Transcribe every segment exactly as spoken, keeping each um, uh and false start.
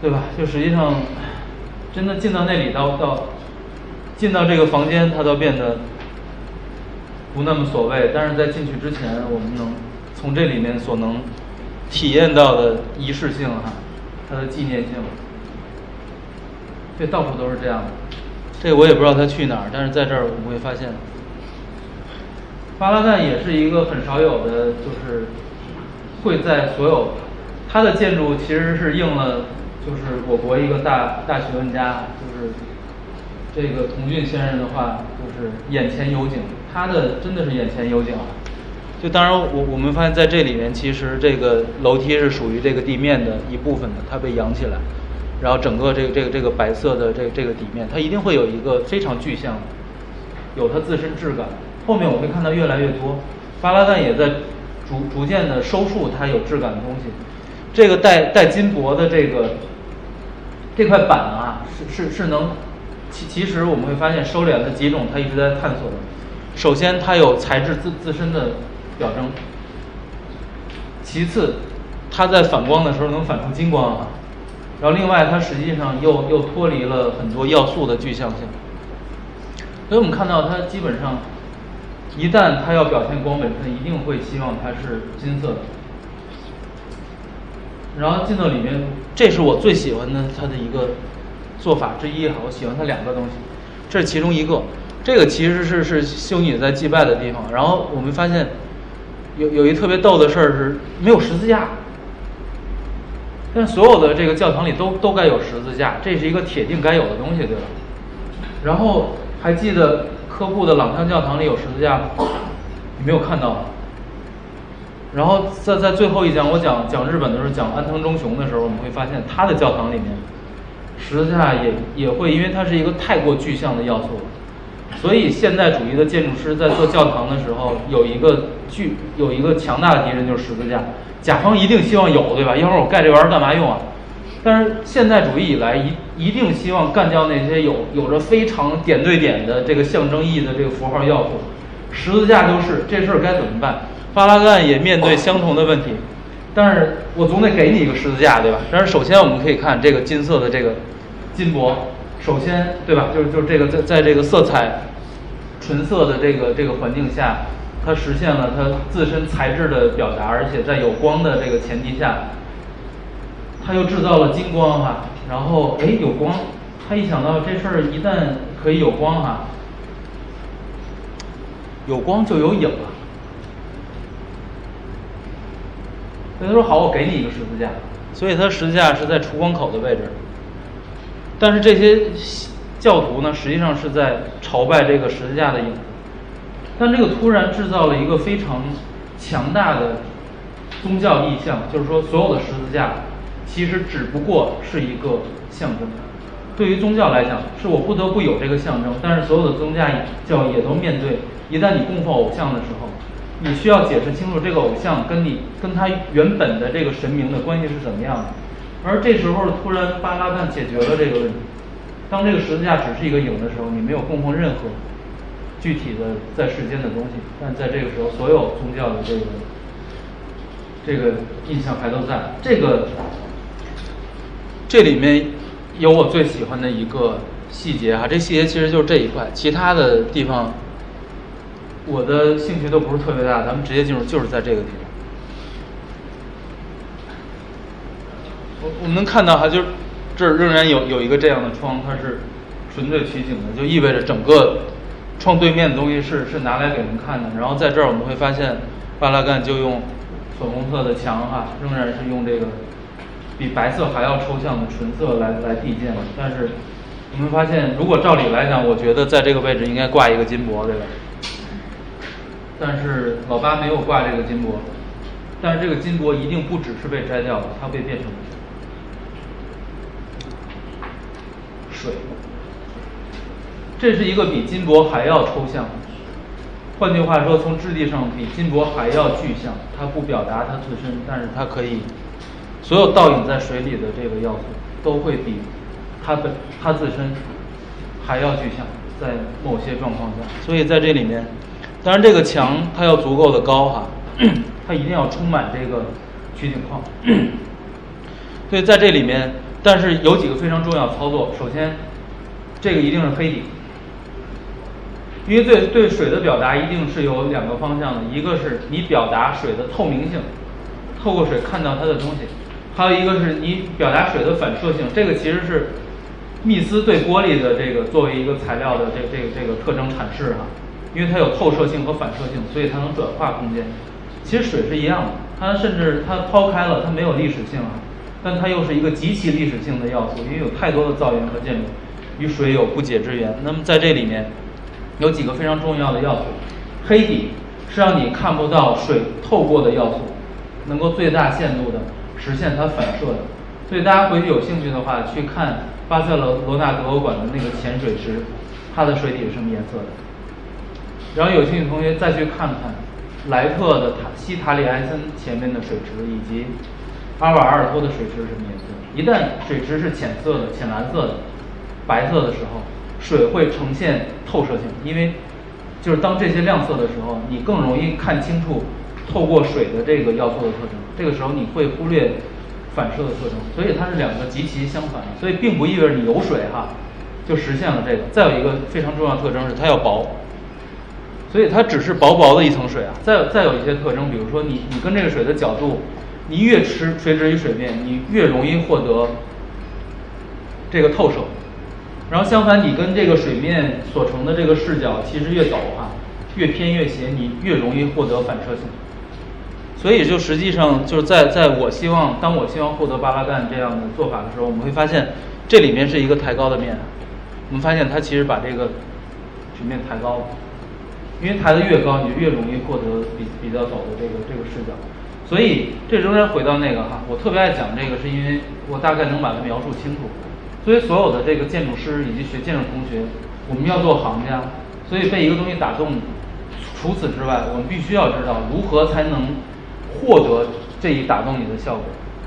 对吧？就实际上，真的进到那里到到，进到这个房间，它都变得不那么所谓。但是在进去之前，我们能从这里面所能体验到的仪式性哈，它的纪念性，这到处都是这样的。这个我也不知道他去哪儿，但是在这儿我们会发现，巴拉干也是一个很少有的，就是会在所有它的建筑其实是应了，就是我国一个大大学问家，就是这个童俊先生的话，就是眼前有景，他的真的是眼前有景啊。就当然我我们发现在这里面，其实这个楼梯是属于这个地面的一部分的，它被扬起来。然后整个这个这个这个白色的这个这个底面，它一定会有一个非常具象的，有它自身质感。后面我会看到越来越多，巴拉干也在逐逐渐的收束它有质感的东西。这个带带金箔的这个这块板啊，是是是能，其其实我们会发现收敛的几种，它一直在探索的。首先，它有材质自自身的表征；其次，它在反光的时候能反出金光啊。然后另外它实际上又又脱离了很多要素的具象性，所以我们看到它基本上一旦它要表现光本身，一定会希望它是金色的。然后进到里面，这是我最喜欢的它的一个做法之一哈，我喜欢它两个东西，这是其中一个。这个其实是是修女在祭拜的地方，然后我们发现有有一特别逗的事儿是没有十字架。但所有的这个教堂里都都该有十字架，这是一个铁定该有的东西，对吧？然后还记得科布的朗香教堂里有十字架吗？你没有看到。然后在在最后一讲我讲讲日本的时候，讲安藤忠雄的时候，我们会发现他的教堂里面十字架也也会，因为它是一个太过具象的要素了。所以现代主义的建筑师在做教堂的时候，有一个巨有一个强大的敌人就是十字架。甲方一定希望有，对吧？要不然我盖这玩意儿干嘛用啊？但是现代主义以来，一一定希望干掉那些有有着非常点对点的这个象征意义的这个符号要素。十字架就是这事儿该怎么办？巴拉干也面对相同的问题，但是我总得给你一个十字架，对吧？但是首先我们可以看这个金色的这个金箔，首先对吧？就是就是这个在在这个色彩纯色的这个这个环境下。它实现了它自身材质的表达，而且在有光的这个前提下，它又制造了金光哈。然后哎有光，他一想到这事儿一旦可以有光哈，有光就有影了。所以他说好，我给你一个十字架。所以它十字架是在出光口的位置，但是这些教徒呢，实际上是在朝拜这个十字架的影子。但这个突然制造了一个非常强大的宗教意象，就是说所有的十字架其实只不过是一个象征。对于宗教来讲，是我不得不有这个象征，但是所有的宗教教也都面对，一旦你供奉偶像的时候，你需要解释清楚这个偶像跟你跟他原本的这个神明的关系是怎么样的。而这时候突然巴拉干解决了这个问题，当这个十字架只是一个影的时候，你没有供奉任何具体的在世间的东西，但在这个时候，所有宗教的这个这个印象还都在。这个这里面有我最喜欢的一个细节哈，这细节其实就是这一块，其他的地方我的兴趣都不是特别大，咱们直接进入，就是在这个地方。我我们能看到哈，就是这儿仍然有有一个这样的窗，它是纯粹取景的，就意味着整个窗对面的东西是是拿来给人看的。然后在这儿我们会发现，巴拉干就用粉红色的墙哈，仍然是用这个比白色还要抽象的纯色来来递建。但是你会发现，如果照理来讲，我觉得在这个位置应该挂一个金箔，对吧？但是老八没有挂这个金箔，但是这个金箔一定不只是被摘掉的，它被变成水。这是一个比金箔还要抽象，换句话说，从质地上比金箔还要具象。它不表达它自身，但是它可以，所有倒影在水里的这个要素都会比它本它自身还要具象，在某些状况下。所以在这里面，当然这个墙它要足够的高哈，它一定要充满这个取景框。所以在这里面， 但是有几个非常重要的操作。首先，这个一定是黑底，因为对对水的表达一定是有两个方向的，一个是你表达水的透明性，透过水看到它的东西，还有一个是你表达水的反射性。这个其实是密斯对玻璃的这个作为一个材料的这这个这个特征阐释哈，因为它有透射性和反射性，所以它能转化空间。其实水是一样的，它甚至它抛开了它没有历史性啊，但它又是一个极其历史性的要素，因为有太多的造园和建筑与水有不解之缘。那么在这里面有几个非常重要的要素，黑底是让你看不到水透过的要素，能够最大限度的实现它反射的。所以大家回去有兴趣的话，去看巴塞罗罗那德国馆的那个浅水池，它的水底是什么颜色的。然后有兴趣的同学再去看看莱特的塔西塔里埃森前面的水池，以及阿瓦尔托的水池是什么颜色。一旦水池是浅色的、浅蓝色的、白色的时候，水会呈现透射性，因为就是当这些亮色的时候，你更容易看清楚透过水的这个要素的特征，这个时候你会忽略反射的特征，所以它是两个极其相反的。所以并不意味着你有水哈就实现了这个。再有一个非常重要的特征是它要薄，所以它只是薄薄的一层水啊。再再有一些特征，比如说你你跟这个水的角度，你越持垂直于水面，你越容易获得这个透射。然后相反，你跟这个水面所成的这个视角其实越陡哈，越偏越斜，你越容易获得反射性。所以就实际上就是在在我希望当我希望获得巴拉干这样的做法的时候，我们会发现这里面是一个抬高的面，我们发现它其实把这个水面抬高了，因为抬得越高，你就越容易获得比比较陡的这个这个视角。所以这仍然回到那个哈，我特别爱讲这个，是因为我大概能把它描述清楚。所以所有的这个建筑师以及学建筑同学，我们要做行家，所以被一个东西打动。除此之外，我们必须要知道如何才能获得这一打动你的效果。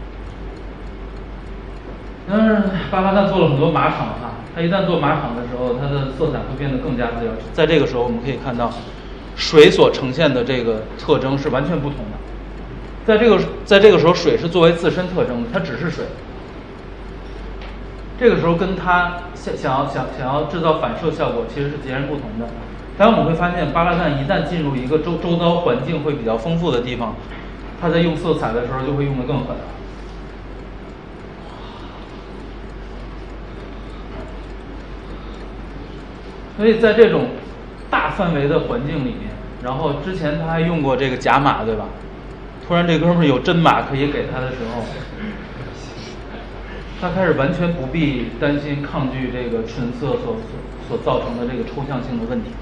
当然，巴拉干做了很多马场哈，它一旦做马场的时候，它的色彩会变得更加自由。在这个时候，我们可以看到水所呈现的这个特征是完全不同的。在这个在这个时候，水是作为自身特征的，它只是水。这个时候跟它想想要想想要制造反射效果其实是截然不同的。当然我们会发现，巴拉干一旦进入一个周周遭环境会比较丰富的地方，它在用色彩的时候就会用得更狠。所以在这种大范围的环境里面，然后之前他还用过这个假马，对吧？突然这哥们儿有真马可以给他的时候，他开始完全不必担心抗拒这个纯色所所所造成的这个抽象性的问题。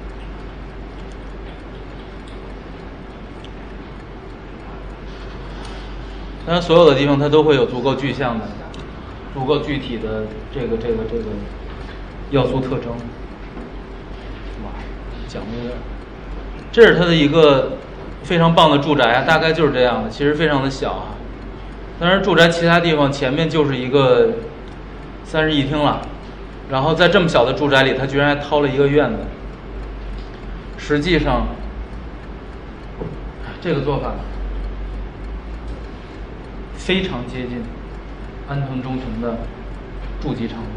当然，所有的地方它都会有足够具象的、足够具体的这个这个这个要素特征。哇，讲的有点，这是它的一个非常棒的住宅啊，大概就是这样的，其实非常的小啊。当然，住宅其他地方前面就是一个三室一厅了，然后在这么小的住宅里，他居然还掏了一个院子。实际上，这个做法非常接近安藤忠雄的筑基长屋，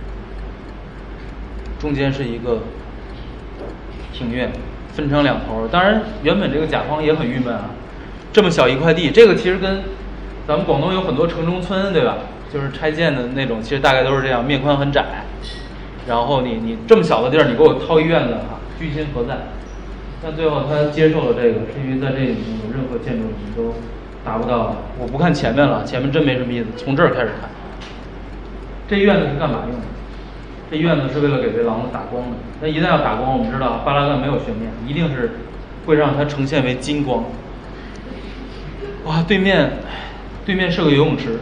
中间是一个庭院，分成两头。当然，原本这个甲方也很郁闷啊，这么小一块地，这个其实跟咱们广东有很多城中村，对吧？就是拆建的那种，其实大概都是这样，面宽很窄。然后你你这么小的地儿，你给我掏一院子哈，居心何在？但最后他接受了这个，是因为在这里面有任何建筑你都达不到的。我不看前面了，前面真没什么意思，从这儿开始看。这院子是干嘛用的？这院子是为了给这廊子打光的。那一旦要打光，我们知道巴拉干没有悬念，一定是会让它呈现为金光。哇，对面，对面是个游泳池，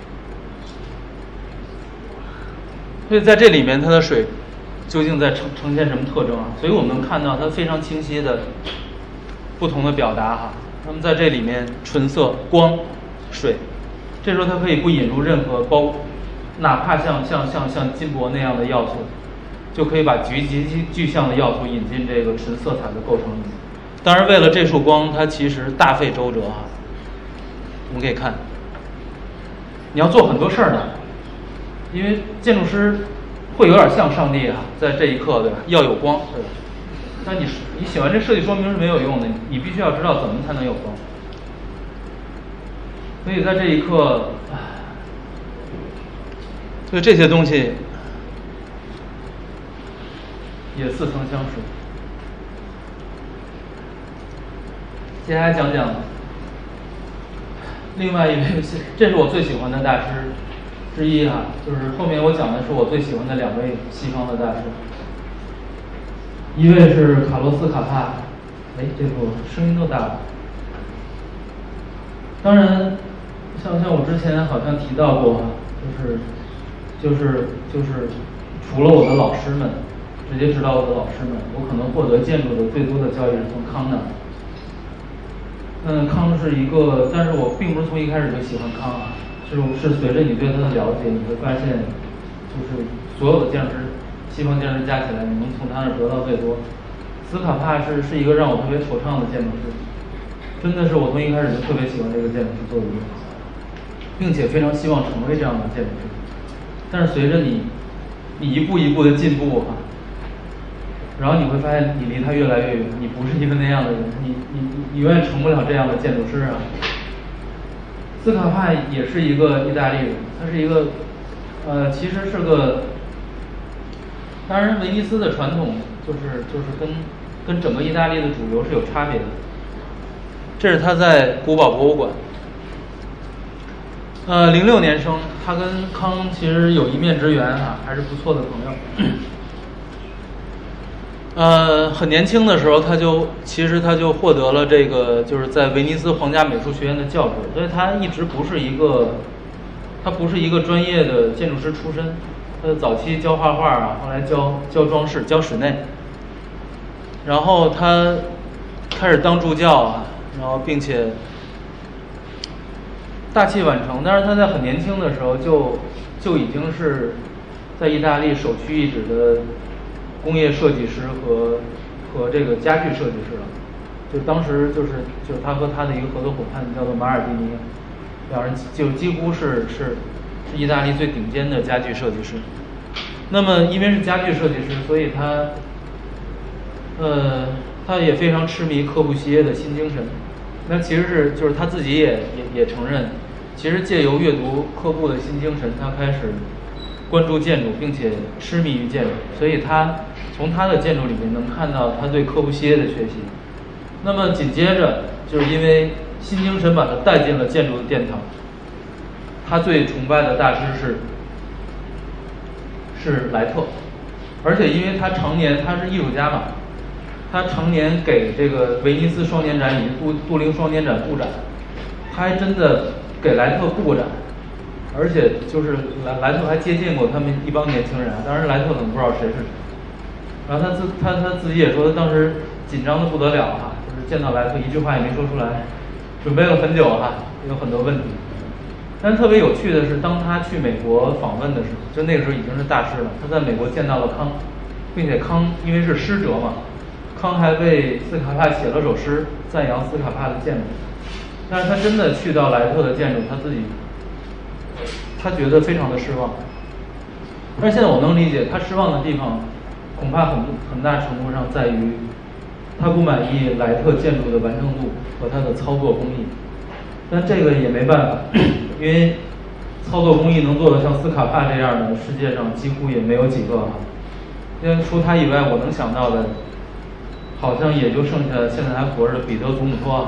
所以在这里面它的水究竟在呈呈现什么特征啊？所以我们能看到它非常清晰的不同的表达哈。那么在这里面，纯色、光、水，这时候它可以不引入任何包，哪怕像像像像金箔那样的要素，就可以把极极其具象的要素引进这个纯色彩的构成里面。当然，为了这束光，它其实大费周折哈。我们可以看，你要做很多事儿呢， 因为建筑师会有点像上帝啊，在这一刻，对吧？要有光，对吧？但你你写完这设计说明是没有用的，你必须要知道怎么才能有光。所以在这一刻，所以这些东西也似曾相识。接下来讲讲另外一位，这是我最喜欢的大师之一哈、啊，就是后面我讲的是我最喜欢的两位西方的大师，一位是卡洛斯·卡帕，哎，这个声音都大了。当然，像像我之前好像提到过，就是就是就是除了我的老师们，直接指导我的老师们，我可能获得建筑的最多的教育是从康那儿。嗯，康是一个，但是我并不是从一开始就喜欢康啊，是是随着你对他的了解，你会发现，就是所有的建筑师，西方建筑师加起来，你能从他那儿得到最多。斯卡帕是是一个让我特别惆怅的建筑师，真的是我从一开始就特别喜欢这个建筑师作为一个，并且非常希望成为这样的建筑师。但是随着你，你一步一步的进步哈、啊。然后你会发现，你离他越来越远，你不是一个那样的人，你你你永远成不了这样的建筑师啊。斯卡帕也是一个意大利人，他是一个，呃，其实是个，当然威尼斯的传统就是就是跟跟整个意大利的主流是有差别的。这是他在古堡博物馆，呃，零六年生，他跟康其实有一面之缘啊，还是不错的朋友。呃，很年轻的时候，他就其实他就获得了这个，就是在威尼斯皇家美术学院的教职，所以他一直不是一个，他不是一个专业的建筑师出身，他早期教画画啊，后来教教装饰、教室内，然后他开始当助教啊，然后并且大器晚成，但是他在很年轻的时候就就已经是在意大利首屈一指的工业设计师和和这个家具设计师了，就当时就是就是他和他的一个合作伙伴叫做马尔蒂尼，两人就几乎是是是意大利最顶尖的家具设计师。那么因为是家具设计师，所以他呃他也非常痴迷柯布西耶的新精神。那其实是就是他自己也也也承认，其实借由阅读柯布的新精神，他开始关注建筑，并且痴迷于建筑，所以他从他的建筑里面能看到他对柯布西耶的学习。那么紧接着就是因为新精神把他带进了建筑的殿堂，他最崇拜的大师是是莱特，而且因为他常年他是艺术家嘛，他常年给这个威尼斯双年展以及杜杜灵双年展布展，他还真的给莱特布过展。而且就是莱莱特还接见过他们一帮年轻人，当时莱特可能不知道谁是谁。然后他自他他自己也说，他当时紧张的不得了哈，就是见到莱特一句话也没说出来，准备了很久哈，有很多问题。但特别有趣的是，当他去美国访问的时候，就那个时候已经是大师了，他在美国见到了康，并且康因为是诗者嘛，康还为斯卡帕写了首诗赞扬斯卡帕的建筑。但是他真的去到莱特的建筑，他自己。他觉得非常的失望，但是现在我能理解他失望的地方，恐怕很很大程度上在于，他不满意莱特建筑的完成度和他的操作工艺，但这个也没办法，因为操作工艺能做的像斯卡帕这样的，世界上几乎也没有几个哈，因为除他以外，我能想到的，好像也就剩下现在还活着的彼得祖姆托啊，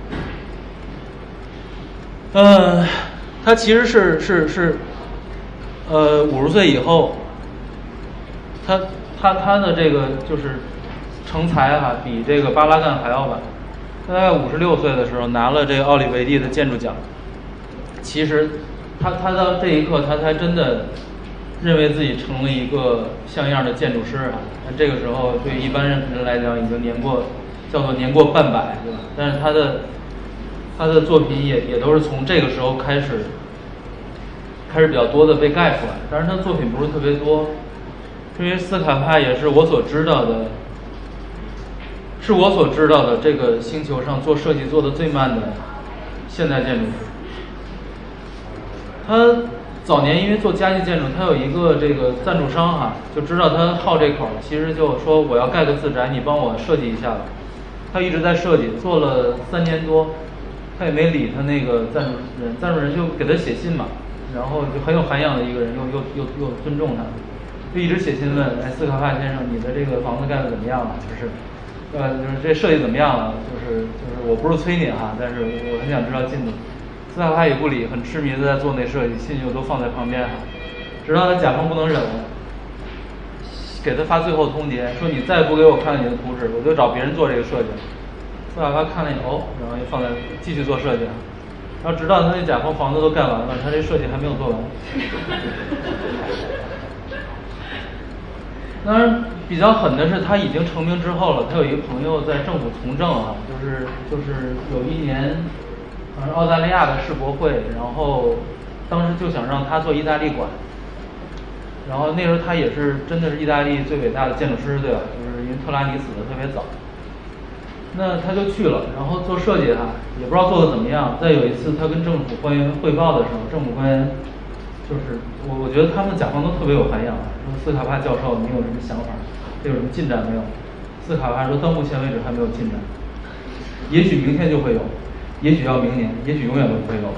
嗯。他其实是是是，呃，五十岁以后，他他他的这个就是成才啊，比这个巴拉干还要晚。他大概五十六岁的时候拿了这个奥里维蒂的建筑奖。其实他他到这一刻，他才真的认为自己成了一个像样的建筑师啊。那这个时候对于一般人来讲，已经年过叫做年过半百，对吧？但是他的。他的作品也也都是从这个时候开始，开始比较多的被盖出来。当然，他的作品不是特别多，因为斯卡帕也是我所知道的，是我所知道的这个星球上做设计做的最慢的现代建筑师。他早年因为做家具建筑，他有一个这个赞助商哈，就知道他好这口，其实就说我要盖个自宅，你帮我设计一下吧。他一直在设计，做了三年多，他也没理他那个赞助人，赞助人就给他写信嘛，然后就很有涵养的一个人，又又又又尊重他，就一直写信问，哎，斯卡帕先生，你的这个房子盖的怎么样了？就是，呃，就是这设计怎么样了？就是就是我不是催你哈，但是我很想知道进度。斯卡帕也不理，很痴迷的在做那设计，信就都放在旁边哈，直到他甲方不能忍了，给他发最后通牒，说你再不给我看你的图纸，我就找别人做这个设计。斯卡帕看了以后，然后又放在继续做设计，然后直到他那甲方房子都盖完了，他这设计还没有做完。当然，比较狠的是他已经成名之后了，他有一个朋友在政府从政啊，就是就是有一年，好像澳大利亚的世博会，然后当时就想让他做意大利馆，然后那时候他也是真的是意大利最伟大的建筑师，对吧？就是因为特拉尼死的特别早，那他就去了，然后做设计哈，也不知道做的怎么样。再有一次他跟政府官员汇报的时候，政府官员就是我我觉得他们甲方都特别有涵养，说斯卡帕教授你有什么想法？这有什么进展没有？斯卡帕说到目前为止还没有进展，也许明天就会有，也许要明年，也许永远都不会有。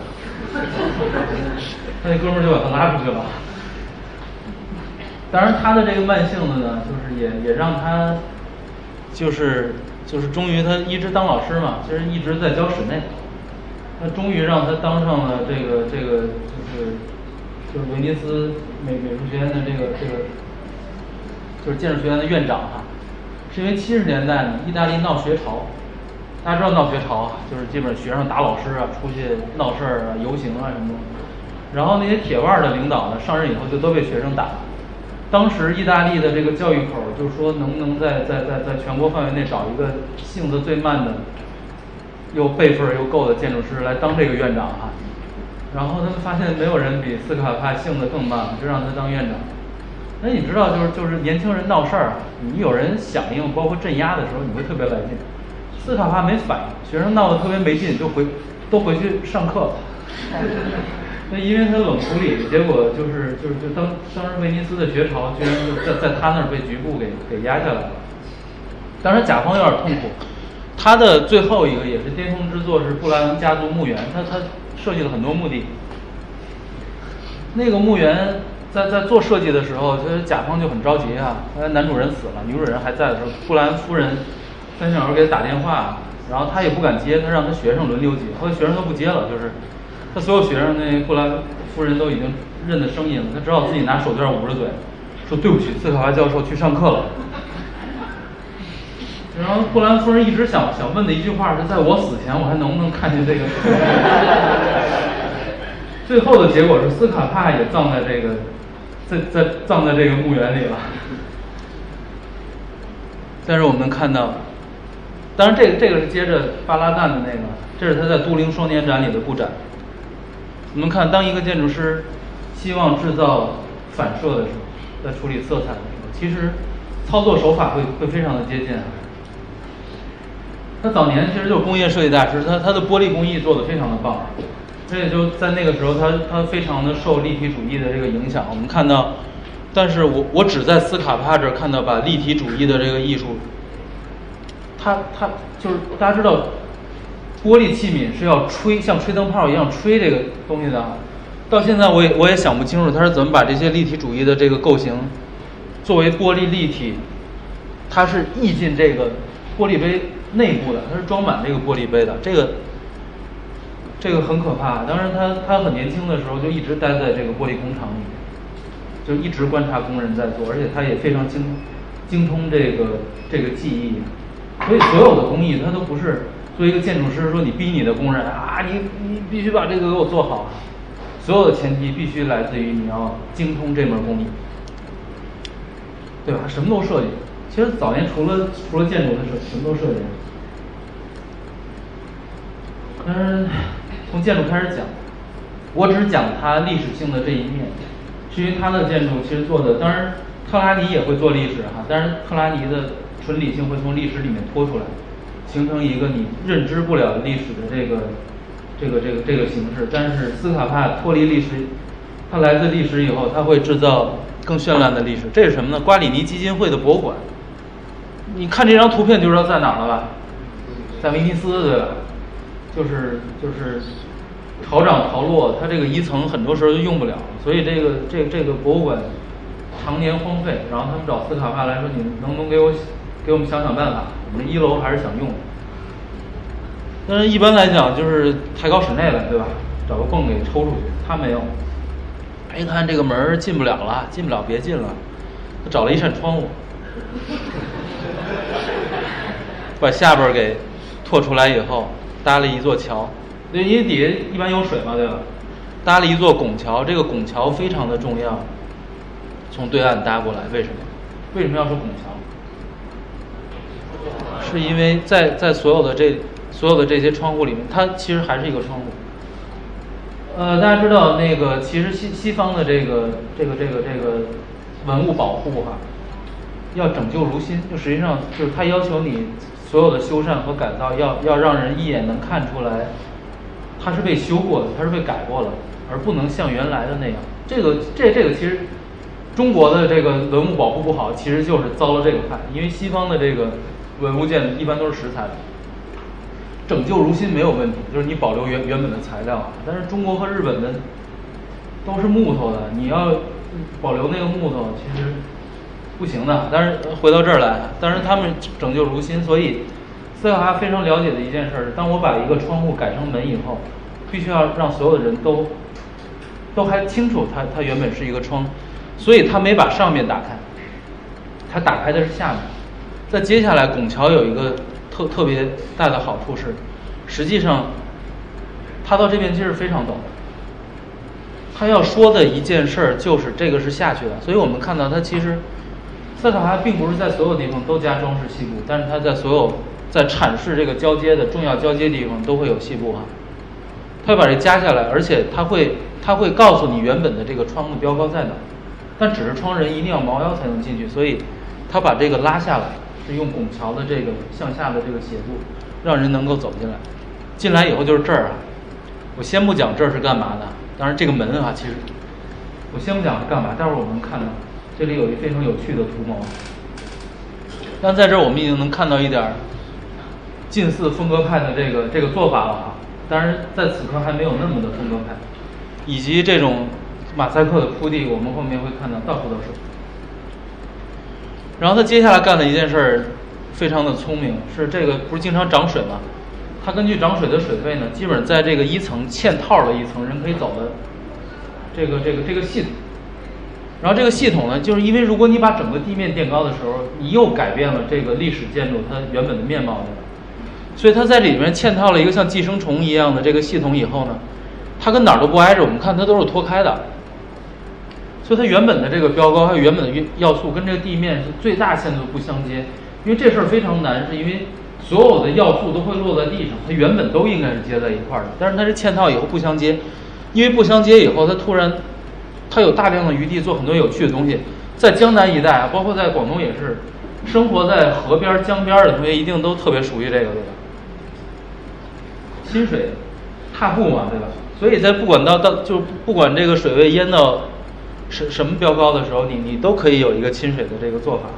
他那哥们儿就把他拉出去了。当然他的这个慢性的呢，就是也也让他就是就是终于他一直当老师嘛，其实一直在教室内，那终于让他当上了这个这个就是就是威尼斯美美术学院的这个这个就是建筑学院的院长哈，是因为七十年代呢，意大利闹学潮，大家知道闹学潮啊，就是基本上学生打老师啊，出去闹事儿啊、游行啊什么的，然后那些铁腕的领导呢，上任以后就都被学生打。当时意大利的这个教育口就说，能不能在在在在全国范围内找一个性子最慢的、又辈分又够的建筑师来当这个院长哈。然后他们发现没有人比斯卡帕性子更慢，就让他当院长。那你知道，就是就是年轻人闹事儿，你有人响应，包括镇压的时候，你会特别来劲。斯卡帕没反应，学生闹得特别没劲，就回都回去上课了。那因为他冷处理，结果就是就是就当当时威尼斯的学潮居然就在在他那儿被局部给给压下来了。当然甲方有点痛苦，他的最后一个也是巅峰之作是布莱恩家族墓园，他他设计了很多墓地。那个墓园在在做设计的时候，就是甲方就很着急啊，后来男主人死了，女主人还在的时候，布莱恩夫人三小时给他打电话，然后他也不敢接，他让他学生轮流接，后来学生都不接了，就是他所有学生那布莱恩夫人都已经认得声音了，他只好自己拿手绢捂着嘴，说对不起，斯卡帕教授去上课了。然后布莱恩夫人一直想想问的一句话是，在我死前我还能不能看见这个？最后的结果是斯卡帕也葬在这个，在在葬在这个墓园里了。但是我们能看到，当然这个这个是接着巴拉旦的那个，这是他在都灵双年展里的布展。我们看，当一个建筑师希望制造反射的时候，在处理色彩的时候，其实操作手法会会非常的接近。他早年其实就是工业设计大师，他他的玻璃工艺做得非常的棒，所以就在那个时候他，他他非常的受立体主义的这个影响。我们看到，但是我我只在斯卡帕这儿看到把立体主义的这个艺术，他他就是大家知道，玻璃器皿是要吹，像吹灯泡一样吹这个东西的。到现在我也我也想不清楚他是怎么把这些立体主义的这个构型，作为玻璃立体，它是溢进这个玻璃杯内部的，它是装满这个玻璃杯的，这个这个很可怕。当然他他很年轻的时候就一直待在这个玻璃工厂里面，就一直观察工人在做，而且他也非常精精通这个这个技艺，所以所有的工艺他都不是作为一个建筑师说你逼你的工人啊，你你必须把这个给我做好，所有的前提必须来自于你要精通这门工艺，对吧？什么都设计。其实早年除了除了建筑，他是什么都设计。但是从建筑开始讲，我只讲它历史性的这一面。至于它的建筑其实做的，当然特拉尼也会做历史哈，但是特拉尼的纯理性会从历史里面脱出来，形成一个你认知不了历史的这个这个这个这个形式。但是斯卡帕脱离历史它来自历史以后，它会制造更绚烂的历史。这是什么呢？瓜里尼基金会的博物馆。你看这张图片就知道在哪儿了吧？在威尼斯，对吧？就是就是潮涨潮落，它这个一层很多时候就用不了，所以这个这这个博物馆常年荒废。然后他们找斯卡帕来说：“你能不能给我给我们想想办法？我们一楼还是想用的。”但是一般来讲就是抬高室内了，对吧？找个泵给抽出去。他没有，一看这个门进不了了，进不了别进了，他找了一扇窗户，把下边给拓出来以后，搭了一座桥。因为底下一般有水嘛，对吧？搭了一座拱桥，这个拱桥非常的重要，从对岸搭过来。为什么？为什么要说拱桥？是因为在在所有的这所有的这些窗户里面，它其实还是一个窗户。呃，大家知道那个，其实西西方的这个这个这个这个文物保护哈，要拯救如新，就实际上就是它要求你所有的修缮和改造要要让人一眼能看出来，它是被修过的，它是被改过了，而不能像原来的那样。这个这这个其实中国的这个文物保护不好，其实就是遭了这个害，因为西方的这个文物件一般都是石材的。拯救如新没有问题，就是你保留原原本的材料啊。但是中国和日本的都是木头的，你要保留那个木头其实不行的。但是回到这儿来，但是他们拯救如新，所以斯卡哈非常了解的一件事是，当我把一个窗户改成门以后，必须要让所有的人都都还清楚它它原本是一个窗，所以他没把上面打开，他打开的是下面。再接下来，拱桥有一个特特别大的好处是，实际上他到这边其实非常陡，他要说的一件事儿就是这个是下去的。所以我们看到他其实斯卡哈并不是在所有地方都加装饰细部，但是他在所有在阐释这个交接的重要交接地方都会有细部啊。他会把这加下来，而且他会他会告诉你原本的这个窗的标高在哪，但只是窗人一定要猫腰才能进去，所以他把这个拉下来。是用拱桥的这个向下的这个斜度，让人能够走进来。进来以后就是这儿啊，我先不讲这儿是干嘛的，当然这个门啊，其实我先不讲是干嘛，待会儿我们看到这里有一非常有趣的图谋。但在这儿我们已经能看到一点近似风格派的这个这个做法了啊，当然在此刻还没有那么的风格派，以及这种马赛克的铺地，我们后面会看到到处都是。然后他接下来干的一件事儿非常的聪明，是这个不是经常涨水吗？他根据涨水的水位呢，基本在这个一层嵌套了一层人可以走的这个这个这个系统。然后这个系统呢，就是因为如果你把整个地面垫高的时候，你又改变了这个历史建筑它原本的面貌的，所以它在里面嵌套了一个像寄生虫一样的这个系统以后呢，它跟哪儿都不挨着，我们看它都是脱开的。所以它原本的这个标高还有原本的要素跟这个地面是最大限度不相接，因为这事儿非常难，是因为所有的要素都会落在地上，它原本都应该是接在一块儿的，但是它是嵌套以后不相接，因为不相接以后，它突然它有大量的余地做很多有趣的东西。在江南一带啊，包括在广东也是，生活在河边江边的同学一定都特别熟悉这个，对吧？亲水踏步嘛，对吧？所以在不管到到就不管这个水位淹到什什么标高的时候，你你都可以有一个亲水的这个做法。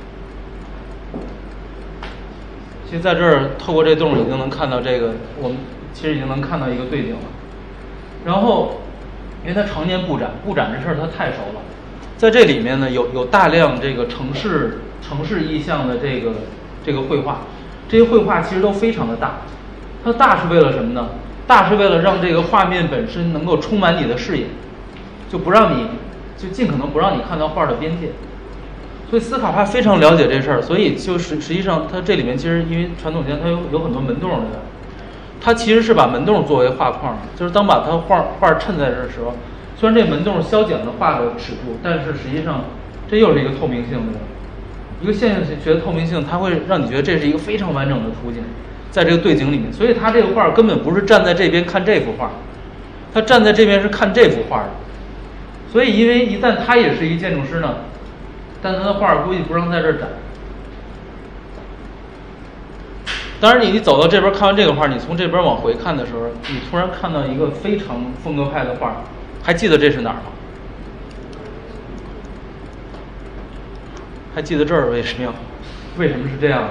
其实在这儿透过这洞已经能看到这个，我们其实已经能看到一个对景了。然后，因为它常年布展，布展这事儿它太熟了，在这里面呢有有大量这个城市城市意象的这个这个绘画，这些绘画其实都非常的大。它大是为了什么呢？大是为了让这个画面本身能够充满你的视野，就不让你就尽可能不让你看到画的边界。所以斯卡帕非常了解这事儿，所以就实实际上它这里面其实因为传统间它有有很多门洞的，它其实是把门洞作为画框，就是当把它画画衬在这儿的时候，虽然这门洞消减了画的尺度，但是实际上这又是一个透明性的一个现象学的透明性，它会让你觉得这是一个非常完整的图景，在这个对景里面。所以它这个画根本不是站在这边看这幅画，它站在这边是看这幅画的。所以因为一旦他也是一建筑师呢，但他的画估计不让在这儿展。当然你你走到这边看完这个画，你从这边往回看的时候，你突然看到一个非常风格派的画， 还记得这是哪儿吗？还记得这儿为什么？为什么是这样的？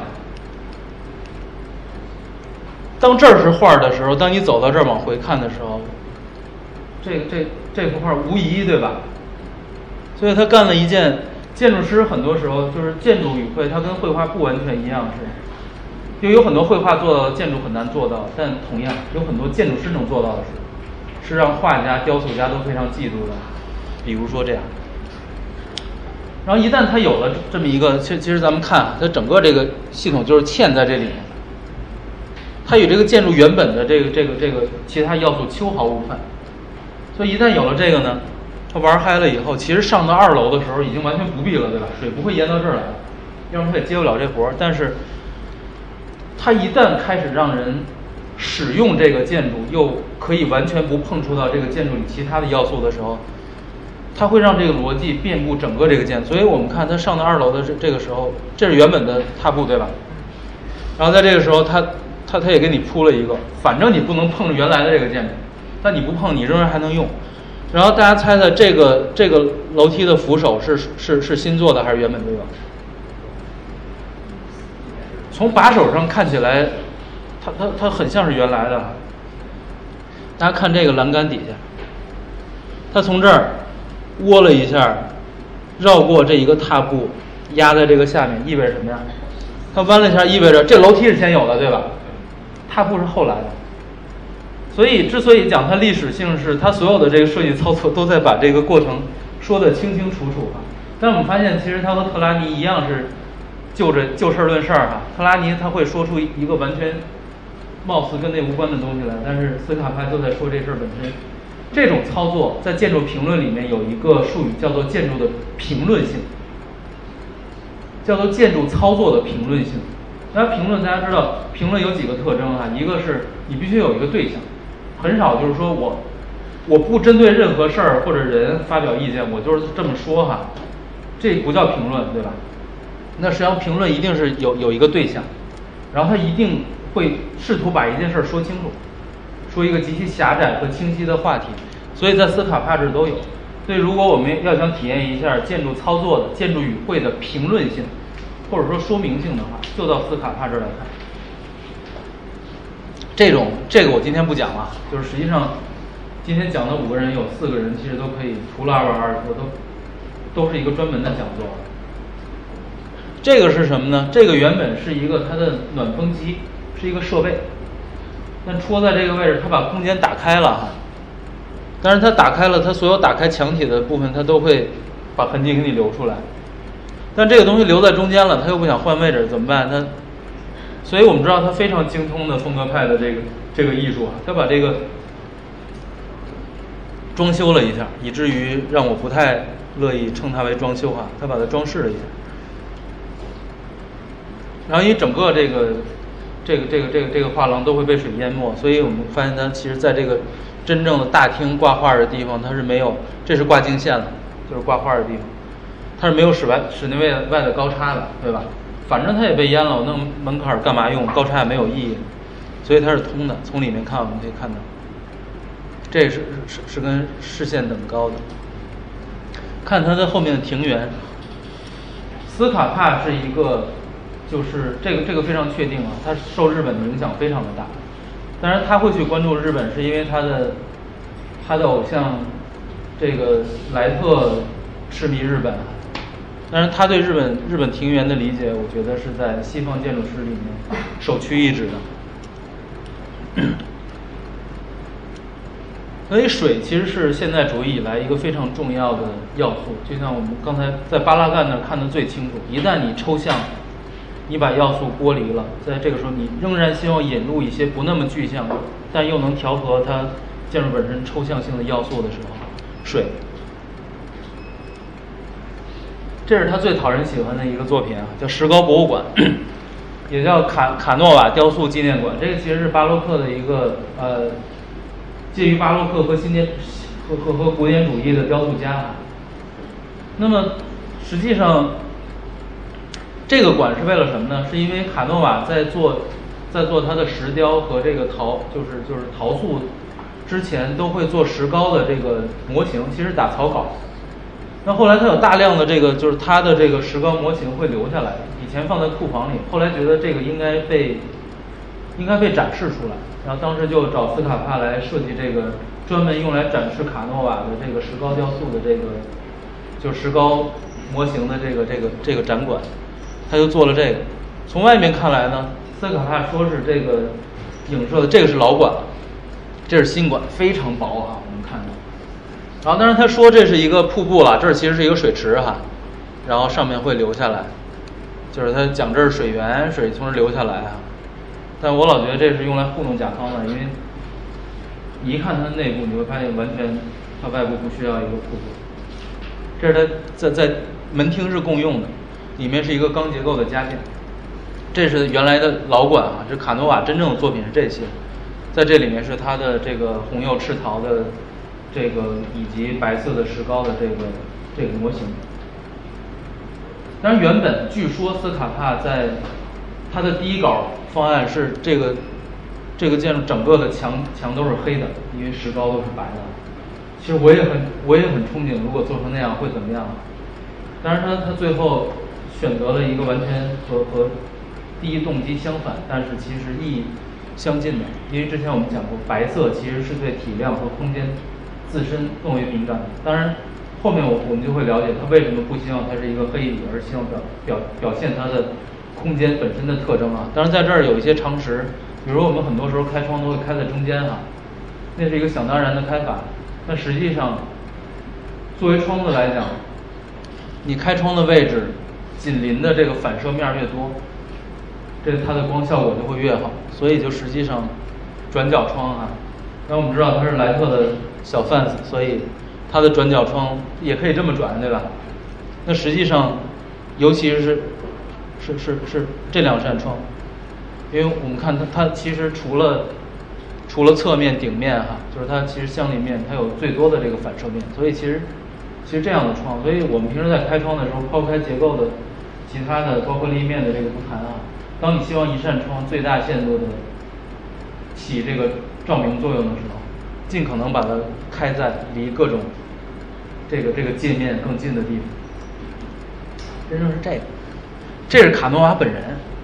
当这儿是画的时候，当你走到这儿往回看的时候，这这这幅画无疑，对吧？所以他干了一件建筑师很多时候就是建筑与绘，它跟绘画不完全一样，是就有很多绘画做到建筑很难做到，但同样有很多建筑师能做到的事，是让画家、雕塑家都非常嫉妒的。比如说这样，然后一旦他有了这么一个，其实其实咱们看啊，它整个这个系统就是嵌在这里面的，它与这个建筑原本的这个这个这个其他要素秋毫无犯。所以一旦有了这个呢，他玩嗨了以后，其实上到二楼的时候已经完全不必了，对吧？水不会淹到这儿来了，要不然他也接不了这活儿。但是他一旦开始让人使用这个建筑，又可以完全不碰触到这个建筑里其他的要素的时候，它会让这个逻辑遍布整个这个建筑。所以我们看它上到二楼的这这个时候，这是原本的踏步，对吧？然后在这个时候，它它它也给你铺了一个，反正你不能碰原来的这个建筑，但你不碰，你仍然还能用。然后大家猜猜这个这个楼梯的扶手是是是新做的还是原本就有？从把手上看起来，它它它很像是原来的。大家看这个栏杆底下，它从这儿窝了一下，绕过这一个踏步，压在这个下面，意味着什么呀？它弯了一下，意味着这楼梯是先有的，对吧？踏步是后来的。所以之所以讲它历史性，是它所有的这个设计操作都在把这个过程说得清清楚楚哈。但我们发现，其实它和特拉尼一样是就着就事论事儿哈。特拉尼他会说出一个完全貌似跟那无关的东西来，但是斯卡帕就在说这事儿本身。这种操作在建筑评论里面有一个术语叫做建筑的评论性，叫做建筑操作的评论性。大家评论，大家知道评论有几个特征啊？一个是你必须有一个对象，很少就是说我我不针对任何事儿或者人发表意见，我就是这么说哈，这不叫评论，对吧？那实际上评论一定是有有一个对象，然后他一定会试图把一件事儿说清楚，说一个极其狭窄和清晰的话题。所以在斯卡帕这都有。所以如果我们要想体验一下建筑操作的建筑语汇的评论性或者说说明性的话，就到斯卡帕这儿来看。这种这个我今天不讲了，就是实际上今天讲的五个人有四个人其实都可以，除了二万二说都都是一个专门的讲座。这个是什么呢？这个原本是一个它的暖风机，是一个设备，但戳在这个位置，它把空间打开了哈。但是它打开了，它所有打开墙体的部分，它都会把痕迹给你留出来。但这个东西留在中间了，它又不想换位置，怎么办？它，所以我们知道它非常精通的风格派的这个这个艺术啊，它把这个装修了一下，以至于让我不太乐意称它为装修啊，它把它装饰了一下。然后因为整个这个这个这个这个这个画廊都会被水淹没，所以我们发现它其实在这个真正的大厅挂画的地方，它是没有，这是挂镜线了，就是挂画的地方，它是没有室外室内外外的高差的，对吧？反正它也被淹了，我弄门槛干嘛用？高差也没有意义，所以它是通的。从里面看，我们可以看到，这是是是跟视线等高的。看它的后面的庭园，斯卡帕是一个，就是这个这个非常确定啊，它受日本的影响非常的大。当然他会去关注日本，是因为他的他的偶像这个莱特痴迷日本，当然他对日本日本庭园的理解，我觉得是在西方建筑师里面首屈一指的。所以水其实是现代主义以来一个非常重要的要素，就像我们刚才在巴拉干那儿看得最清楚，一旦你抽象，你把要素剥离了，在这个时候你仍然希望引入一些不那么具象但又能调和它建筑本身抽象性的要素的时候，水，这是他最讨人喜欢的一个作品啊，叫石膏博物馆，也叫卡卡诺瓦雕塑纪念馆。这个其实是巴洛克的一个呃，介于巴洛克和新典和和和古典主义的雕塑家啊。那么实际上这个馆是为了什么呢？是因为卡诺瓦在做在做他的石雕和这个陶，就是就是陶塑之前都会做石膏的这个模型，其实打草稿。那后来他有大量的这个，就是他的这个石膏模型会留下来，以前放在库房里，后来觉得这个应该被应该被展示出来，然后当时就找斯卡帕来设计这个专门用来展示卡诺瓦的这个石膏雕塑的这个就石膏模型的这个这个这个展馆，他就做了这个。从外面看来呢，斯卡帕说是这个影射的这个是老馆，这是新馆，非常薄啊，我们看到。然后当然他说这是一个瀑布了，这其实是一个水池哈，然后上面会流下来，就是他讲这是水源，水从这流下来啊。但我老觉得这是用来糊弄甲方的，因为你一看它的内部，你会发现完全它外部不需要一个瀑布。这是它在在门厅是共用的，里面是一个钢结构的加建。这是原来的老馆啊，这卡诺瓦真正的作品是这些，在这里面是它的这个红釉赤陶的这个以及白色的石膏的这个这个模型。当然，原本据说斯卡帕在他的第一稿方案是这个这个建筑整个的墙墙都是黑的，因为石膏都是白的。其实我也很我也很憧憬，如果做成那样会怎么样。当然他他最后选择了一个完全和和第一动机相反，但是其实意义相近的。因为之前我们讲过，白色其实是对体量和空间自身更为敏感的。当然后面我我们就会了解他为什么不希望它是一个黑底，而希望表表表现它的空间本身的特征啊。当然在这儿有一些常识，比如我们很多时候开窗都会开在中间哈，那是一个想当然的开法。但实际上作为窗子来讲，你开窗的位置紧邻的这个反射面越多，这它的光效果就会越好。所以就实际上转角窗啊，那我们知道它是莱特的小 fans， 所以它的转角窗也可以这么转，对吧？那实际上尤其是是是是这两扇窗，因为我们看它它其实除了除了侧面顶面哈，就是它其实相邻面它有最多的这个反射面，所以其实其实这样的窗，所以我们平时在开窗的时候，抛开结构的其他的包括立面的这个不谈啊，当你希望一扇窗最大限度的起这个照明作用的时候，尽可能把它开在离各种这个这个界面更近的地方。真正是这个，这是卡诺瓦本人，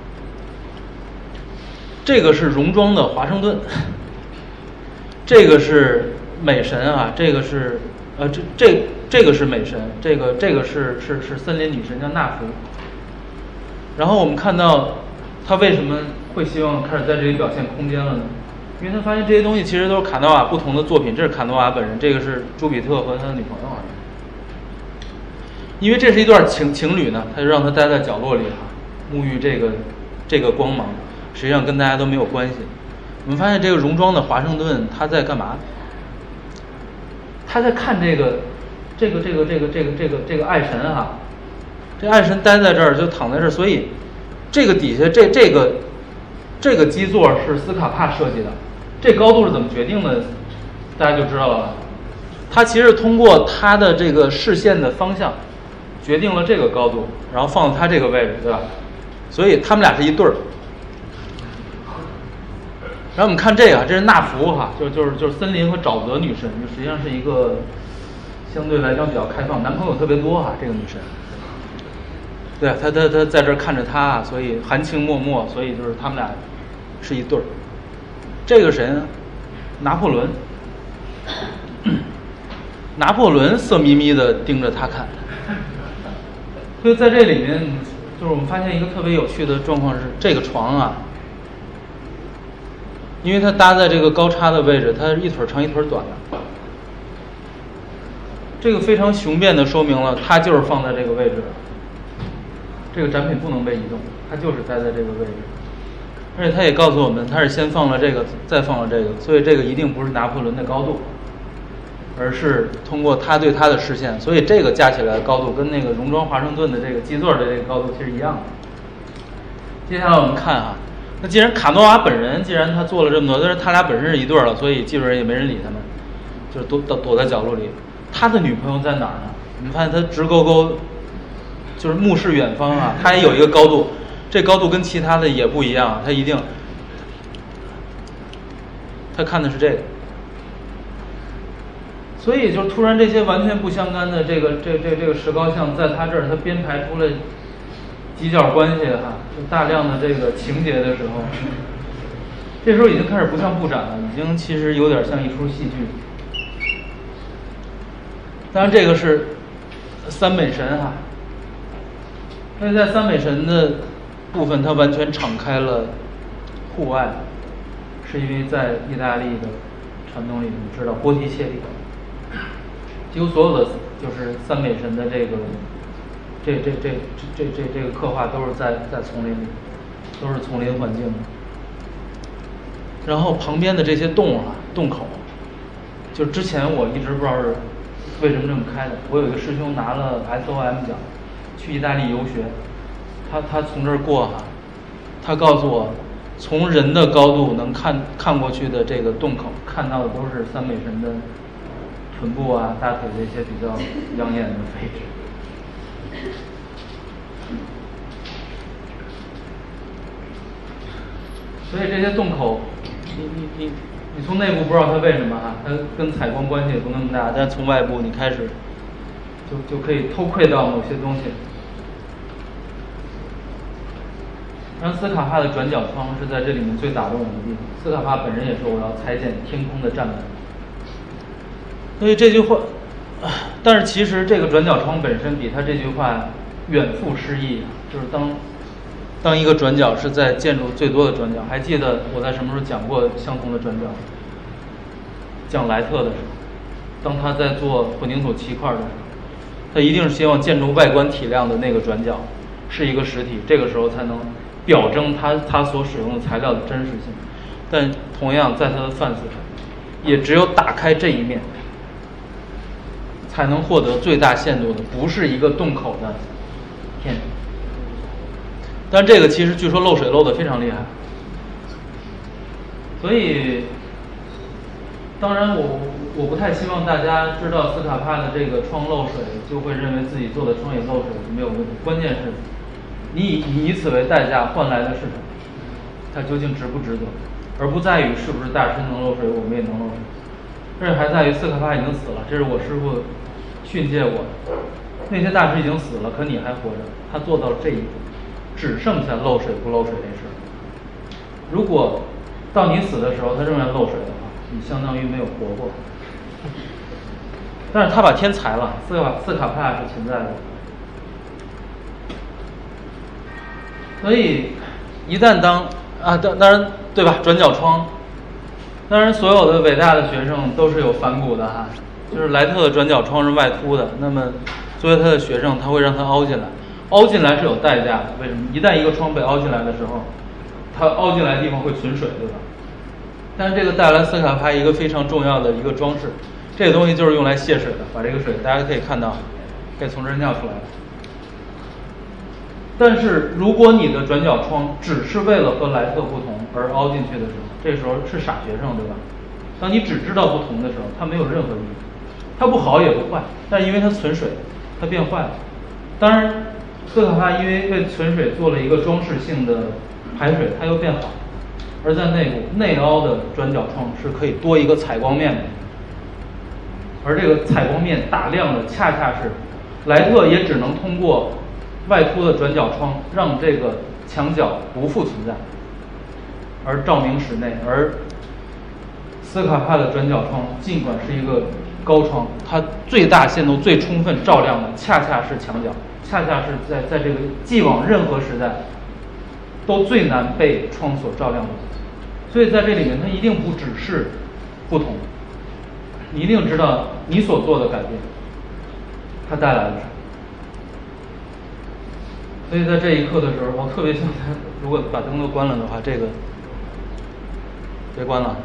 这个是戎装的华盛顿，这个是美神啊，这个是呃这这这个是美神，这个这个是是是森林女神叫纳芙。然后我们看到他为什么会希望开始在这里表现空间了呢？因为他发现这些东西其实都是卡诺瓦不同的作品，这是卡诺瓦本人，这个是朱比特和他的女朋友啊。因为这是一对情情侣呢，他就让他待在角落里哈，沐浴这个这个光芒，实际上跟大家都没有关系。我们发现这个戎装的华盛顿他在干嘛？他在看这个这个这个这个这个这个这个爱神哈，这爱神待在这儿就躺在这儿，所以这个底下这这个这个基座是斯卡帕设计的，这高度是怎么决定的？大家就知道了吧？他其实通过他的这个视线的方向决定了这个高度，然后放到他这个位置，对吧？所以他们俩是一对儿。然后我们看这个，这是纳芙哈，就就是就是森林和沼泽女神，就实际上是一个相对来讲比较开放，男朋友特别多哈，这个女神。对啊，她她她在这儿看着他，所以含情脉脉，所以就是他们俩是一对儿。这个谁呢？拿破仑。拿破仑色眯眯的盯着他看。所以在这里面，就是我们发现一个特别有趣的状况是，这个床啊，因为它搭在这个高叉的位置，它是一腿长一腿短的。这个非常雄辩的说明了，它就是放在这个位置的。这个展品不能被移动，它就是待在这个位置。而且它也告诉我们，它是先放了这个，再放了这个，所以这个一定不是拿破仑的高度，而是通过他对他的视线，所以这个加起来的高度跟那个戎装华盛顿的这个基座的这个高度其实一样的。接下来我们看哈，那既然卡诺瓦本人既然他做了这么多，但是他俩本身是一对了，所以基本上也没人理他们，就是躲躲躲在角落里。他的女朋友在哪儿呢？你们发现他直勾勾，就是目视远方啊，他也有一个高度，这高度跟其他的也不一样，他一定，他看的是这个。 所以就突然这些完全不相干的这个这这这个石膏像，在他这儿他编排出了犄角关系哈，就大量的这个情节的时候，这时候已经开始不像布展了，已经其实有点像一出戏剧。当然这个是三美神哈，所以在三美神的部分，它完全敞开了户外，是因为在意大利的传统里，你知道波提切利，几乎所有的就是三美神的这个这这这这这这个刻画都是在在丛林里，都是丛林环境的。然后旁边的这些洞啊洞口，就之前我一直不知道是为什么这么开的。我有一个师兄拿了 S O M 奖，去意大利游学，他他从这儿过哈，他告诉我，从人的高度能看看过去的这个洞口，看到的都是三美神的臀部啊、大腿这些比较养眼的位置。所以这些洞口，你你你你从内部不知道它为什么哈，它跟采光关系也不那么大，但从外部你开始就就可以偷窥到某些东西。然后斯卡帕的转角窗是在这里面最打动我的地方。斯卡帕本人也说我要裁剪天空的站板。所以这句话，但是其实这个转角窗本身比他这句话远赴诗意，就是当当一个转角是在建筑最多的转角。还记得我在什么时候讲过相同的转角？讲莱特的时候，当他在做混凝土砌块的时候，他一定是希望建筑外观体量的那个转角是一个实体，这个时候才能表征他他所使用的材料的真实性。但同样在他的 fans 上，也只有打开这一面，才能获得最大限度的不是一个洞口的天。但这个其实据说漏水漏得非常厉害，所以当然我我不太希望大家知道斯卡帕的这个窗漏水就会认为自己做的窗也漏水是没有问题。关键是你以你以此为代价换来的是什么，它究竟值不值得，而不在于是不是大师能漏水我们也能漏水，这还在于斯卡帕已经死了，这是我师傅训诫我的。那些大师已经死了，可你还活着，他做到了这一步，只剩下漏水不漏水这事。如果到你死的时候他仍然漏水的话，你相当于没有活过。但是他把天裁了，斯卡斯卡帕是存在的。所以一旦当啊当当然对吧，转角窗，当然所有的伟大的学生都是有反骨的哈，就是莱特的转角窗是外凸的，那么作为他的学生他会让他凹进来，凹进来是有代价的。为什么？一旦一个窗被凹进来的时候，它凹进来的地方会存水，对吧？但是这个带来斯卡帕一个非常重要的一个装饰，这个东西就是用来泄水的，把这个水大家可以看到可以从这儿尿出来的。但是如果你的转角窗只是为了和莱特不同而凹进去的时候，这时候是傻学生，对吧？当你只知道不同的时候，它没有任何意义，它不好也不坏，但是因为它存水，它变坏了。当然斯卡帕因为为存水做了一个装饰性的排水，它又变好。而在内部内凹的转角窗是可以多一个采光面的，而这个采光面大量的恰恰是莱特也只能通过外凸的转角窗让这个墙角不复存在，而照明室内。而斯卡帕的转角窗尽管是一个高窗，它最大限度最充分照亮的恰恰是墙角，恰恰是在在这个既往任何时代都最难被窗所照亮的。所以在这里面它一定不只是不同，你一定知道你所做的改变它带来了什么。所以在这一刻的时候，我特别想，如果把灯都关了的话，这个别关了。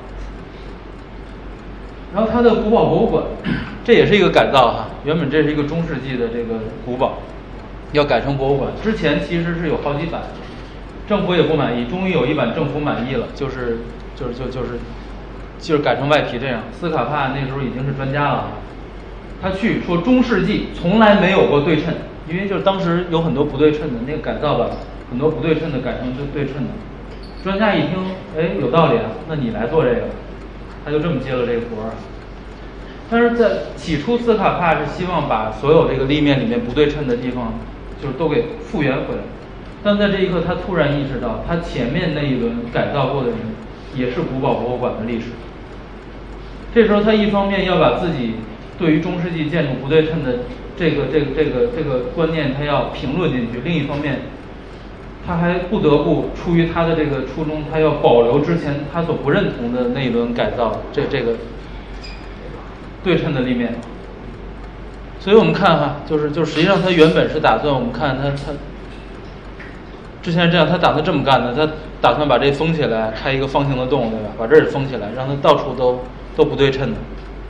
然后它的古堡博物馆，这也是一个改造哈，原本这是一个中世纪的这个古堡，要改成博物馆。之前其实是有好几版，政府也不满意，终于有一版政府满意了，就是就是就就是就是改成外皮这样。斯卡帕那时候已经是专家了，他去说中世纪从来没有过对称，因为就是当时有很多不对称的，那个改造吧，很多不对称的改成就对称的。专家一听，哎，有道理啊，那你来做这个，他就这么接了这个活儿。 但是在起初斯卡帕是希望把所有这个立面里面不对称的地方，就是都给复原回来。但在这一刻，他突然意识到，他前面那一轮改造过的人也是古堡博物馆的历史。这时候，他一方面要把自己对于中世纪建筑不对称的这个这个这个这个观念，他要评论进去；另一方面，他还不得不出于他的这个初衷，他要保留之前他所不认同的那一轮改造，这这个对称的立面。所以我们看哈，就是就是实际上他原本是打算，我们看他他之前是这样，他打算这么干的，他打算把这封起来，开一个方形的洞，对吧？把这儿封起来，让它到处都都不对称的。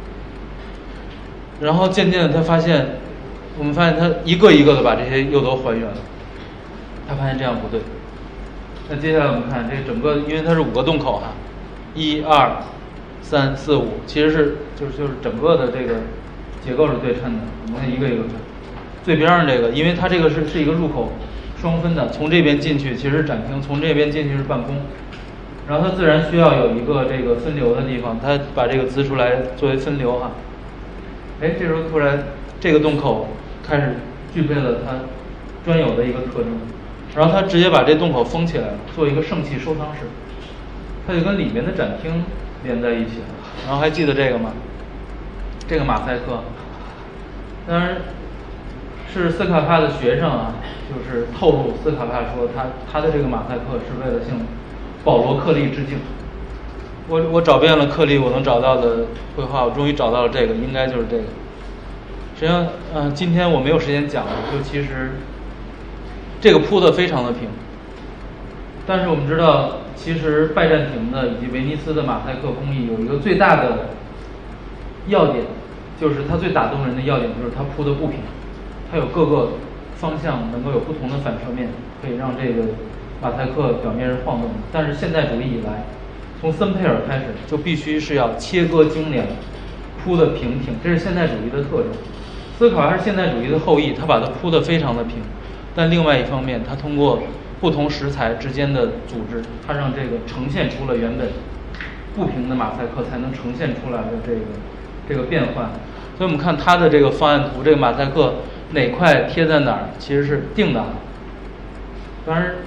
然后渐渐的，他发现，我们发现他一个一个的把这些又都还原了，他发现这样不对。那接下来我们看这整个，因为它是五个洞口哈，一二三四五，其实是就是就是整个的这个结构是对称的。我们看一个一个看，最边上这个，因为它这个是是一个入口双分的，从这边进去其实是展厅，从这边进去是办公，然后它自然需要有一个这个分流的地方，它把这个滋出来作为分流哈。哎，这时候突然这个洞口开始具备了它专有的一个特征，然后它直接把这洞口封起来了，做一个圣器收藏室，它就跟里面的展厅连在一起了。然后还记得这个吗？这个马赛克，当然是斯卡帕的学生啊，就是透露斯卡帕说他他的这个马赛克是为了向保罗克利致敬。我我找遍了克利我能找到的绘画，我终于找到了这个，应该就是这个。实际上，嗯、呃，今天我没有时间讲了，就其实这个铺的非常的平，但是我们知道，其实拜占庭的以及威尼斯的马赛克工艺有一个最大的要点，就是它最打动人的要点就是它铺的不平，它有各个方向能够有不同的反射面，可以让这个马赛克表面是晃动的。但是现代主义以来，从森佩尔开始就必须是要切割精良，铺的平挺，这是现代主义的特征。斯卡帕是现代主义的后裔，他把它铺得非常的平，但另外一方面，他通过不同石材之间的组织，它让这个呈现出了原本不平的马赛克才能呈现出来的这个这个变换。所以我们看它的这个方案图，这个马赛克哪块贴在哪儿，其实是定的。当然，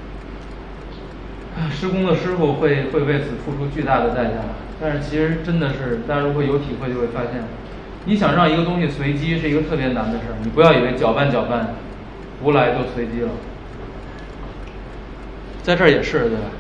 施工的师傅会会为此付出巨大的代价，但是其实真的是大家如果有体会就会发现，你想让一个东西随机是一个特别难的事儿，你不要以为搅拌搅拌无来就随机了，在这儿也是，对吧？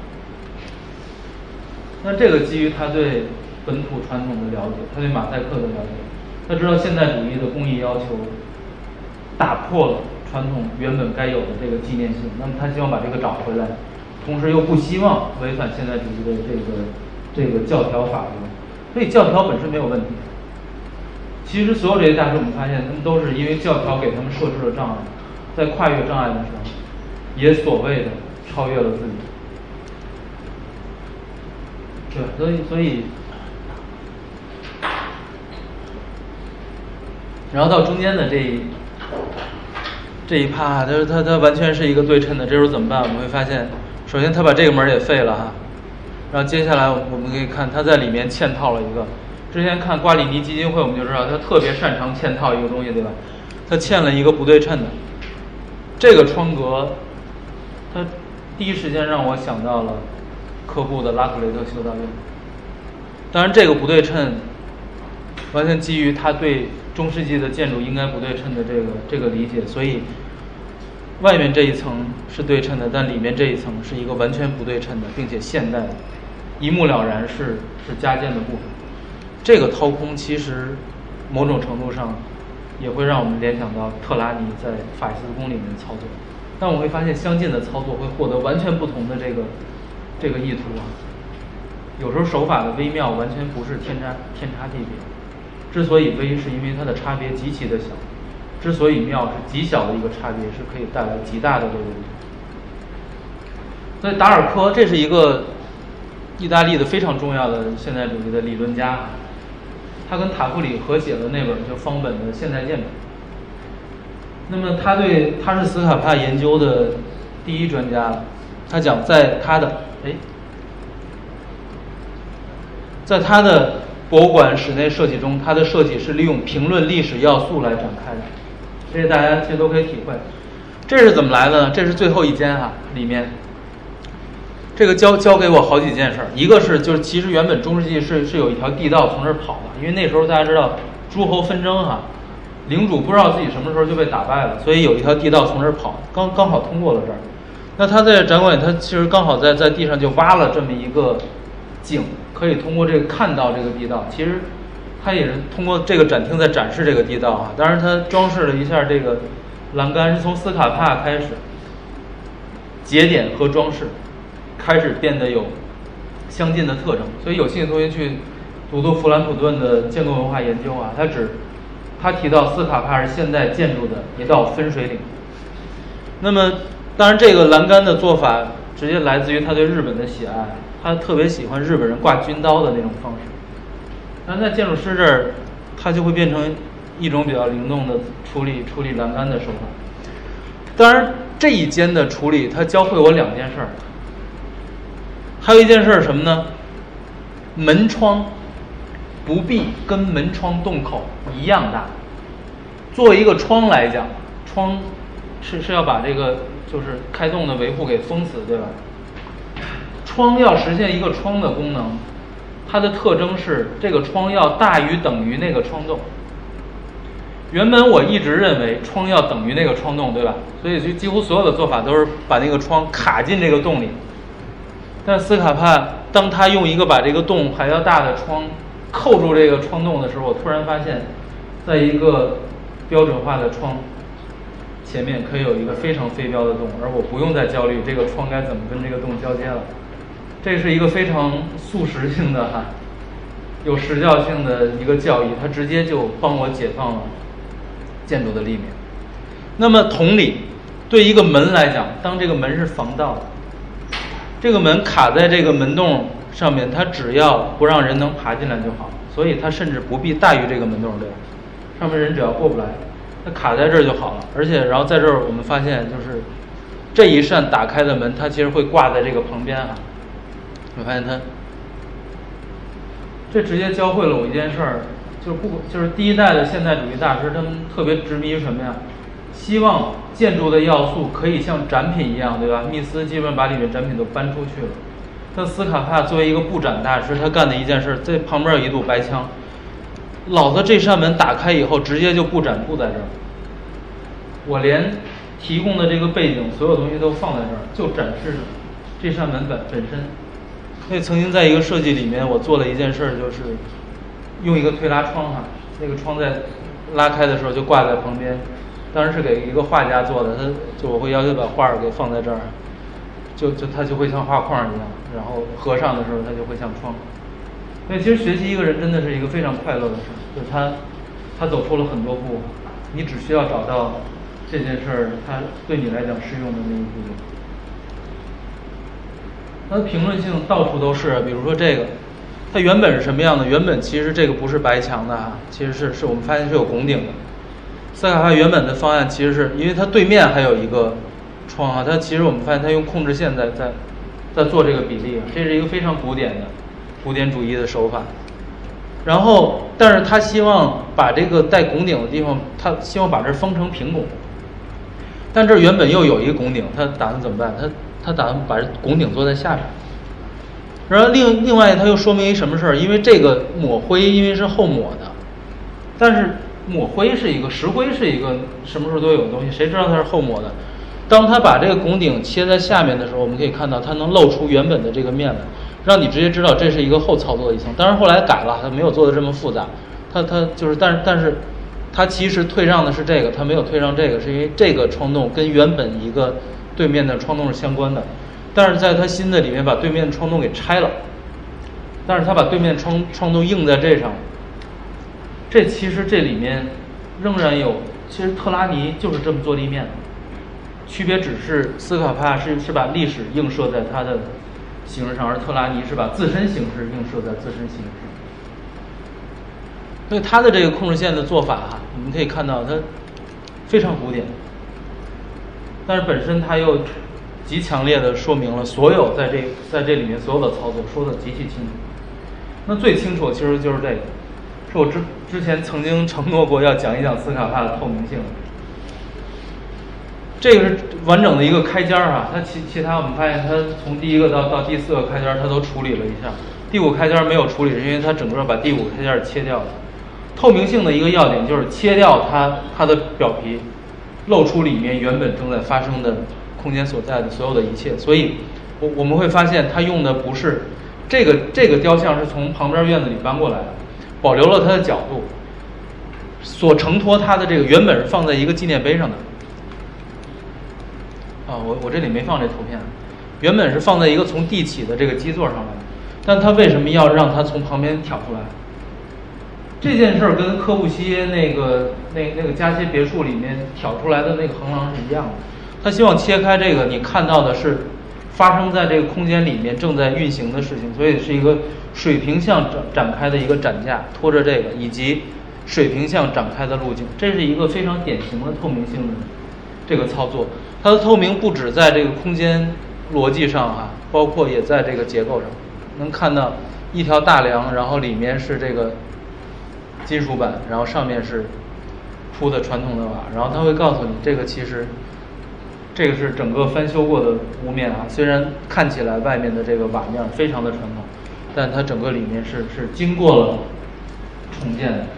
那这个基于他对本土传统的了解，他对马赛克的了解，他知道现代主义的工艺要求打破了传统原本该有的这个纪念性，那么他希望把这个找回来，同时又不希望违反现代主义的这个这个教条法律，所以教条本身没有问题。其实所有这些大师，我们发现他们都是因为教条给他们设置了障碍，在跨越障碍的时候，也所谓的超越了自己。对，所以所以，然后到中间的这一这一趴，它它它完全是一个对称的。这时候怎么办？我们会发现，首先他把这个门也废了哈，然后接下来我们可以看他在里面嵌套了一个。之前看瓜里尼基金会，我们就知道他特别擅长嵌套一个东西，对吧？他嵌了一个不对称的这个窗格，他第一时间让我想到了科布的拉克雷特修道院。当然，这个不对称完全基于他对中世纪的建筑应该不对称的这个这个理解，所以外面这一层是对称的，但里面这一层是一个完全不对称的，并且现代的，一目了然是是加建的部分。这个掏空其实某种程度上也会让我们联想到特拉尼在法西斯宫里面的操作，但我会发现相近的操作会获得完全不同的这个这个意图啊。有时候手法的微妙完全不是天差天差地别，之所以微是因为它的差别极其的小，之所以妙是极小的一个差别是可以带来极大的这个。所以达尔科这是一个意大利的非常重要的现代主义的理论家，他跟塔夫里合写了那本就方本的现代建筑。那么他对他是斯卡帕研究的第一专家，他讲在他的哎，在他的博物馆室内设计中，它的设计是利用评论历史要素来展开的，这些大家其实都可以体会。这是怎么来的呢？这是最后一间哈，里面这个教教给我好几件事儿。一个是就是其实原本中世纪是是有一条地道从这儿跑的，因为那时候大家知道诸侯纷争哈，领主不知道自己什么时候就被打败了，所以有一条地道从这儿跑，刚刚好通过了这儿。那他在展馆里，他其实刚好在在地上就挖了这么一个井，可以通过这个看到这个地道。其实他也是通过这个展厅在展示这个地道啊。当然他装饰了一下这个栏杆，是从斯卡帕开始，节点和装饰开始变得有相近的特征。所以有兴趣的同学去读读弗兰普顿的建构文化研究啊，他只他提到斯卡帕是现代建筑的一道分水岭。那么当然这个栏杆的做法直接来自于他对日本的喜爱，他特别喜欢日本人挂军刀的那种方式。但在建筑师这儿，他就会变成一种比较灵动的处理处理栏杆的手法。当然这一间的处理，他教会我两件事儿。还有一件事是什么呢？门窗不必跟门窗洞口一样大。作为一个窗来讲，窗是是要把这个就是开洞的维护给封死，对吧？窗要实现一个窗的功能，它的特征是这个窗要大于等于那个窗洞。原本我一直认为窗要等于那个窗洞，对吧？所以就几乎所有的做法都是把那个窗卡进这个洞里。但斯卡帕当他用一个把这个洞还要大的窗扣住这个窗洞的时候，我突然发现在一个标准化的窗前面可以有一个非常飞镖的洞，而我不用再焦虑这个窗该怎么跟这个洞交接了。这是一个非常速食性的哈，有实教性的一个教义，它直接就帮我解放了建筑的立面。那么同理，对一个门来讲，当这个门是防盗的，这个门卡在这个门洞上面，它只要不让人能爬进来就好，所以它甚至不必大于这个门洞，对吧？上面人只要过不来，它卡在这儿就好了。而且然后在这儿我们发现，就是这一扇打开的门，它其实会挂在这个旁边哈。我发现它这直接教会了我一件事儿，就是不就是第一代的现代主义大师，他们特别执迷于什么呀？希望建筑的要素可以像展品一样，对吧？密斯基本把里面展品都搬出去了。但斯卡帕作为一个布展大师，他干的一件事，在旁边有一堵白墙，老子这扇门打开以后，直接就布展布在这儿。我连提供的这个背景，所有东西都放在这儿，就展示这扇门本本身。所以曾经在一个设计里面，我做了一件事，就是用一个推拉窗哈，那个窗在拉开的时候就挂在旁边。当然是给一个画家做的，他就我会要求把画儿给放在这儿，就就它就会像画框一样，然后合上的时候它就会像窗。所以其实学习一个人真的是一个非常快乐的事，就是他他走出了很多步，你只需要找到这件事儿它对你来讲适用的那一步。它的评论性到处都是，比如说这个，它原本是什么样的？原本其实这个不是白墙的哈，其实是是我们发现是有拱顶的。斯卡帕原本的方案其实是因为它对面还有一个窗啊，它其实我们发现它用控制线在在在做这个比例，这是一个非常古典的古典主义的手法。然后，但是他希望把这个带拱顶的地方，他希望把这封成平拱。但这原本又有一个拱顶，他打算怎么办？他他打算把拱顶做在下边。然后另另外他又说明一什么事儿？因为这个抹灰，因为是后抹的，但是抹灰是一个石灰是一个什么时候都有的东西，谁知道它是后抹的？当他把这个拱顶切在下面的时候，我们可以看到它能露出原本的这个面来，让你直接知道这是一个后操作的一层。当然后来改了，它没有做的这么复杂，它它就是但是但是它其实退让的是这个，它没有退让这个，是因为这个窗洞跟原本一个对面的窗洞是相关的，但是在它新的里面把对面的窗洞给拆了，但是它把对面窗窗洞硬在这上。这其实这里面仍然有，其实特拉尼就是这么做立面的，区别只是斯卡帕是是把历史映射在它的形式上，而特拉尼是把自身形式映射在自身形式上。所以它的这个控制线的做法哈，我们可以看到它非常古典，但是本身它又极强烈的说明了所有在这在这里面所有的操作，说的极其清楚。 那最清楚其实就是这个，是我之之前曾经承诺过要讲一讲斯卡帕的透明性。这个是完整的一个开间啊，它其其他我们发现它从第一个到到第四个开间它都处理了一下，第五开间没有处理，是因为它整个把第五开间切掉了。透明性的一个要点就是切掉它它的表皮，露出里面原本正在发生的空间所在的所有的一切。所以我我们会发现它用的不是这个这个雕像是从旁边院子里搬过来的，保留了它的角度，所承托它的这个原本是放在一个纪念碑上的。啊，我我这里没放这图片，原本是放在一个从地起的这个基座上来的，但他为什么要让它从旁边挑出来？这件事儿跟科布西耶那个那那个加歇别墅里面挑出来的那个横廊是一样的，他希望切开这个，你看到的是发生在这个空间里面正在运行的事情，所以是一个水平向展展开的一个展架，拖着这个以及水平向展开的路径，这是一个非常典型的透明性的这个操作。它的透明不止在这个空间逻辑上哈、啊，包括也在这个结构上，能看到一条大梁，然后里面是这个金属板，然后上面是铺的传统的瓦，然后它会告诉你这个其实这个是整个翻修过的屋面啊，虽然看起来外面的这个瓦面非常的传统，但它整个里面是是经过了重建的。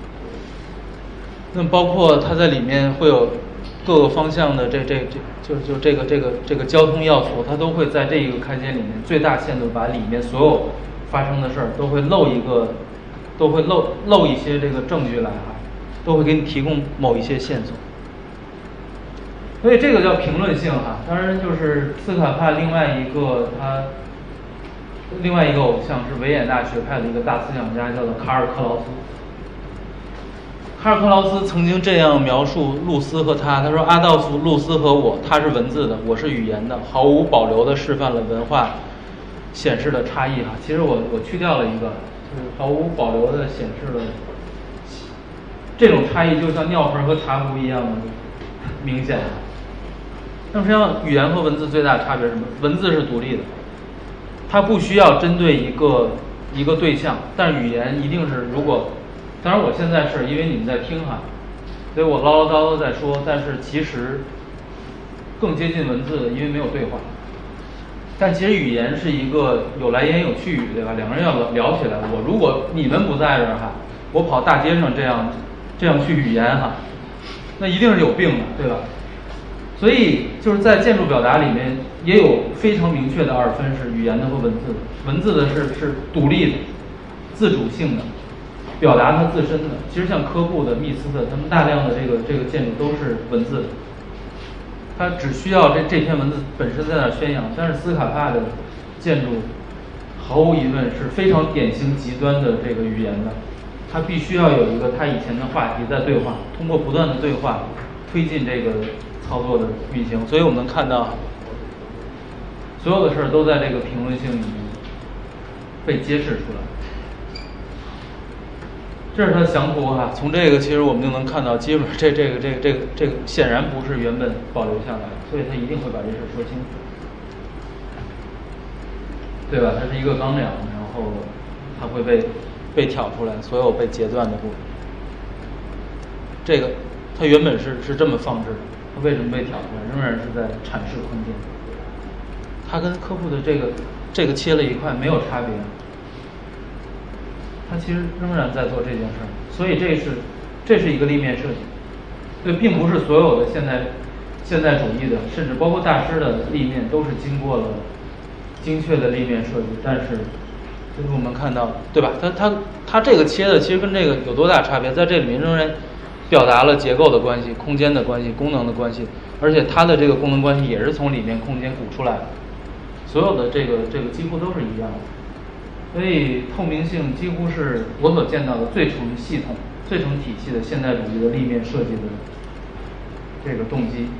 那包括它在里面会有各个方向的这这这就就这个这个这个交通要素，它都会在这一个开间里面最大限度把里面所有发生的事儿都会漏一个，都会漏漏一些这个证据来哈，都会给你提供某一些线索。所以这个叫评论性哈，当然就是斯卡帕另外一个他另外一个偶像是维也纳学派的一个大思想家，叫做卡尔克劳斯。卡尔克劳斯曾经这样描述露丝和他，他说阿道夫·露丝和我，他是文字的，我是语言的，毫无保留地示范了文化显示的差异哈。其实我我去掉了一个，就是毫无保留地显示了这种差异，就像尿盆和茶壶一样的明显。那么实际上语言和文字最大的差别是什么？文字是独立的，它不需要针对一个一个对象，但语言一定是如果。当然，我现在是因为你们在听哈，所以我唠唠叨叨在说，但是其实更接近文字的，因为没有对话。但其实语言是一个有来言有去语，对吧？两个人要聊起来，我如果你们不在这儿哈，我跑大街上这样这样去语言哈，那一定是有病的，对吧？所以就是在建筑表达里面也有非常明确的二分，是语言的和文字的。文字的是是独立的、自主性的。表达它自身的，其实像科布的、密斯的，他们大量的这个这个建筑都是文字的，它只需要这这篇文字本身在那宣扬。但是斯卡帕的建筑毫无疑问是非常典型极端的这个语言的，它必须要有一个他以前的话题在对话，通过不断的对话推进这个操作的运行。所以我们能看到，所有的事儿都在这个评论性里面被揭示出来。这是它的详图哈，从这个其实我们就能看到，基本这这个这个这个这个显然不是原本保留下来的，所以它一定会把这事说清楚，对吧？它是一个钢梁，然后它会被被挑出来，所有被截断的部分。这个它原本是是这么放置的，它为什么被挑出来？仍然是在阐释空间。它跟科布的这个这个切了一块没有差别。他其实仍然在做这件事儿，所以这是这是一个立面设计，对，并不是所有的现代现代主义的，甚至包括大师的立面都是经过了精确的立面设计。但是，就是我们看到，对吧？他他他这个切的其实跟这个有多大差别？在这里面仍然表达了结构的关系、空间的关系、功能的关系，而且它的这个功能关系也是从里面空间鼓出来的，所有的这个这个几乎都是一样的。所以透明性几乎是我所见到的最成系统、最成体系的现代主义的立面设计的这个动机。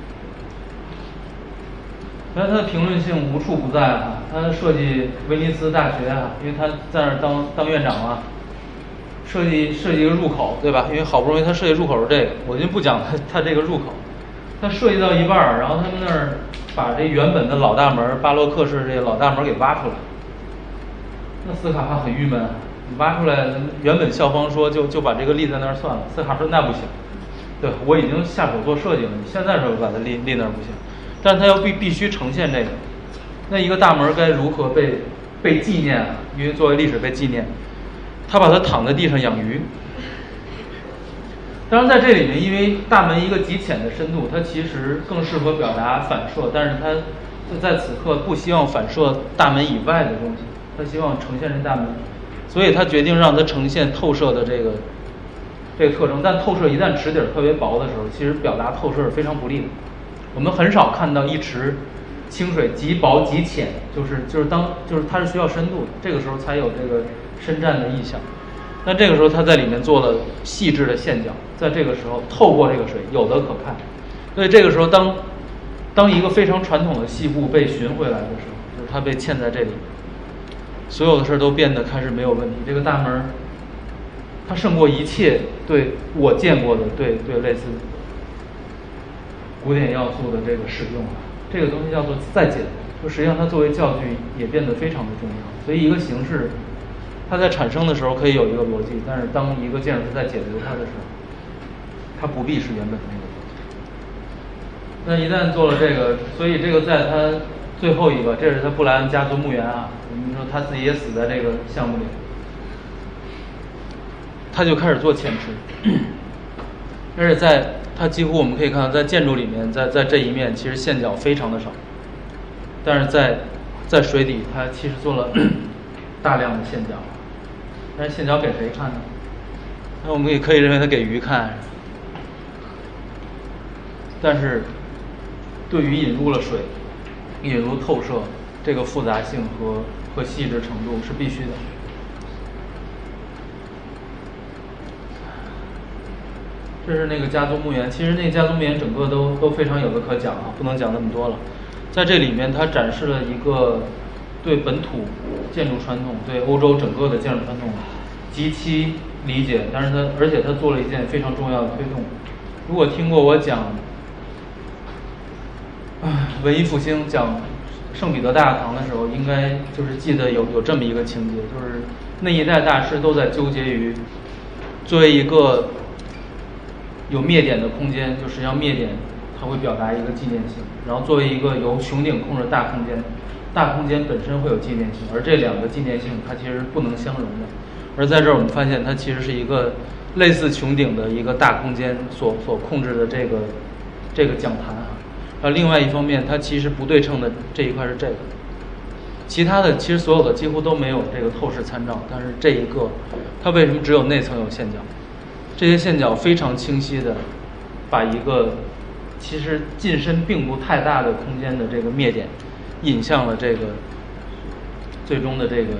但是它的评论性无处不在啊！他设计威尼斯大学啊，因为他在那儿当当院长啊，设计设计一个入口，对吧？因为好不容易他设计入口是这个，我就不讲他他这个入口，他设计到一半儿，然后他们那儿把这原本的老大门巴洛克式这个老大门给挖出来。 那斯卡帕很郁闷，你挖出来，原本校方说就就把这个立在那儿算了，斯卡说那不行，对我已经下手做设计了，你现在说把它立立那儿不行，但是他要必必须呈现这个，那一个大门该如何被被纪念啊？因为作为历史被纪念，他把它躺在地上养鱼。当然，在这里面，因为大门一个极浅的深度，它其实更适合表达反射，但是它在此刻不希望反射大门以外的东西，他希望呈现这大门，所以他决定让它呈现透射的这个这个特征。但透射一旦池底特别薄的时候，其实表达透射是非常不利的。我们很少看到一池清水极薄极浅，就是就是当就是它是需要深度的，这个时候才有这个深湛的意象。那这个时候他在里面做了细致的线脚，在这个时候透过这个水有的可看。所以这个时候当当一个非常传统的细部被寻回来的时候，就是它被嵌在这里，所有的事都变得开始没有问题。这个大门它胜过一切对我见过的对对类似古典要素的这个使用，这个东西叫做再解读，就实际上它作为教具也变得非常的重要。所以一个形式它在产生的时候可以有一个逻辑，但是当一个建筑师在解读它的时候，它不必是原本的那个逻辑。那一旦做了这个，所以这个在它最后一个，这是他布莱恩家族墓园啊，我们说他自己也死在这个项目里，他就开始做前池，而且在它几乎我们可以看到，在建筑里面，在在这一面其实线脚非常的少，但是在在水底，它其实做了大量的线脚。但是线脚给谁看呢？那我们也可以认为它给鱼看。但是，对于引入了水、引入透射这个复杂性和和细致程度是必须的。这是那个家族墓园，其实那个家族墓园整个都都非常有的可讲啊，不能讲那么多了。在这里面，它展示了一个对本土建筑传统、对欧洲整个的建筑传统极其理解，但是它而且它做了一件非常重要的推动。如果听过我讲，啊，文艺复兴讲圣彼得大教堂的时候，应该就是记得有有这么一个情节，就是那一代大师都在纠结于作为一个有灭点的空间，就实际上灭点它会表达一个纪念性，然后作为一个由穹顶控制大空间，大空间本身会有纪念性，而这两个纪念性它其实不能相容的。而在这儿我们发现它其实是一个类似穹顶的一个大空间所所控制的这个这个讲坛啊。然后另外一方面，它其实不对称的这一块是这个，其他的其实所有的几乎都没有这个透视参照，但是这一个它为什么只有内层有线脚？这些线脚非常清晰的把一个其实进深并不太大的空间的这个灭点引向了这个最终的这个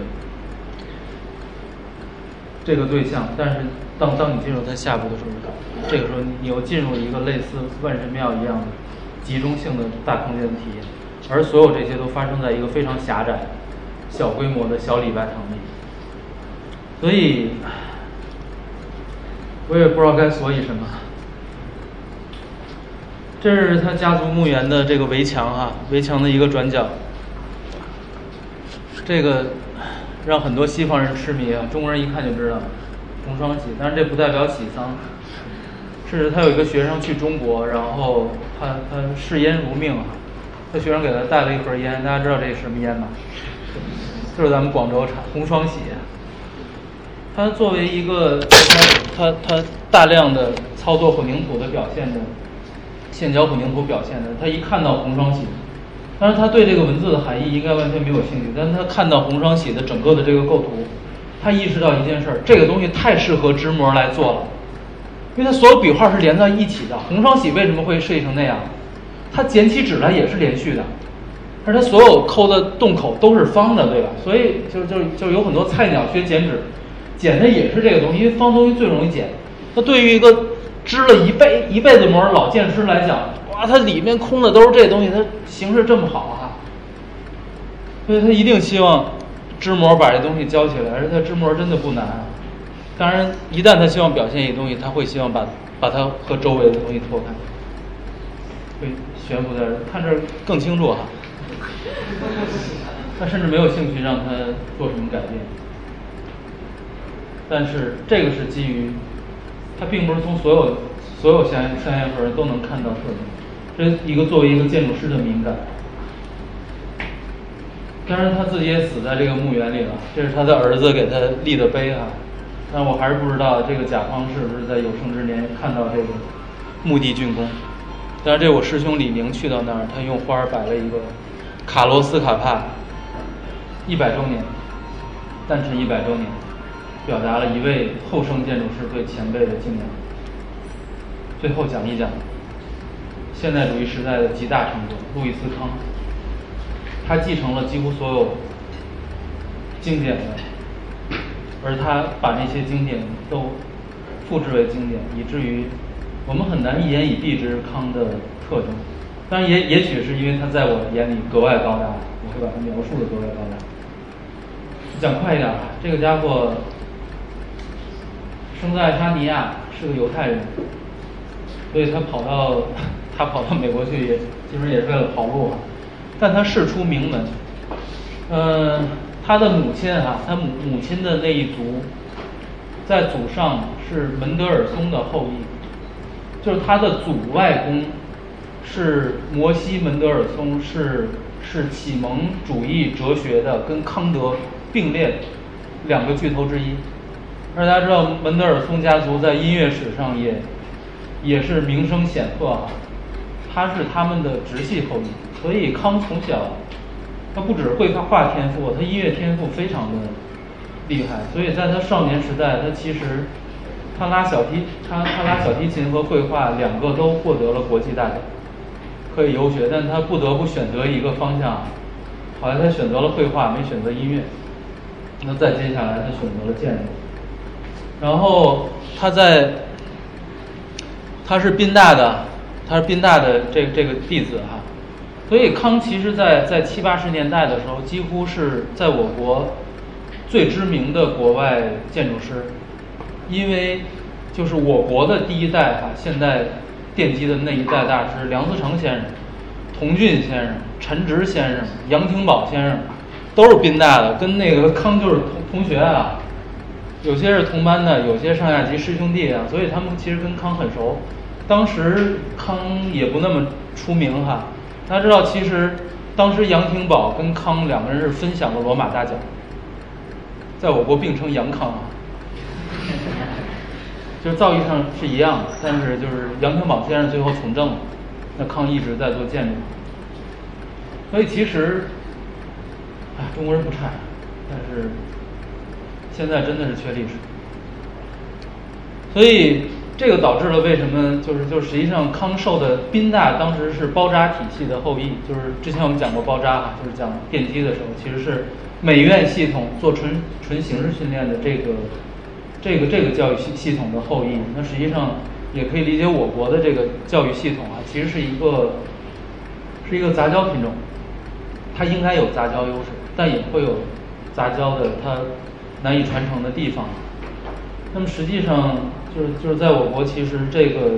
这个对象。但是当当你进入它下部的时候，这个时候你又进入一个类似万神庙一样的集中性的大空间的体验，而所有这些都发生在一个非常狭窄小规模的小礼拜堂里。所以我也不知道该所以什么。这是他家族墓园的这个围墙哈、啊，围墙的一个转角。这个让很多西方人痴迷啊，中国人一看就知道红双喜，但是这不代表喜丧。是他有一个学生去中国，然后他他嗜烟如命啊，他学生给他带了一盒烟，大家知道这是什么烟吗？就是咱们广州产红双喜。他作为一个他他他大量的操作混凝土的表现的线脚混凝土表现的，他一看到红双喜，当然他对这个文字的含义应该完全没有兴趣，但是他看到红双喜的整个的这个构图，他意识到一件事儿，这个东西太适合织模来做了，因为它所有笔画是连在一起的。红双喜为什么会设计成那样？它剪起纸来也是连续的，而它所有抠的洞口都是方的，对吧？所以就就就有很多菜鸟学剪纸，剪的也是这个东西，因为方东西最容易剪。那对于一个织了一辈一辈子模老剑师来讲，哇，它里面空的都是这东西，它形式这么好啊，所以他一定希望织模把这东西教起来，而且他织模真的不难啊。当然，一旦他希望表现一个东西，他会希望把把它和周围的东西脱开，会悬浮在这儿，看这儿更清楚哈。 他甚至没有兴趣让他做什么改变。但是这个是基于，他并不是从所有所有象象限合都能看到特征，这一个作为一个建筑师的敏感。当然他自己也死在这个墓园里了，这是他的儿子给他立的碑啊。但我还是不知道这个甲方是不是在有生之年看到这个墓地竣工。但是这我师兄李明去到那儿，他用花摆了一个卡罗斯卡帕一百周年，诞辰一百周年，表达了一位后生建筑师对前辈的敬仰。最后讲一讲现代主义时代的集大成者路易斯康，他继承了几乎所有经典的，而他把那些经典都复制为经典，以至于我们很难一言以蔽之康的特征。当然也也许是因为他在我眼里格外高大，我会把他描述的格外高大。讲快一点吧，这个家伙生在爱沙尼亚，是个犹太人，所以他跑到他跑到美国去也基本上也是为了跑路啊。但他事出名门，嗯、呃，他的母亲啊，他母母亲的那一族，在祖上是门德尔松的后裔，就是他的祖外公是摩西门德尔松，是是启蒙主义哲学的跟康德并列两个巨头之一。而大家知道门德尔松家族在音乐史上也也是名声显赫啊，他是他们的直系后裔。所以康从小他不止绘画天赋，他音乐天赋非常的厉害。所以在他少年时代，他其实他拉小提他他拉小提琴和绘画两个都获得了国际大奖，可以游学，但他不得不选择一个方向，好像他选择了绘画，没选择音乐。那再接下来他选择了建筑，然后他在他是宾大的，他是宾大的这这个弟子哈。所以康其实在在七八十年代的时候，几乎是在我国最知名的国外建筑师，因为就是我国的第一代啊，现代奠基的那一代大师梁思成先生、童俊先生、陈直先生、杨廷宝先生，都是宾大的，跟那个康就是同同学啊，有些是同班的，有些上下级师兄弟啊，所以他们其实跟康很熟。当时康也不那么出名哈。大家知道，其实当时杨廷宝跟康两个人是分享了罗马大奖，在我国并称杨康啊，就是造诣上是一样的，但是就是杨廷宝先生最后从政了，那康一直在做建筑，所以其实，哎，中国人不差，但是现在真的是缺历史，所以。这个导致了为什么就是就实际上康受的宾大当时是包扎体系的后裔，就是之前我们讲过包扎啊，就是讲奠基的时候，其实是美院系统做纯纯形式训练的这个这个这个教育系系统的后裔。那实际上也可以理解我国的这个教育系统啊，其实是一个是一个杂交品种，它应该有杂交优势，但也会有杂交的它难以传承的地方。那么实际上。就是就是在我国，其实这个，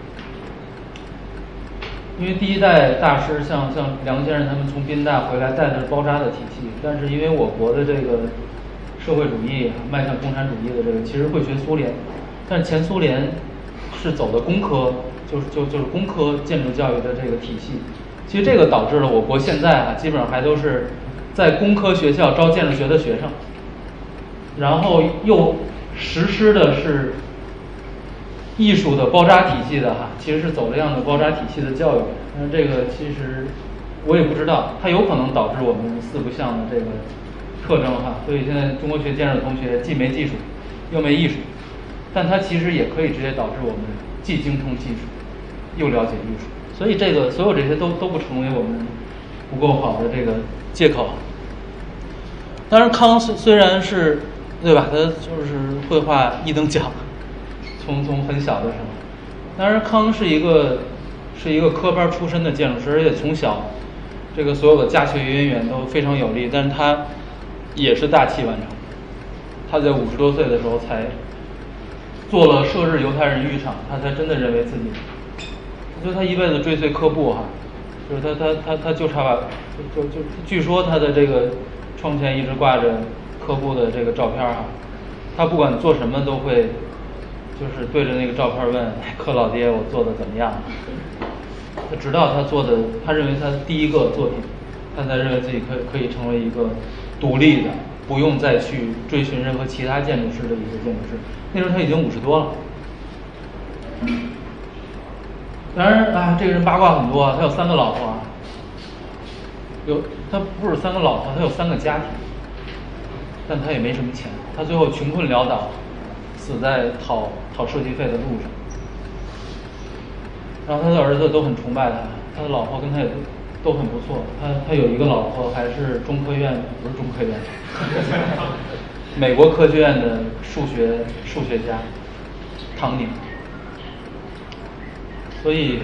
因为第一代大师像像梁先生他们从宾大回来带的是包扎的体系，但是因为我国的这个社会主义迈向共产主义的这个，其实会学苏联，但是前苏联是走的工科，就是就就是工科建筑教育的这个体系，其实这个导致了我国现在啊，基本上还都是在工科学校招建筑学的学生，然后又实施的是。艺术的包扎体系的哈，其实是走这样的包扎体系的教育。那这个其实我也不知道，它有可能导致我们四不像的这个特征哈。所以现在中国学建筑的同学既没技术，又没艺术，但它其实也可以直接导致我们既精通技术，又了解艺术。所以这个所有这些都都不成为我们不够好的这个借口。当然，康虽然是对吧，他就是绘画一等奖。从从很小的时候，当然康是一个是一个科班出身的建筑师，而且从小这个所有的家学渊源都非常有力，但是他也是大器晚成。他在五十多岁的时候才做了射日犹太人浴场，他才真的认为自己，就他一辈子追随科布哈，就是他他他他就差把就就就据说他的这个窗前一直挂着柯布的这个照片啊，他不管做什么都会，就是对着那个照片问柯老爹我做的怎么样？他直到他做的，他认为他第一个作品，他才认为自己可以可以成为一个独立的，不用再去追寻任何其他建筑师的一个建筑师。那时候他已经五十多了。当然啊，这个人八卦很多啊，他有三个老婆啊，有他不是三个老婆，他有三个家庭，但他也没什么钱，他最后穷困潦倒，死在讨讨设计费的路上。然后他的儿子都很崇拜他，他的老婆跟他也都都很不错。他他有一个老婆还是中科院，不是中科院，美国科学院的数学数学家唐宁。所以，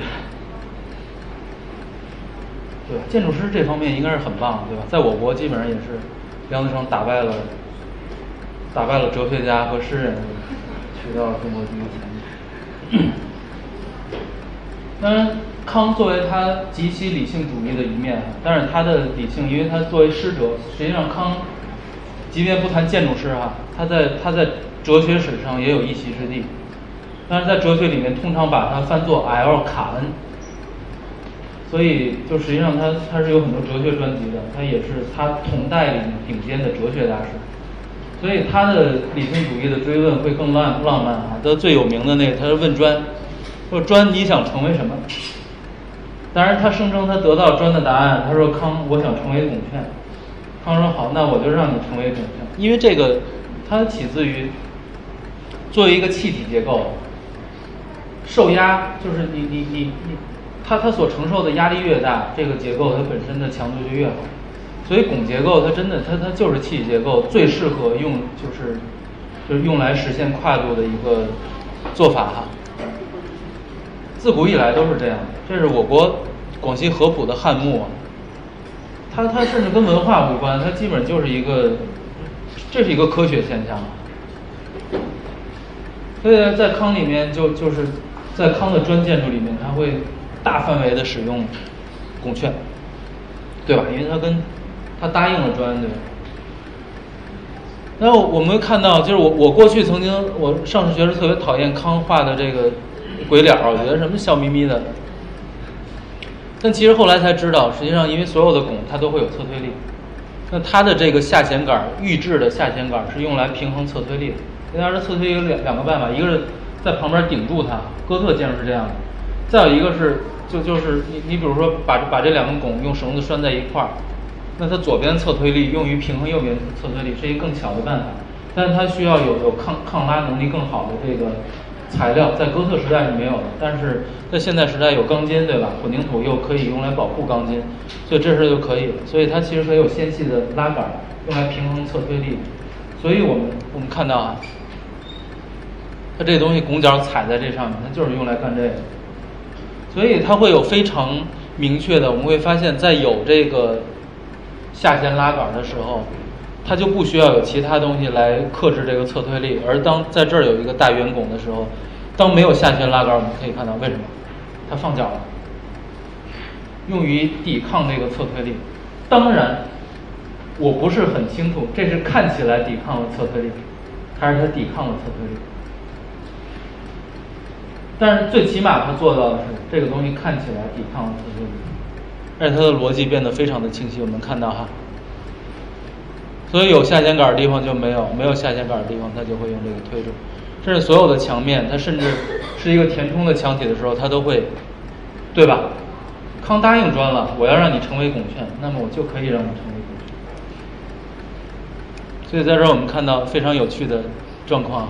对吧？建筑师这方面应该是很棒，对吧？在我国基本上也是，梁思成打败了打败了哲学家和诗人，取到了中国第一才。当然，康作为他极其理性主义的一面，但是他的理性，因为他作为诗哲，实际上康，即便不谈建筑师哈，他在他在哲学史上也有一席之地。但是在哲学里面，通常把它翻作 L 卡恩，所以就实际上他他是有很多哲学专辑的，他也是他同代里顶尖的哲学大师，所以他的理性主义的追问会更浪浪漫啊。他最有名的那个，他是问砖，说砖你想成为什么？当然他声称他得到砖的答案，他说康我想成为拱券，康说好，那我就让你成为拱券，因为这个它起自于作为一个气体结构。受压就是你你你你，它它所承受的压力越大，这个结构它本身的强度就越好。所以拱结构它真的它它就是气体结构最适合用就是就是用来实现跨度的一个做法哈。自古以来都是这样的，这是我国广西合浦的汉墓啊，它它甚至跟文化无关，它基本就是一个这是一个科学现象。所以在康里面就就是在康的砖建筑里面，它会大范围的使用拱券，对吧？因为它跟它答应了砖，对吧？然后我们会看到，就是我我过去曾经我上数学时特别讨厌康画的这个鬼脸，我觉得什么笑眯眯的。但其实后来才知道，实际上因为所有的拱它都会有侧推力，那它的这个下弦杆预制的下弦杆是用来平衡侧推力的。当然，侧推有两两个办法，一个是在旁边顶住它，哥特建筑是这样的；再有一个是就就是你你比如说把把这两个拱用绳子拴在一块儿，那它左边侧推力用于平衡右边侧推力是一个更巧的办法，但是它需要有有抗抗拉能力更好的这个材料，在哥特时代是没有的，但是在现代时代有钢筋，对吧？混凝土又可以用来保护钢筋，所以这时候就可以了。所以它其实可以有纤细的拉杆用来平衡侧推力。所以我们我们看到啊，它这东西拱角踩在这上面，它就是用来干这个。所以它会有非常明确的，我们会发现，在有这个下弦拉杆的时候，它就不需要有其他东西来克制这个侧推力。而当在这儿有一个大圆拱的时候，当没有下弦拉杆，我们可以看到为什么它放角了，用于抵抗这个侧推力。当然，我不是很清楚，这是看起来抵抗了侧推力，还是它抵抗了侧推力。但是最起码它做到的是，这个东西看起来抵抗了侧推力，而且它的逻辑变得非常的清晰。我们看到哈，所以有下弦杆的地方就没有，没有下弦杆的地方它就会用这个推住。甚至所有的墙面，它甚至是一个填充的墙体的时候，它都会，对吧？康答应砖了，我要让你成为拱券，那么我就可以让你成为拱券。所以在这儿我们看到非常有趣的状况。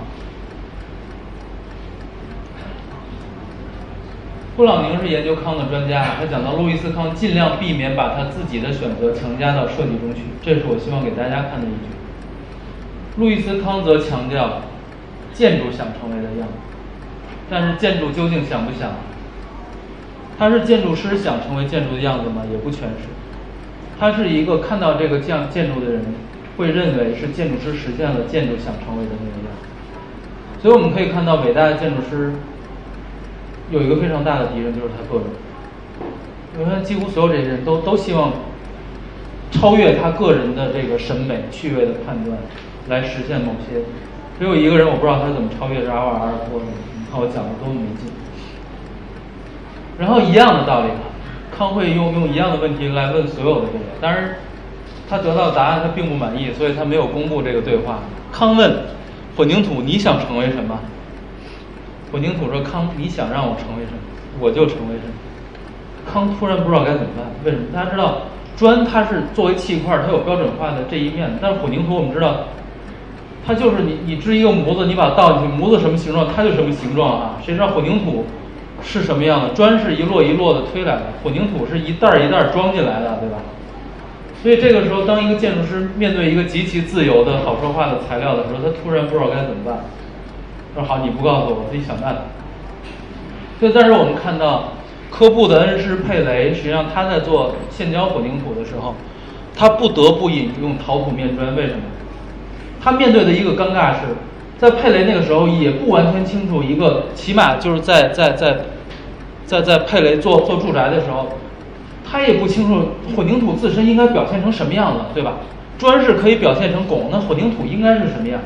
布朗宁是研究康的专家，他讲到路易斯康尽量避免把他自己的选择强加到设计中去，这是我希望给大家看的一句。路易斯康则强调建筑想成为的样子，但是建筑究竟想不想？他是建筑师想成为建筑的样子吗？也不全是。他是一个看到这个建建筑的人，会认为是建筑师实现了建筑想成为的那个样子。所以我们可以看到，伟大的建筑师有一个非常大的敌人，就是他个人。我看几乎所有这些人都都希望超越他个人的这个审美趣味的判断，来实现某些。只有一个人我不知道他怎么超越，是阿瓦尔托的。你看我讲的多么没劲。然后一样的道理，康会用用一样的问题来问所有的这个，当然他得到答案他并不满意，所以他没有公布这个对话。康问混凝土你想成为什么？混凝土说康你想让我成为什么，我就成为什么。康突然不知道该怎么办，为什么？大家知道砖它是作为气块，它有标准化的这一面，但是混凝土我们知道，它就是你你织一个模子，你把它倒进去，模子什么形状它就什么形状啊。谁知道混凝土是什么样的？砖是一摞一摞的推来的，混凝土是一袋一袋装进来的，对吧？所以这个时候，当一个建筑师面对一个极其自由的好说话的材料的时候，他突然不知道该怎么办。说好，你不告诉我，我自己想办法。所以，但是我们看到科布的恩师佩雷，实际上他在做现浇混凝土的时候，他不得不引用陶土面砖。为什么？他面对的一个尴尬是，在佩雷那个时候也不完全清楚一个，起码就是在在在在在佩雷做做住宅的时候，他也不清楚混凝土自身应该表现成什么样子，对吧？砖是可以表现成汞，那混凝土应该是什么样？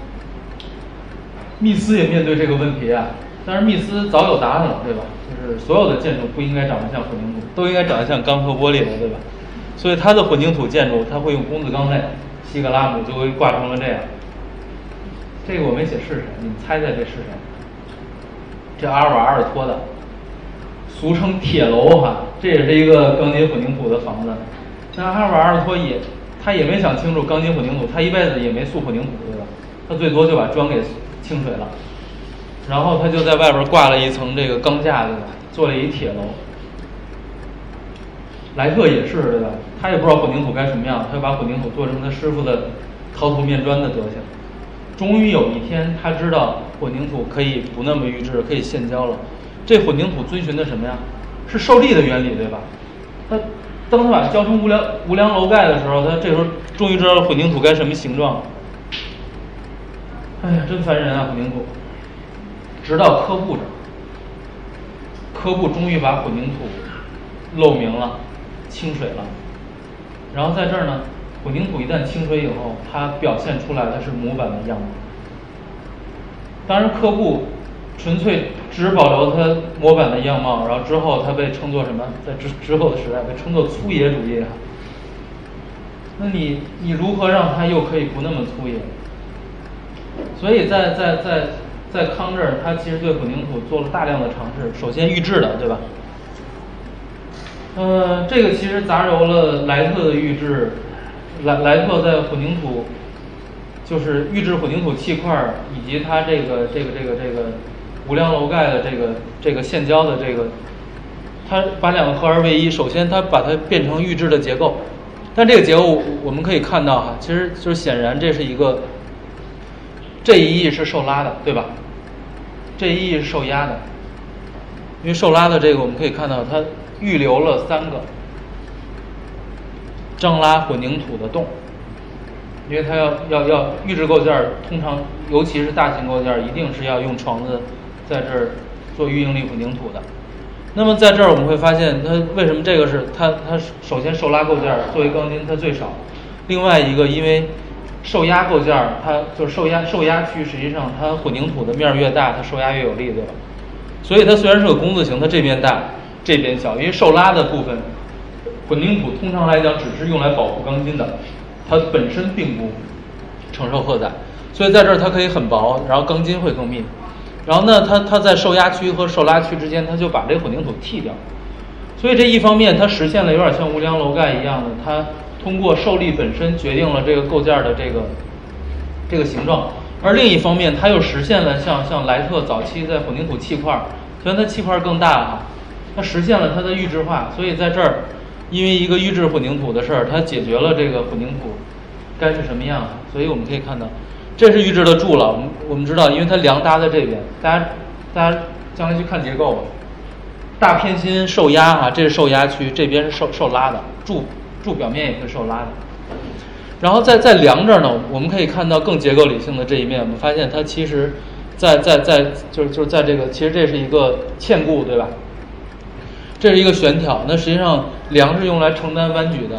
密斯也面对这个问题啊，但是密斯早有答案了，对吧？就是所有的建筑不应该长得像混凝土，都应该长得像钢和玻璃的，对吧？所以它的混凝土建筑，它会用公子钢类，西格拉姆就会挂成了这样。这个我没写是谁，你们猜猜这是谁？这阿尔瓦尔托的，俗称铁楼哈，这也是一个钢筋混凝土的房子。那阿尔瓦尔托也，他也没想清楚钢筋混凝土，他一辈子也没塑混凝土，对吧？他最多就把砖给清水了，然后他就在外边挂了一层这个钢架，对吧？做了一铁楼。莱特也是，对吧？他也不知道混凝土该什么样，他就把混凝土做成他师傅的陶土面砖的德行。终于有一天，他知道混凝土可以不那么预制，可以现浇了。这混凝土遵循的什么呀？是受力的原理，对吧？他当他把浇成无梁无梁楼盖的时候，他这时候终于知道混凝土该什么形状。哎呀，真烦人啊，混凝土。直到科布这儿，科布终于把混凝土露明了，清水了。然后在这儿呢，混凝土一旦清水以后，它表现出来的是模板的样貌。当然，科布纯粹只保留它模板的样貌，然后之后它被称作什么？在之之后的时代被称作粗野主义啊。那你你如何让它又可以不那么粗野？所以在在在在康这儿，他其实对混凝土做了大量的尝试。首先预制的，对吧？呃，这个其实杂糅了莱特的预制，莱莱特在混凝土，就是预制混凝土气块以及它这个这个这个这个无梁楼盖的这个这个现浇的这个，它把两个合而为一。首先，它把它变成预制的结构，但这个结构我们可以看到哈，其实就是显然这是一个。这一翼是受拉的，对吧？这一翼是受压的，因为受拉的这个我们可以看到，它预留了三个张拉混凝土的洞，因为它要要要预制构件，通常尤其是大型构件，一定是要用床子在这儿做预应力混凝土的。那么在这儿我们会发现，它为什么这个是它它首先受拉构件作为钢筋它最少，另外一个因为。受压构件，它就是受压受压区，实际上它混凝土的面越大，它受压越有力，对吧？所以它虽然是个工字形，它这边大，这边小，因为受拉的部分，混凝土通常来讲只是用来保护钢筋的，它本身并不承受荷载，所以在这儿它可以很薄，然后钢筋会更密。然后呢，它它在受压区和受拉区之间，它就把这个混凝土剔掉。所以这一方面，它实现了有点像无梁楼盖一样的，它。通过受力本身决定了这个构件的这个这个形状，而另一方面，它又实现了像像莱特早期在混凝土气块，虽然它气块更大哈，它实现了它的预制化。所以在这儿，因为一个预制混凝土的事儿，它解决了这个混凝土该是什么样。所以我们可以看到，这是预制的柱了。我们我们知道，因为它梁搭在这边，大家大家将来去看结构吧。大偏心受压啊，这是受压区，这边是受受拉的柱。柱表面也会受拉的，然后在在梁这儿呢，我们可以看到更结构理性的这一面。我们发现它其实在，在在在就是就是在这个，其实这是一个嵌固，对吧？这是一个悬挑。那实际上梁是用来承担弯举的，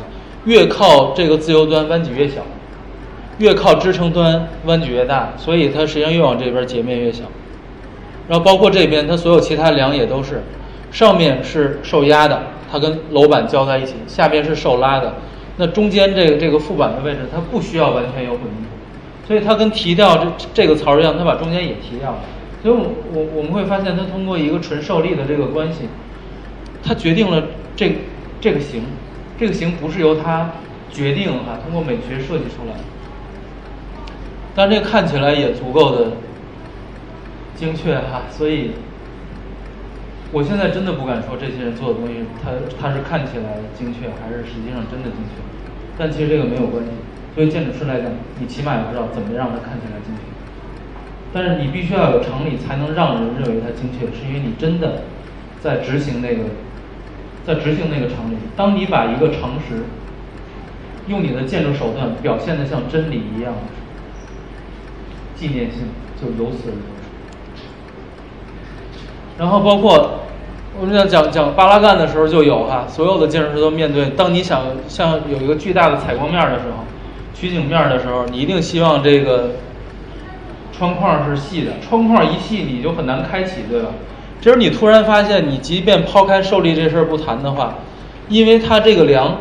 越靠这个自由端弯矩越小，越靠支撑端弯矩越大，所以它实际上越往这边截面越小。然后包括这边它所有其他梁也都是，上面是受压的，它跟楼板交在一起，下边是受拉的，那中间这个这个副板的位置它不需要完全有混凝土，所以它跟提掉这这个槽一样，它把中间也提掉了。所以我我我们会发现它通过一个纯受力的这个关系，它决定了这这个形，这个形不是由它决定哈、啊，通过美学设计出来的，但这个看起来也足够的精确哈、啊，所以我现在真的不敢说这些人做的东西，它它是看起来精确还是实际上真的精确，但其实这个没有关系。对于建筑师来讲，你起码要知道怎么让它看起来精确。但是你必须要有常理，才能让人认为它精确，是因为你真的在执行那个，在执行那个常理。当你把一个常识用你的建筑手段表现得像真理一样，纪念性就由此而得出。然后包括我们讲讲讲巴拉干的时候就有哈，所有的建筑师都面对，当你想像有一个巨大的采光面的时候，取景面的时候，你一定希望这个窗框是细的，窗框一细你就很难开启，对吧？这时候你突然发现，你即便抛开受力这事儿不谈的话，因为它这个梁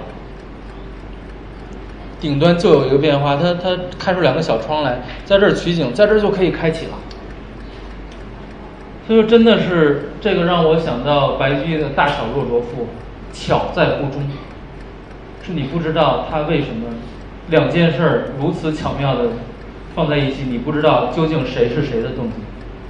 顶端就有一个变化，它它开出两个小窗来，在这儿取景，在这儿就可以开启了。所以真的是这个让我想到白居易的大巧若拙赋，巧在乎中，是你不知道它为什么两件事儿如此巧妙的放在一起，你不知道究竟谁是谁的动机。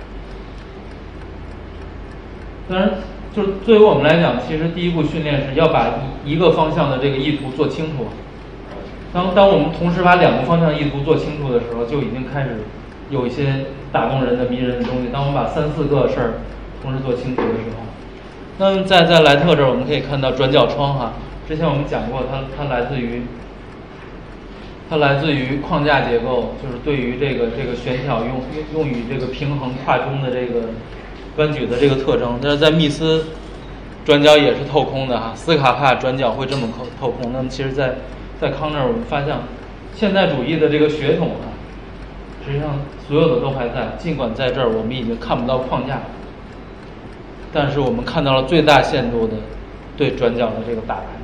当然，就是对于我们来讲，其实第一步训练是要把一个方向的这个意图做清楚。当当我们同时把两个方向意图做清楚的时候，就已经开始有一些打动人的、迷人的东西。当我们把三四个事儿同时做清楚的时候，那么在在莱特这儿，我们可以看到转角窗哈。之前我们讲过，它它来自于它来自于框架结构，就是对于这个这个悬挑用用用于这个平衡跨中的这个弯矩的这个特征。但是在密斯转角也是透空的哈，斯卡帕转角会这么透透空。那么其实在在康那儿，我们发现现代主义的这个血统啊，实际上所有的都还在，尽管在这儿我们已经看不到框架，但是我们看到了最大限度的对转角的这个打开。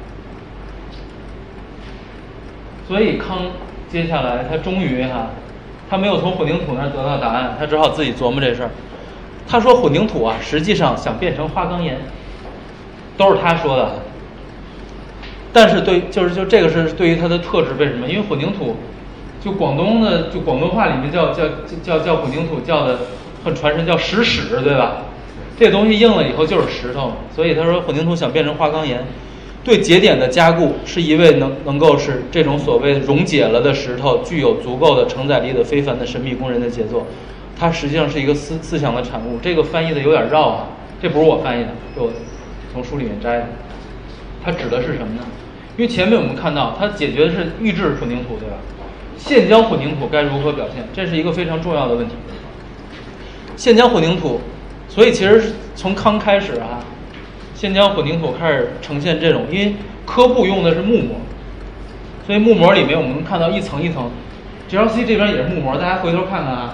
所以康接下来他终于哈，他没有从混凝土那儿得到答案，他只好自己琢磨这事儿。他说混凝土啊，实际上想变成花岗岩，都是他说的。但是对，就是就这个是对于它的特质，为什么？因为混凝土，就广东的，就广东话里面叫叫叫叫混凝土，叫的很传神，叫石屎，对吧？这东西硬了以后就是石头，所以他说混凝土想变成花岗岩。对节点的加固是一位能能够使这种所谓溶解了的石头具有足够的承载力的非凡的神秘工人的杰作，它实际上是一个思思想的产物。这个翻译的有点绕啊，这不是我翻译的，是我从书里面摘的。它指的是什么呢？因为前面我们看到它解决的是预制混凝土，对吧？现浆混凝土该如何表现？这是一个非常重要的问题。现浆混凝土，所以其实从康开始啊。现浆混凝土开始呈现这种，因为科布用的是木膜，所以木膜里面我们能看到一层一层。G L C 这边也是木膜，大家回头看看啊。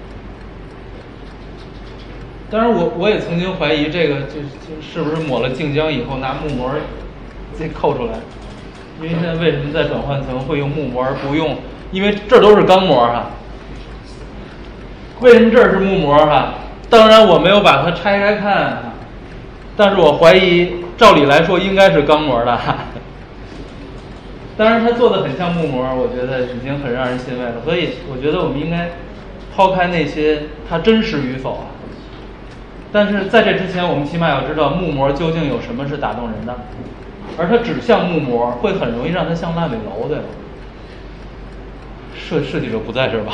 当然我我也曾经怀疑这个就就是不是抹了静浆以后拿木膜自己扣出来，因为现在为什么在转换层会用木膜而不用？因为这都是钢膜哈。为什么这是木膜哈？当然我没有把它拆开看。但是我怀疑，照理来说应该是钢膜的。当然，它做的很像木膜，我觉得已经很让人欣慰了。所以，我觉得我们应该抛开那些它真实与否啊。但是在这之前，我们起码要知道木膜究竟有什么是打动人的，而它只像木膜，会很容易让它像烂尾楼，对吧？设设计者不在这儿吧？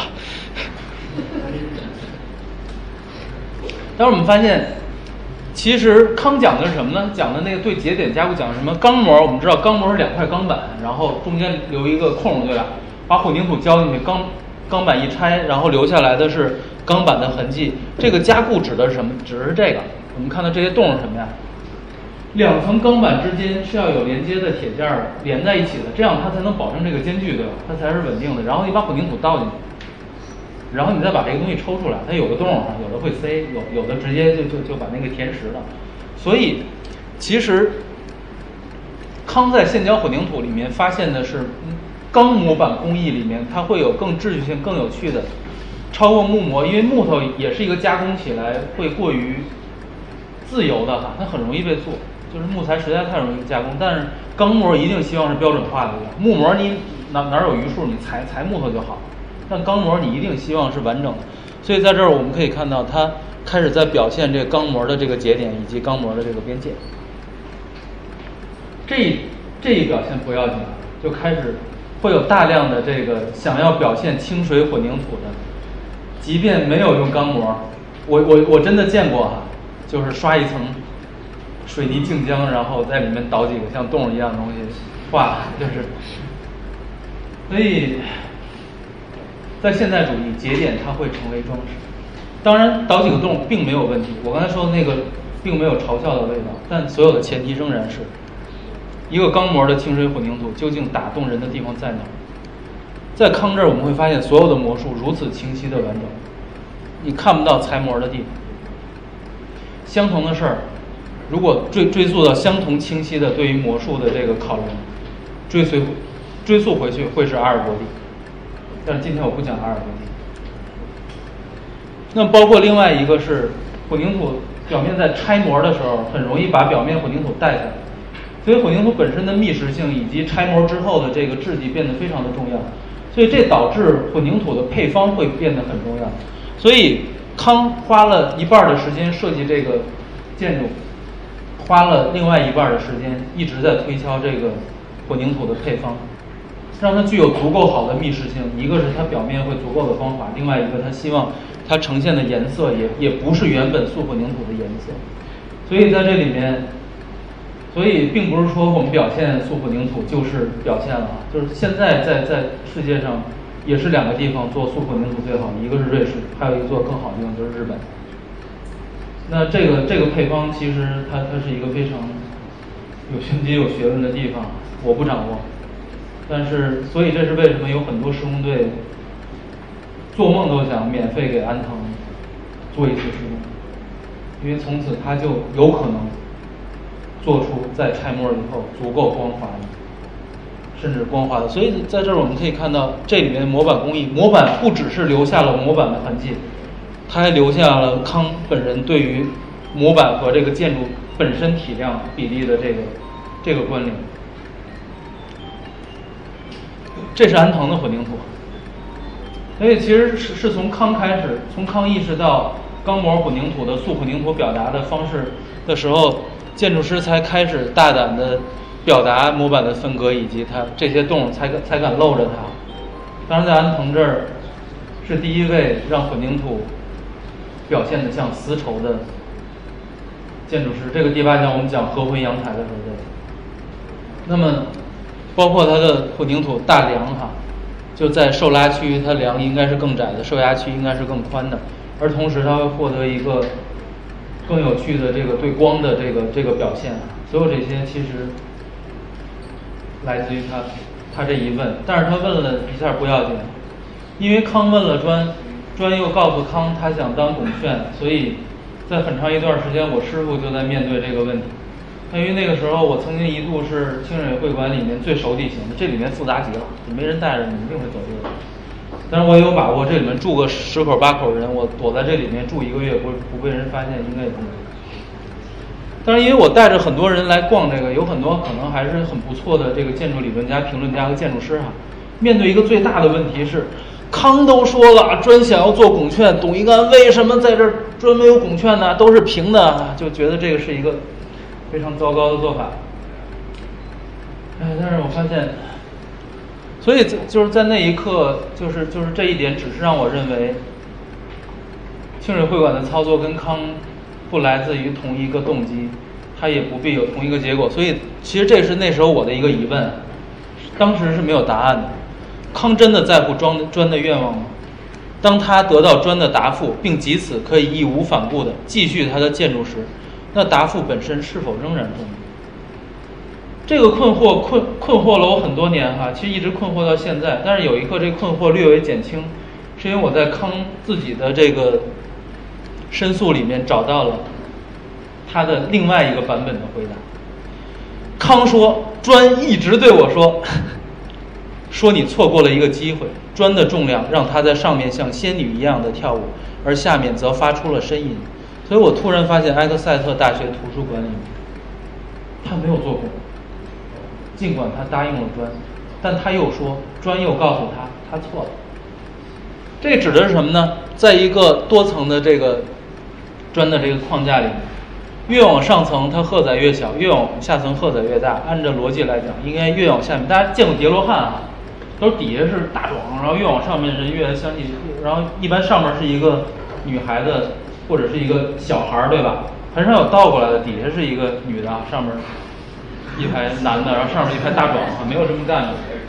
但是我们发现。其实康讲的是什么呢？讲的那个对节点加固讲什么？钢膜，我们知道钢膜是两块钢板，然后中间留一个空，对吧？把混凝土浇进去，钢钢板一拆，然后留下来的是钢板的痕迹。这个加固指的是什么？指的是这个。我们看到这些洞是什么呀？ 两层钢板之间是要有连接的铁件儿连在一起的，这样它才能保证这个间距，对吧？它才是稳定的。然后你把混凝土倒进去，然后你再把这个东西抽出来，它有的洞啊，有的会塞，有有的直接就就就把那个填实了。所以，其实康在线条混凝土里面发现的是钢模板工艺里面，它会有更秩序性、更有趣的，超过木模，因为木头也是一个加工起来会过于自由的哈，它很容易被做。就是木材实在太容易加工，但是钢模一定希望是标准化的，木模你哪哪有余数，你裁裁木头就好，但钢模你一定希望是完整的。所以在这儿我们可以看到，它开始在表现这个钢模的这个节点以及钢模的这个边界。这这一表现不要紧，就开始会有大量的这个想要表现清水混凝土的，即便没有用钢模，我我我真的见过哈，就是刷一层水泥静浆，然后在里面倒几个像洞一样的东西画，就是，所以在现代主义节点它会成为装饰。当然倒几个洞并没有问题，我刚才说的那个并没有嘲笑的味道，但所有的前提仍然是一个钢模的清水混凝土究竟打动人的地方在哪？在康这儿我们会发现所有的模数如此清晰的完整，你看不到裁模的地方。相同的事儿，如果追追溯到相同清晰的对于魔术的这个考量，追随追溯回去会是阿尔伯蒂，但是今天我不讲阿尔伯蒂。那包括另外一个是混凝土表面在拆模的时候，很容易把表面混凝土带下来，所以混凝土本身的密实性以及拆模之后的这个质地变得非常的重要，所以这导致混凝土的配方会变得很重要。所以康花了一半的时间设计这个建筑，花了另外一半的时间一直在推敲这个混凝土的配方，让它具有足够好的密实性。一个是它表面会足够的光滑，另外一个它希望它呈现的颜色也也不是原本素混凝土的颜色。所以在这里面，所以并不是说我们表现素混凝土就是表现了，就是现在在在世界上也是两个地方做素混凝土最好，一个是瑞士，还有一个做更好的地方就是日本。那这个这个配方其实它它是一个非常有玄机有学问的地方，我不掌握，但是所以这是为什么有很多施工队做梦都想免费给安藤做一次施工，因为从此他就有可能做出在拆模以后足够光滑的，甚至光滑的。所以在这儿我们可以看到，这里面的模板工艺，模板不只是留下了模板的痕迹，它还留下了康本人对于模板和这个建筑本身体量比例的这个这个关联。这是安藤的混凝土，所以其实是是从康开始，从康意识到钢模混凝土的素混凝土表达的方式的时候，建筑师才开始大胆的表达模板的分割以及它这些洞才才敢露着它。当然在安藤这儿是第一位让混凝土表现的像丝绸的建筑师。这个第八讲我们讲合回阳台的时候，那么包括它的混凝土大梁哈，就在受拉区，它梁应该是更窄的，受压区应该是更宽的，而同时它会获得一个更有趣的这个对光的这个这个表现。所有这些其实来自于他他这一问，但是他问了一下不要紧，因为康问了专，专又告诉康他想当拱券，所以在很长一段时间我师傅就在面对这个问题。因为那个时候我曾经一度是清水会馆里面最熟地形的，这里面复杂极了，没人带着你一定会走丢的。但是我也有把握，这里面住个十口八口人，我躲在这里面住一个月不不被人发现，应该也不能。但是因为我带着很多人来逛这个，有很多可能还是很不错的这个建筑理论家、评论家和建筑师哈。面对一个最大的问题是，康都说了专想要做拱券，董一干为什么在这儿专没有拱券呢？都是平的，就觉得这个是一个非常糟糕的做法。哎，但是我发现，所以就是在那一刻，就是就是这一点，只是让我认为，清水会馆的操作跟康不来自于同一个动机，它也不必有同一个结果。所以其实这是那时候我的一个疑问，当时是没有答案的。康真的在乎砖砖的愿望吗？当他得到砖的答复，并藉此可以义无反顾地继续他的建筑时，那答复本身是否仍然重要？ 这个困惑困困惑了我很多年哈，其实一直困惑到现在。但是有一刻这个困惑略微减轻，是因为我在康自己的这个申诉里面找到了他的另外一个版本的回答。康说，砖一直对我说，说你错过了一个机会，砖的重量让他在上面像仙女一样的跳舞，而下面则发出了呻吟。所以我突然发现埃克塞特大学图书馆里面他没有做工，尽管他答应了砖，但他又说，砖又告诉他他错了。这指的是什么呢？在一个多层的这个砖的这个框架里面，越往上层它荷载越小，越往下层荷载越大。按照逻辑来讲，应该越往下面，大家见过叠罗汉啊，都是底下是大壮，然后越往上面人越相信，然后一般上面是一个女孩子或者是一个小孩，对吧？很少有倒过来的，底下是一个女的，上面一排男的，然后上面一排大壮，没有这么干的。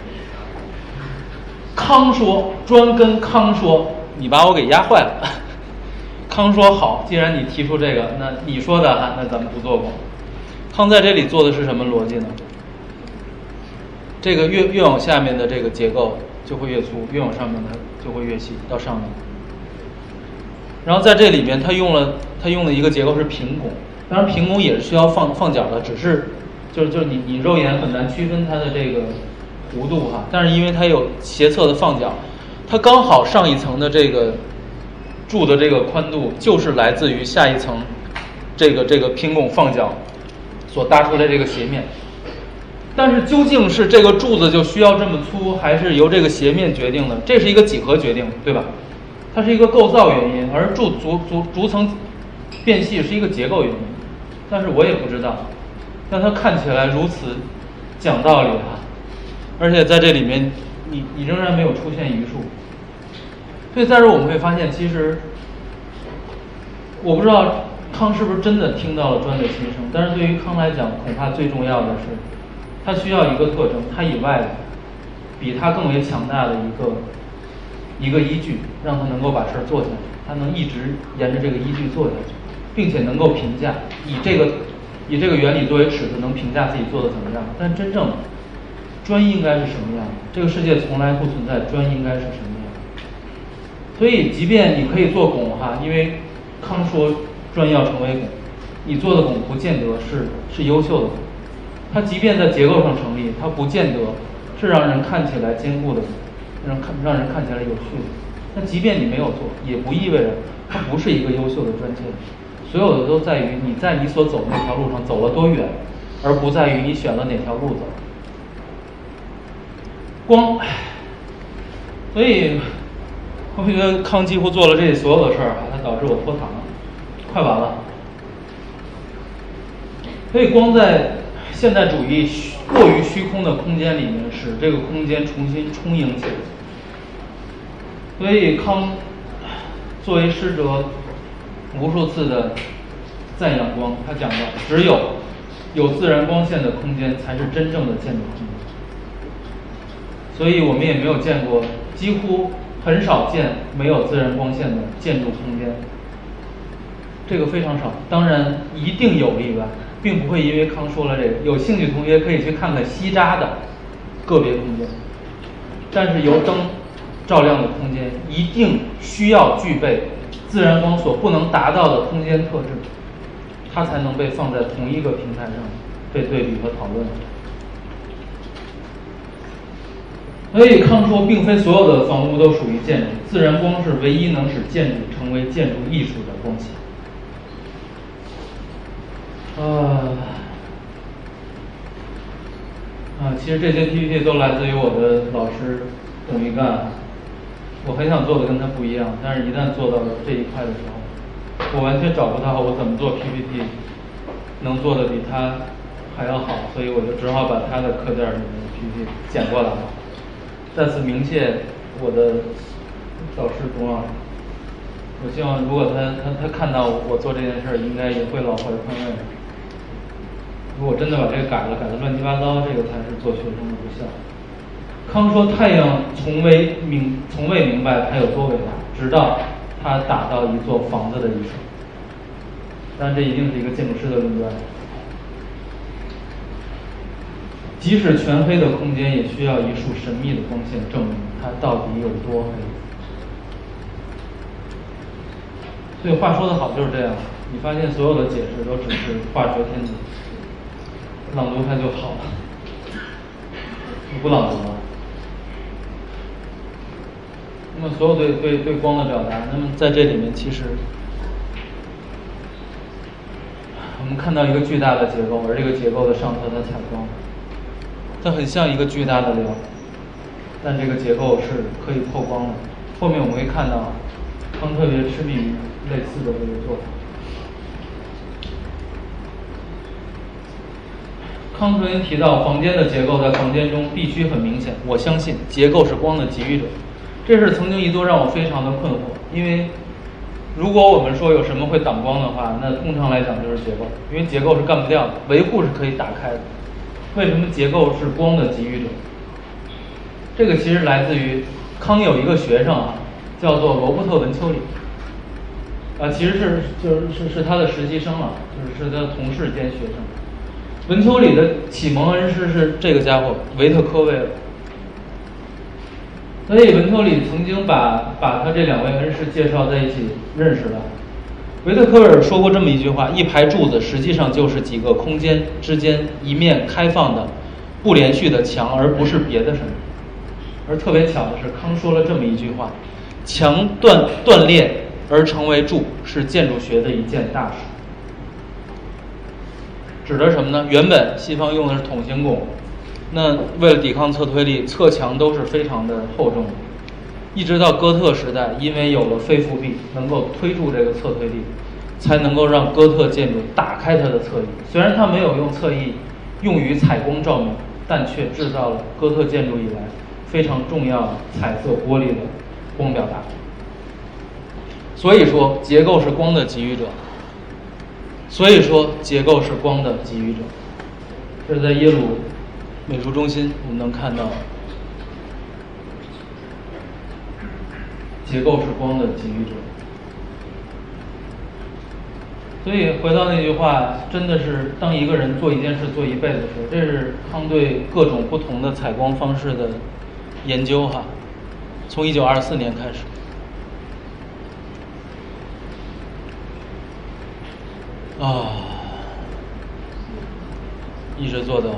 康说，专跟康说，你把我给压坏了。康说好，既然你提出这个，那你说的哈，那咱们不做工。康在这里做的是什么逻辑呢？这个越越往下面的这个结构就会越粗，越往上面的就会越细，到上面。然后在这里面，他用了他用的一个结构是平拱，当然平拱也是需要放放角的，只是就是就是你你肉眼很难区分它的这个弧度哈，但是因为它有斜侧的放角，它刚好上一层的这个柱的这个宽度就是来自于下一层这个这个平拱放角所搭出来这个斜面。但是究竟是这个柱子就需要这么粗，还是由这个斜面决定的？这是一个几何决定，对吧？它是一个构造原因，而柱逐逐逐层变细是一个结构原因。但是我也不知道，但它看起来如此讲道理哈，而且在这里面你你仍然没有出现余数。所以在这我们会发现，其实我不知道康是不是真的听到了砖的心声，但是对于康来讲，恐怕最重要的是他需要一个特征，他以外的比他更为强大的一个一个依据，让他能够把事儿做下去，他能一直沿着这个依据做下去，并且能够评价，以这个以这个原理作为尺子，能评价自己做的怎么样。但真正砖应该是什么样的？这个世界从来不存在砖应该是什么样的。所以即便你可以做拱哈，因为康说砖要成为拱，你做的拱不见得是是优秀的拱，它即便在结构上成立，它不见得是让人看起来坚固的，让看让人看起来有趣的。那即便你没有做，也不意味着它不是一个优秀的砖砌。所有的都在于你在你所走的那条路上走了多远，而不在于你选了哪条路走。光，所以我觉得康几乎做了这所有的事儿，它导致我脱堂了，快完了。所以光在现代主义过于虚空的空间里面，使这个空间重新充盈起来。所以康作为师者，无数次的赞扬光，他讲到，只有有自然光线的空间，才是真正的建筑空间。所以我们也没有见过，几乎很少见没有自然光线的建筑空间，这个非常少。当然一定有例外，并不会因为康说了这个，有兴趣同学可以去看看西扎的个别空间。但是由灯照亮的空间一定需要具备自然光所不能达到的空间特质，它才能被放在同一个平台上被对比和讨论。所以康说，并非所有的房屋都属于建筑，自然光是唯一能使建筑成为建筑艺术的光线。啊啊，其实这些 P P T 都来自于我的老师董一干，我很想做的跟他不一样，但是一旦做到了这一块的时候，我完全找不到我怎么做 P P T 能做的比他还要好，所以我就只好把他的课件里面的 P P T 捡过来了。再次鸣谢我的导师董老师，我希望如果他他他看到我做这件事儿，应该也会老怀宽慰。如果真的把这个改了，改得乱七八糟，这个才是做学生的不孝。康说太阳从未明从未明白它有多伟大，直到他打造一座房子的艺术。当然，这一定是一个建筑师的论断。 即使全黑的空间，也需要一束神秘的光线证明它到底有多黑。所以话说得好就是这样，你发现所有的解释都只是画蛇添足，朗读它就好了，你不朗读了。那么所有对对对光的表达，那么在这里面其实我们看到一个巨大的结构，而这个结构的上层的采光，它很像一个巨大的梁，但这个结构是可以透光的。后面我们会看到康特别痴迷于类似的这个做法。康特提到房间的结构在房间中必须很明显，我相信结构是光的给予者。这是曾经一度让我非常的困惑，因为如果我们说有什么会挡光的话，那通常来讲就是结构，因为结构是干不掉的，维护是可以打开的。为什么结构是光的给予者？这个其实来自于康有一个学生啊，叫做罗伯特文丘里，啊，其实是就是是是他的实习生了，就是是他的同事兼学生。文丘里的启蒙恩师是这个家伙维特科威尔。所以文丘里曾经把把他这两位恩师介绍在一起认识了。维特科威尔说过这么一句话：一排柱子实际上就是几个空间之间一面开放的不连续的墙，而不是别的什么。而特别巧的是，康说了这么一句话：墙断断裂而成为柱，是建筑学的一件大事。指的什么呢？原本西方用的是筒形拱，那为了抵抗侧推力，侧墙都是非常的厚重的。一直到哥特时代，因为有了非浮壁，能够推住这个侧推力，才能够让哥特建筑打开它的侧翼。虽然它没有用侧翼用于采光照明，但却制造了哥特建筑以来非常重要的彩色玻璃的光表达。所以说，结构是光的给予者。所以说，结构是光的给予者。这是在耶鲁美术中心我们能看到，结构是光的给予者。所以回到那句话，真的是当一个人做一件事做一辈子的时候，这是康对各种不同的采光方式的研究哈，从一九二四年开始。啊，一直做到。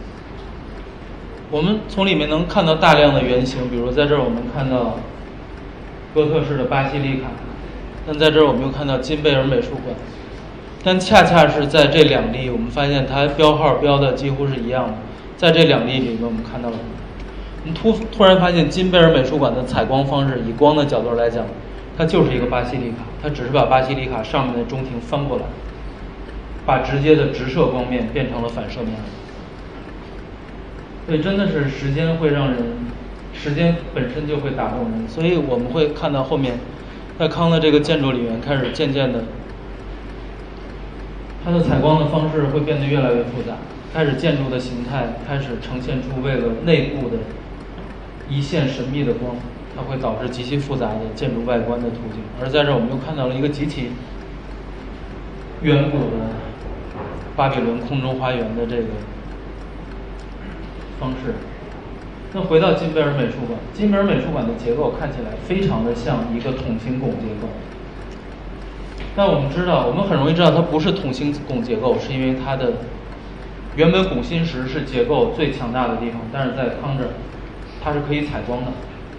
我们从里面能看到大量的原型，比如在这儿我们看到哥特式的巴西利卡，但在这儿我们又看到金贝尔美术馆。但恰恰是在这两例，我们发现它标号标的几乎是一样的。在这两例里面，我们看到了，我们突突然发现金贝尔美术馆的采光方式，以光的角度来讲，它就是一个巴西利卡，它只是把巴西利卡上面的中庭翻过来，把直接的直射光面变成了反射面。所以真的是时间会让人，时间本身就会打动人。所以我们会看到后面，在康的这个建筑里面开始渐渐的，它的采光的方式会变得越来越复杂，开始建筑的形态开始呈现出为了内部的一线神秘的光，它会导致极其复杂的建筑外观的途径。而在这儿我们又看到了一个极其远古的巴比伦空中花园的这个方式。那回到金贝尔美术馆，金贝尔美术馆的结构看起来非常的像一个筒形拱结构，但我们知道，我们很容易知道它不是筒形拱结构，是因为它的原本拱心石是结构最强大的地方，但是在康这儿它是可以采光的。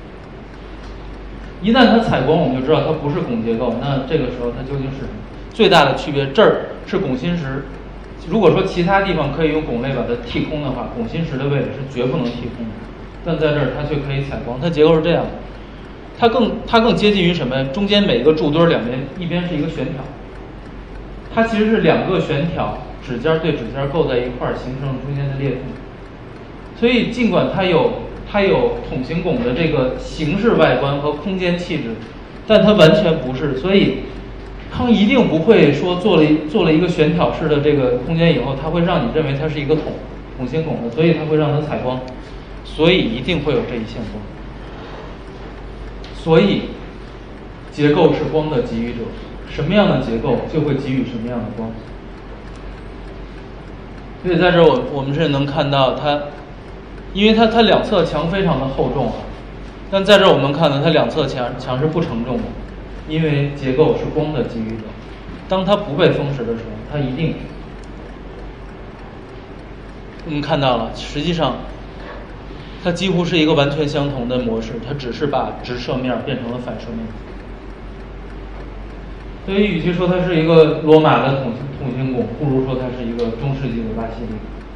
一旦它采光，我们就知道它不是拱结构，那这个时候它究竟是什么？最大的区别，这儿是拱心石。如果说其他地方可以用拱类把它剔空的话，拱心石的位置是绝不能剔空的，但在这儿它却可以采光。它结构是这样的，它更它更接近于什么？中间每一个柱墩两边一边是一个悬挑，它其实是两个悬挑指尖对指尖构在一块儿，形成了中间的裂缝。所以尽管它有它有筒形拱的这个形式外观和空间气质，但它完全不是。所以康一定不会说做了做了一个悬挑式的这个空间以后，它会让你认为它是一个筒筒形拱的，所以它会让它采光，所以一定会有这一线光。所以结构是光的给予者，什么样的结构就会给予什么样的光。 所以在这儿我我们是能看到它，因为它它两侧墙非常的厚重啊，但在这儿我们看到它两侧墙墙是不承重的，因为结构是光的给予者。当它不被封实的时候，它一定，我们看到了，实际上它几乎是一个完全相同的模式，它只是把直射面变成了反射面。所以，与其说它是一个罗马的筒筒形拱，不如说它是一个中世纪的巴西利。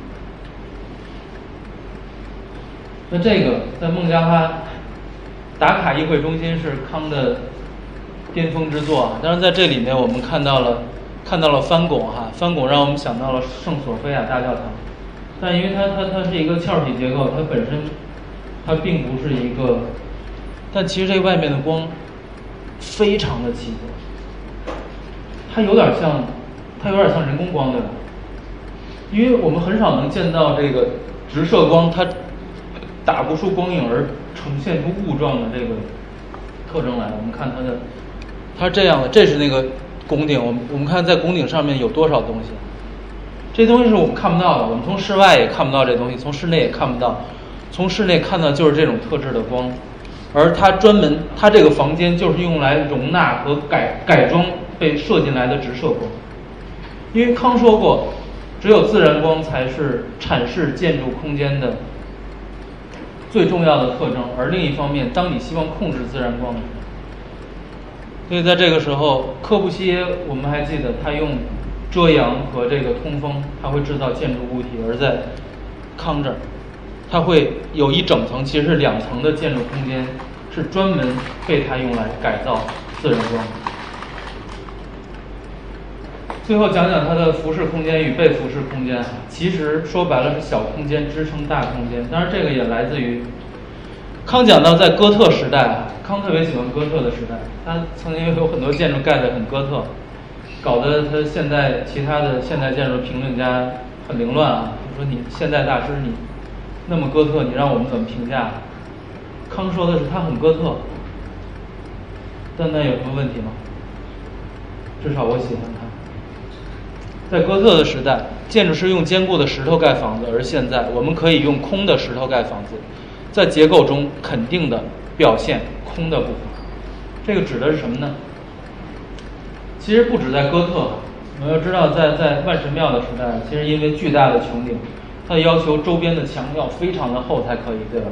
那这个在孟加拉达卡议会中心是康的巅峰之作啊。当然，在这里面我们看到了看到了翻拱哈，翻拱让我们想到了圣索菲亚大教堂，但因为它它它是一个壳体结构，它本身它并不是一个，但其实这外面的光非常的奇特。它有点像，它有点像人工光，对吧？因为我们很少能见到这个直射光，它打不出光影而呈现出雾状的这个特征来。我们看它的，它这样的，这是那个拱顶。我们我们看在拱顶上面有多少东西，这东西是我们看不到的。我们从室外也看不到这东西，从室内也看不到。从室内看到就是这种特质的光，而它专门，它这个房间就是用来容纳和改改装被射进来的直射光。因为康说过，只有自然光才是阐释建筑空间的最重要的特征，而另一方面，当你希望控制自然光的时候，所以在这个时候，柯布西耶我们还记得他用遮阳和这个通风，他会制造建筑物体，而在康这儿，它会有一整层，其实是两层的建筑空间，是专门被它用来改造自然光。最后讲讲它的浮视空间与被浮视空间，其实说白了是小空间支撑大空间。当然，这个也来自于康讲到在哥特时代啊，康特别喜欢哥特的时代，他曾经有很多建筑盖得很哥特，搞得他现在其他的现代建筑评论家很凌乱啊，就说你现代大师你那么哥特，你让我们怎么评价？康说的是他很哥特，但那有什么问题吗？至少我喜欢他。在哥特的时代，建筑师用坚固的石头盖房子，而现在我们可以用空的石头盖房子，在结构中肯定的表现空的部分。这个指的是什么呢？其实不止在哥特，我们要知道在在万神庙的时代，其实因为巨大的穹顶，它要求周边的墙要非常的厚才可以，对吧？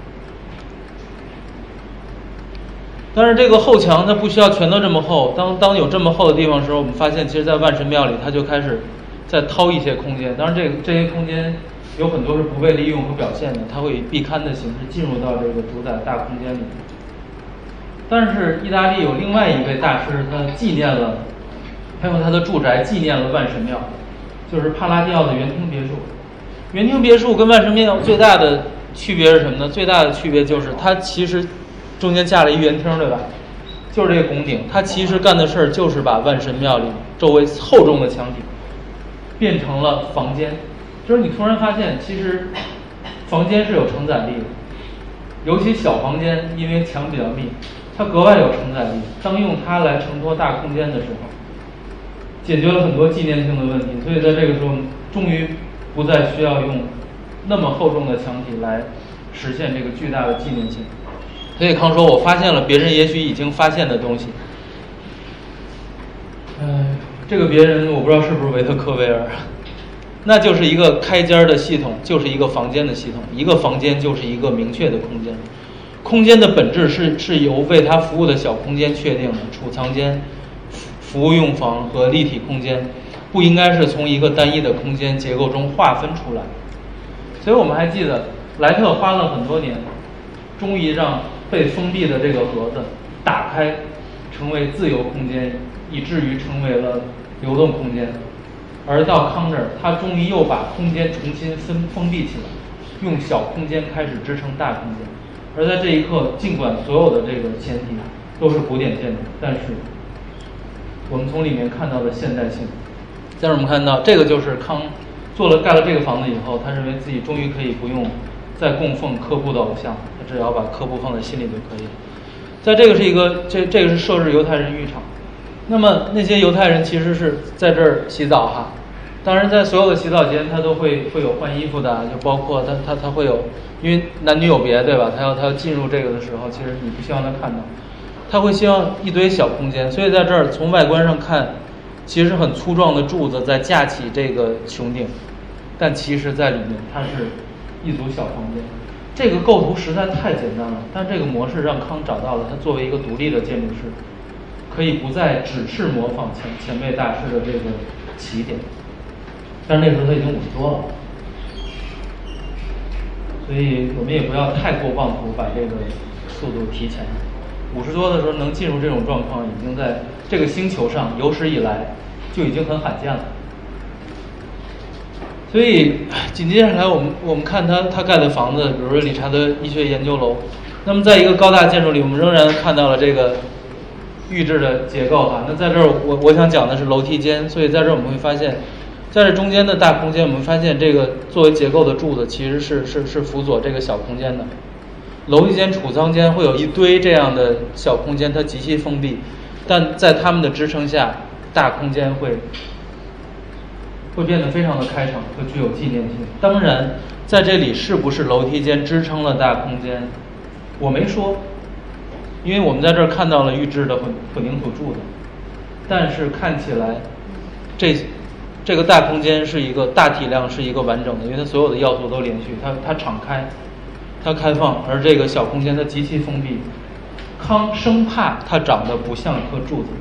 但是这个后墙它不需要全都这么厚，当当有这么厚的地方的时候，我们发现其实在万神庙里它就开始在掏一些空间。当然这个这些空间有很多是不被利用和表现的，它会以壁龛的形式进入到这个主宰大空间里。但是意大利有另外一位大师，他纪念了，他用他的住宅纪念了万神庙，就是帕拉蒂奥的园厅别墅。园厅别墅跟万神庙最大的区别是什么呢？最大的区别就是它其实中间架了一园厅，对吧？就是这个拱顶，它其实干的事儿就是把万神庙里周围厚重的墙体变成了房间。就是你突然发现，其实房间是有承载力的，尤其小房间，因为墙比较密，它格外有承载力。当用它来承托大空间的时候，解决了很多纪念性的问题。所以在这个时候，终于不再需要用那么厚重的墙体来实现这个巨大的纪念性。所以康说，我发现了别人也许已经发现的东西。嗯，这个别人我不知道是不是维特科威尔，那就是一个开间的系统，就是一个房间的系统。一个房间就是一个明确的空间，空间的本质是是由为它服务的小空间确定的，储藏间、服务用房和立体空间不应该是从一个单一的空间结构中划分出来。所以我们还记得莱特花了很多年，终于让被封闭的这个盒子打开，成为自由空间，以至于成为了流动空间。而到康这儿，他终于又把空间重新分封闭起来，用小空间开始支撑大空间。而在这一刻，尽管所有的这个前提都是古典建筑，但是我们从里面看到了现代性。但是我们看到，这个就是康做了盖了这个房子以后，他认为自己终于可以不用再供奉科布的偶像，他只要把科布放在心里就可以了。在这个是一个这这个是设置犹太人浴场，那么那些犹太人其实是在这儿洗澡哈， 当然，在所有的洗澡间，它都会会有换衣服的，就包括它它它会有，因为男女有别，对吧？它要它要进入这个的时候，其实你不希望他看到，他会希望一堆小空间，所以在这儿从外观上看，其实很粗壮的柱子在架起这个穹顶，但其实在里面它是一组小房间。这个构图实在太简单了，但这个模式让康找到了，它作为一个独立的建筑师，可以不再只是模仿前前辈大师的这个起点。但是那时候他已经五十多了，所以我们也不要太过妄图把这个速度提前。五十多的时候能进入这种状况，已经在这个星球上有史以来就已经很罕见了。所以紧接下来我们我们看他他盖的房子，比如说理查德医学研究楼，那么在一个高大建筑里，我们仍然看到了这个预制的结构哈。那在这儿我我想讲的是楼梯间，所以在这儿我们会发现。在这中间的大空间，我们发现这个作为结构的柱子其实是是是辅佐这个小空间的。楼梯间、储藏间会有一堆这样的小空间，它极其封闭，但在它们的支撑下，大空间会会变得非常的开敞和具有纪念性。当然，在这里是不是楼梯间支撑了大空间，我没说，因为我们在这儿看到了预制的混混凝土柱子，但是看起来这。这个大空间是一个大体量，是一个完整的，因为它所有的要素都连续，它它敞开，它开放，而这个小空间它极其封闭。康生怕它长得不像一颗柱子。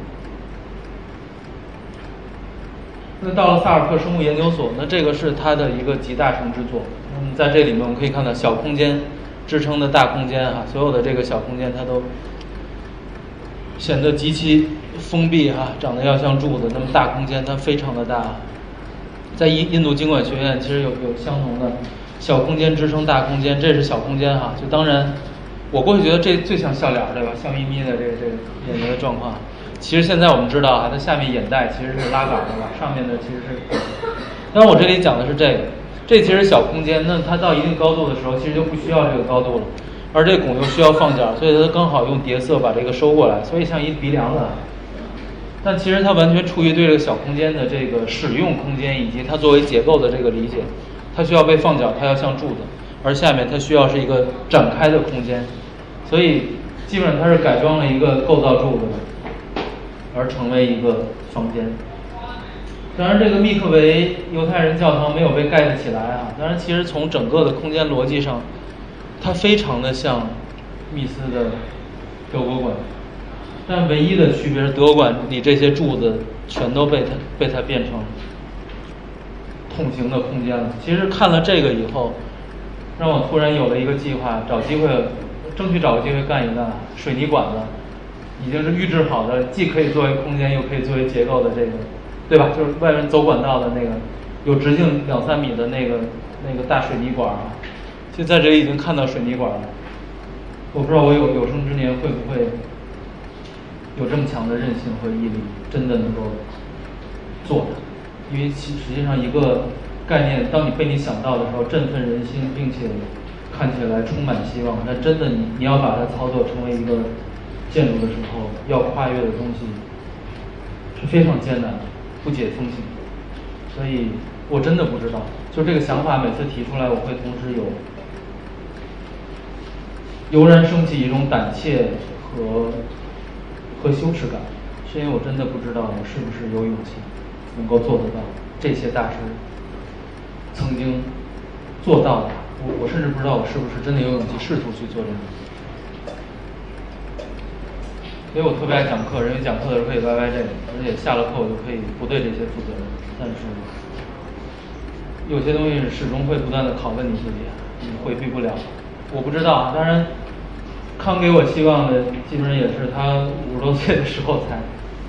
那到了萨尔克生物研究所，那这个是它的一个集大成之作。嗯，在这里面我们可以看到小空间支撑的大空间哈，所有的这个小空间它都显得极其封闭哈，长得要像柱子。那么大空间它非常的大。在印印度经管学院其实有有相同的小空间支撑大空间，这是小空间哈。就当然，我过去觉得这最像笑脸对吧？笑眯眯的这个这个演员的状况。其实现在我们知道啊，它下面眼袋其实是拉杆的吧，上面的其实是。当然我这里讲的是这个，这其实小空间，那它到一定高度的时候，其实就不需要这个高度了，而这拱又需要放角，所以它刚好用叠色把这个收过来，所以像一鼻梁子。但其实它完全出于对这个小空间的这个使用空间以及它作为结构的这个理解，它需要被放角，它要像柱子，而下面它需要是一个展开的空间，所以基本上它是改装了一个构造柱子的，而成为一个房间。当然，这个密克维犹太人教堂没有被盖得起来啊。当然，其实从整个的空间逻辑上，它非常的像密斯的德国馆。但唯一的区别是，德国馆里这些柱子全都被它被它变成筒形的空间了。其实看了这个以后，让我突然有了一个计划，找机会，争取找个机会干一干水泥管子，已经是预制好的，既可以作为空间，又可以作为结构的这个，对吧？就是外面走管道的那个，有直径两三米的那个那个大水泥管啊。其实在这里已经看到水泥管了，我不知道我有有生之年会不会。有这么强的韧性和毅力，真的能够做的，因为其实际上一个概念，当你被你想到的时候，振奋人心，并且看起来充满希望，那真的你你要把它操作成为一个建筑的时候，要跨越的东西是非常艰难的，不解风情。所以我真的不知道，就这个想法每次提出来，我会同时有油然升起一种胆怯和。和羞耻感，是因为我真的不知道我是不是有勇气能够做得到这些大师曾经做到的。我我甚至不知道我是不是真的有勇气试图去做这个。所以我特别爱讲课，认为讲课的时候可以歪歪这个，而且下了课我就可以不对这些负责任。但是有些东西始终会不断的拷问你自己，你回避不了。我不知道，当然。康给我希望的，基本上也是他五十多岁的时候才。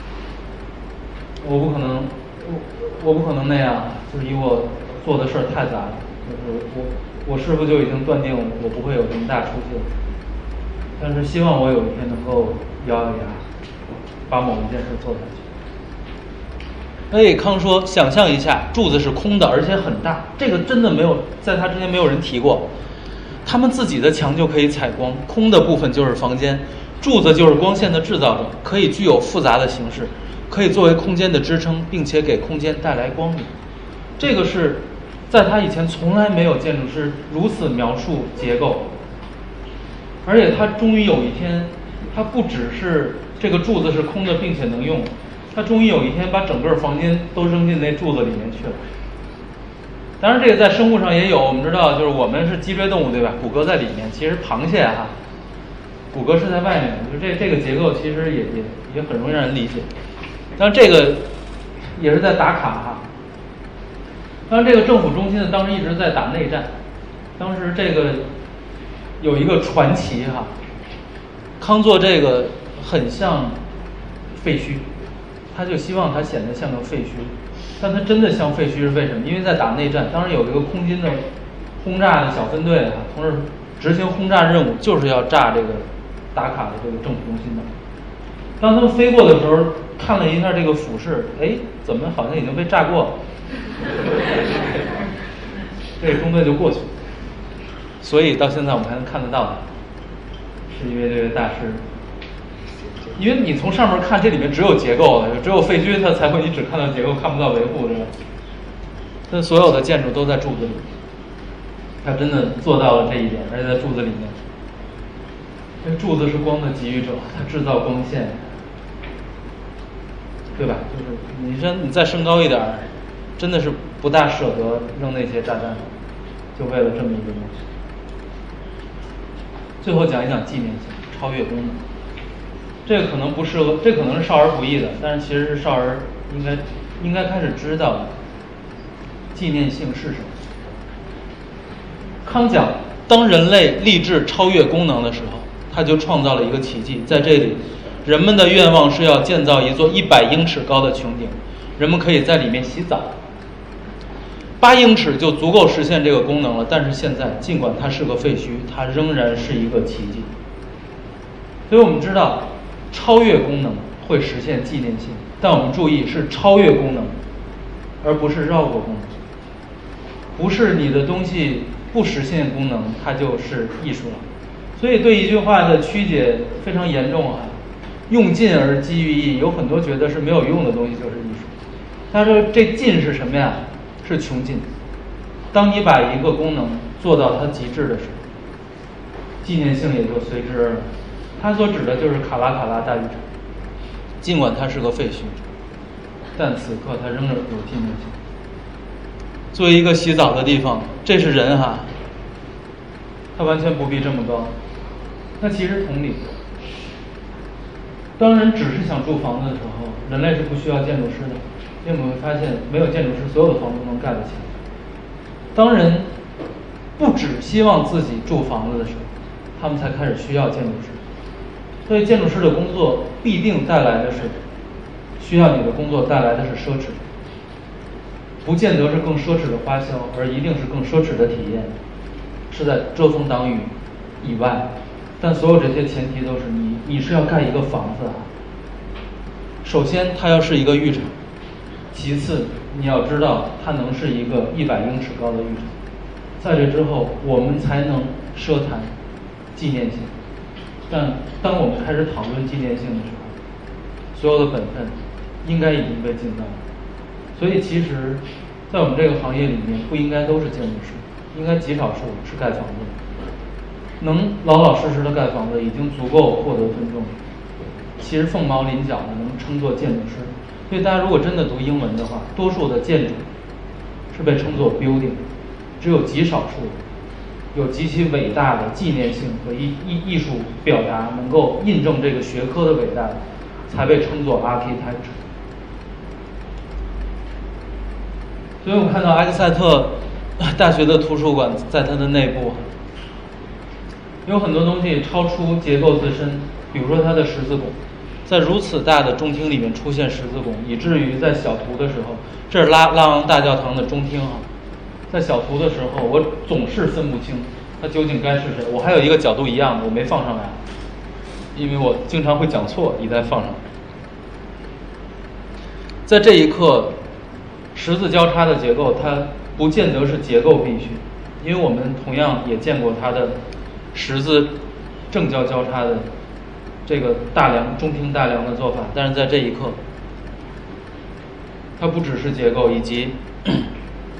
我不可能，我我不可能那样，就是以我做的事儿太杂了，就是我我师傅就已经断定我不会有这么大出息。但是希望我有一天能够咬咬牙，把某一件事做下去。所以康说，想象一下，柱子是空的，而且很大，这个真的没有在他之前没有人提过。他们自己的墙就可以采光，空的部分就是房间，柱子就是光线的制造者，可以具有复杂的形式，可以作为空间的支撑，并且给空间带来光明。 这个是在他以前从来没有建筑师如此描述结构，而且他终于有一天，他不只是这个柱子是空的并且能用，他终于有一天把整个房间都扔进那柱子里面去了。当然这个在生物上也有，我们知道就是我们是脊椎动物对吧，骨骼在里面，其实螃蟹哈、啊，骨骼是在外面，就这这个结构其实也也也很容易让人理解。当然这个也是在打卡哈。当然这个政府中心呢，当时一直在打内战，当时这个有一个传奇哈，康做这个很像废墟，他就希望它显得像个废墟，但它真的像废墟是为什么？因为在打内战，当时有一个空军的轰炸的小分队啊，同时执行轰炸任务，就是要炸这个打卡的这个政府中心的。当他们飞过的时候，看了一下这个俯视，哎，怎么好像已经被炸过了？这个中队就过去了，所以到现在我们还能看得到它，是因为这位大师。因为你从上面看，这里面只有结构了，只有废墟，它才会你只看到结构，看不到维护，是吧？它所有的建筑都在柱子里，它真的做到了这一点，而且在柱子里面。这柱子是光的给予者，它制造光线，对吧？就是你说你再升高一点，真的是不大舍得扔那些炸弹，就为了这么一个东西。最后讲一讲纪念性，超越功能。这个可能不适合，这可能是少儿不宜的，但是其实是少儿应该应该开始知道的。纪念性是什么？康讲，当人类立志超越功能的时候，他就创造了一个奇迹。在这里，人们的愿望是要建造一座一百英尺高的穹顶，人们可以在里面洗澡。八英尺就足够实现这个功能了，但是现在尽管它是个废墟，它仍然是一个奇迹。所以我们知道，超越功能会实现纪念性，但我们注意是超越功能，而不是绕过功能。不是你的东西不实现功能，它就是艺术了。所以对一句话的曲解非常严重啊，用尽而基于意，有很多觉得是没有用的东西就是艺术。他说这尽是什么呀？是穷尽。当你把一个功能做到它极致的时候，纪念性也就随之而来。它所指的就是卡拉卡拉大浴场，尽管它是个废墟，但此刻它仍然有纪念性。作为一个洗澡的地方，这是人哈，它完全不必这么高。那其实同理，当人只是想住房子的时候，人类是不需要建筑师的，因为我们会发现，没有建筑师，所有的房子都能盖得起来。当人不只希望自己住房子的时候，他们才开始需要建筑师。所以建筑师的工作必定带来的是，需要你的工作带来的是奢侈，不见得是更奢侈的花销，而一定是更奢侈的体验，是在遮风挡雨以外。但所有这些前提都是你你是要盖一个房子啊。首先它要是一个浴场，其次你要知道它能是一个一百英尺高的浴场，在这之后我们才能奢谈纪念性。但当我们开始讨论纪念性的时候，所有的本分应该已经被尽到了。所以其实在我们这个行业里面，不应该都是建筑师，应该极少数是盖房子的。能老老实实的盖房子已经足够获得尊重了，其实凤毛麟角的能称作建筑师。所以大家如果真的读英文的话，多数的建筑是被称作 building， 只有极少数有极其伟大的纪念性和艺艺艺术表达能够印证这个学科的伟大，才被称作 architecture。 所以我们看到埃克塞特大学的图书馆在它的内部有很多东西超出结构自身，比如说它的十字拱，在如此大的中厅里面出现十字拱，以至于在小图的时候，这是拉拉昂大教堂的中厅啊，在小图的时候我总是分不清它究竟该是谁。我还有一个角度一样的我没放上来，因为我经常会讲错，一旦放上来。在这一刻，十字交叉的结构它不见得是结构必须，因为我们同样也见过它的十字正交交叉的这个大梁中厅大梁的做法，但是在这一刻它不只是结构，以及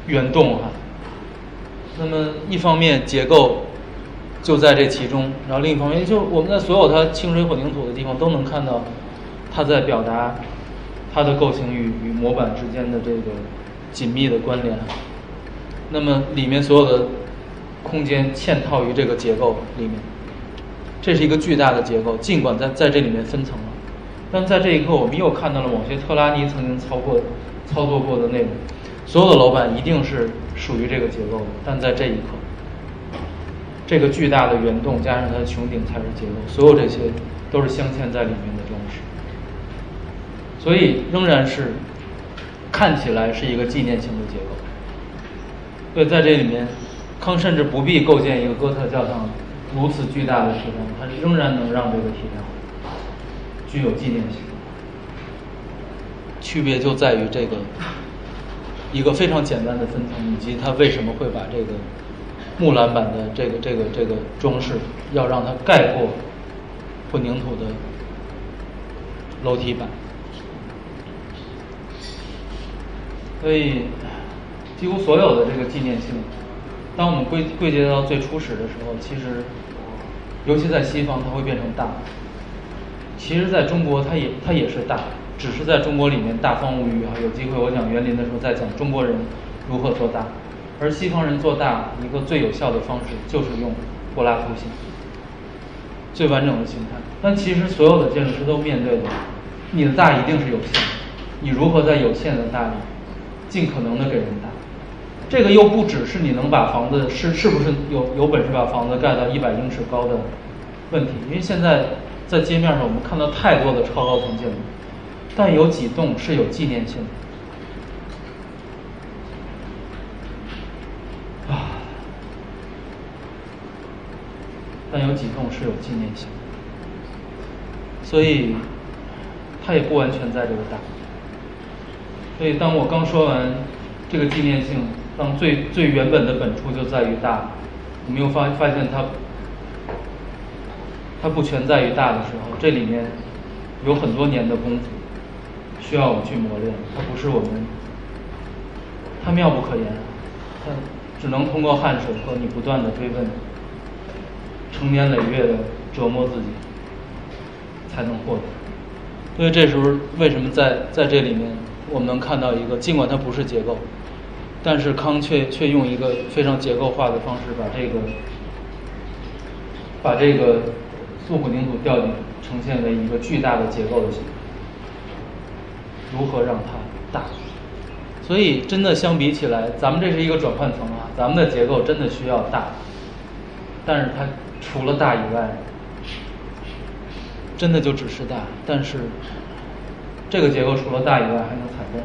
圆洞哈。那么一方面结构就在这其中，然后另一方面，就我们在所有它清水混凝土的地方都能看到，它在表达它的构型与与模板之间的这个紧密的关联。那么里面所有的空间嵌套于这个结构里面，这是一个巨大的结构，尽管在在这里面分层了，但在这一刻我们又看到了某些特拉尼曾经操过操作过的内容。所有的楼板一定是属于这个结构的，但在这一刻，这个巨大的圆洞加上它的穹顶才是结构，所有这些都是镶嵌在里面的装饰，所以仍然是看起来是一个纪念性的结构。所以在这里面，康甚至不必构建一个哥特教堂如此巨大的体量，它仍然能让这个体量具有纪念性。区别就在于这个一个非常简单的分层，以及它为什么会把这个木栏板的这个这个这个装饰要让它盖过混凝土的楼梯板。所以几乎所有的这个纪念性，当我们归归结到最初始的时候，其实尤其在西方它会变成大，其实在中国它也它也是大，只是在中国里面大方无余啊。有机会我讲园林的时候再讲中国人如何做大，而西方人做大一个最有效的方式就是用柏拉图形，最完整的形态。但其实所有的建筑师都面对的，你的大一定是有限的，你如何在有限的大里尽可能的给人大。这个又不只是你能把房子是是不是有有本事把房子盖到一百英尺高的问题，因为现在在街面上我们看到太多的超高层建筑，但有几栋是有纪念性的啊，但有几栋是有纪念性的，所以它也不完全在这个大。所以当我刚说完这个纪念性，当最最原本的本初就在于大，我们又发发现它它不全在于大的时候，这里面有很多年的功夫需要我们去磨练，它不是我们，它妙不可言，它只能通过汗水和你不断的追问，成年累月的折磨自己才能获得。所以这时候为什么在在这里面我们能看到一个，尽管它不是结构，但是康却却用一个非常结构化的方式把这个把这个塑混凝土吊顶呈现为一个巨大的结构的形态，如何让它大？所以真的相比起来，咱们这是一个转换层啊，咱们的结构真的需要大，但是它除了大以外，真的就只是大，但是这个结构除了大以外还能采光，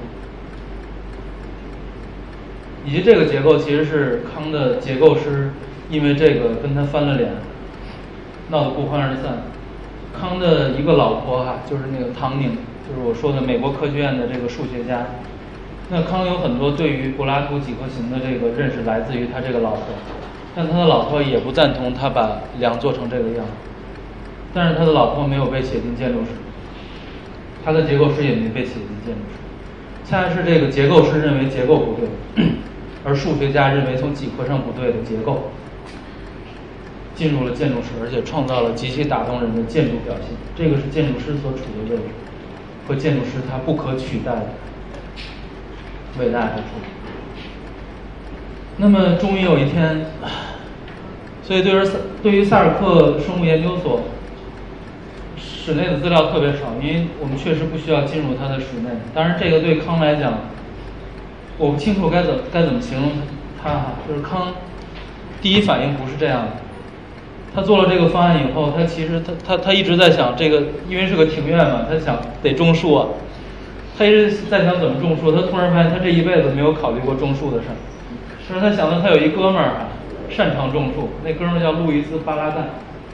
以及这个结构其实是康的结构师因为这个跟他翻了脸，闹得不欢而散。康的一个老婆哈、啊，就是那个唐宁，就是我说的美国科学院的这个数学家。那康有很多对于柏拉图几何形的这个认识来自于他这个老婆，但他的老婆也不赞同他把梁做成这个样子，但是他的老婆没有被写进建筑史，他的结构师也没被写进建筑史，恰恰是这个结构师认为结构不对，而数学家认为从几何上不对的结构进入了建筑史，而且创造了极其打动人的建筑表现。这个是建筑师所处的位置和建筑师他不可取代的伟大之处。那么终于有一天，所以对于对于萨尔克生物研究所室内的资料特别少，因为我们确实不需要进入它的室内。当然这个对康来讲，我不清楚该怎该怎么形容他哈，就是康第一反应不是这样的。他做了这个方案以后，他其实他他他一直在想这个，因为是个庭院嘛，他想得种树啊，他一直在想怎么种树。他突然发现他这一辈子没有考虑过种树的事儿，就是他想到他有一哥们儿啊，擅长种树，那哥们儿叫路易斯·巴拉旦，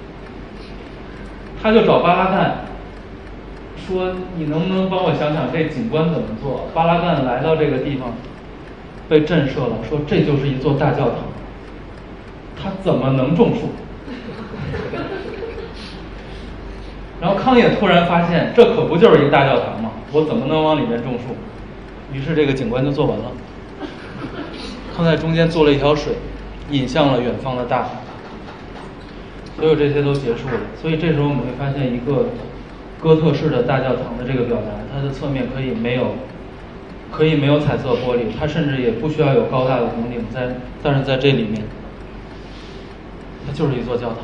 他就找巴拉旦说：“你能不能帮我想想这景观怎么做？”巴拉旦来到这个地方，被震慑了，说：“这就是一座大教堂，他怎么能种树？”然后康也突然发现，这可不就是一个大教堂吗？我怎么能往里面种树？于是这个景观就做完了。 康在中间做了一条水，引向了远方的大海。所有这些都结束了，所以这时候我们会发现一个哥特式的大教堂的这个表达，它的侧面可以没有，可以没有彩色玻璃，它甚至也不需要有高大的拱顶在，但是在这里面，它就是一座教堂。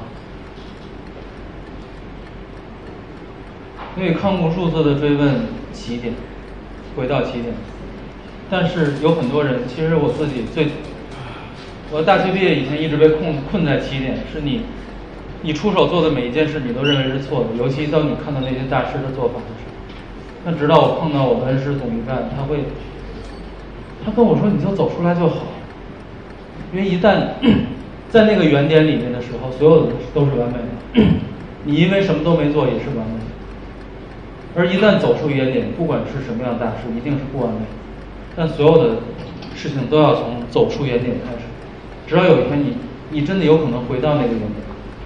所以康无数次的追问起点，回到起点，但是有很多人，其实我自己最，我大学毕业以前一直被困困在起点，是你。你出手做的每一件事，你都认为是错的，尤其当你看到那些大师的做法的时候。那直到我碰到我的恩师董一干，他会，他跟我说：“你就走出来就好。”因为一旦在那个原点里面的时候，所有的都是完美的。你因为什么都没做也是完美的，而一旦走出原点，不管是什么样的大师，一定是不完美的。但所有的事情都要从走出原点开始，直到有一天你，你真的有可能回到那个原点。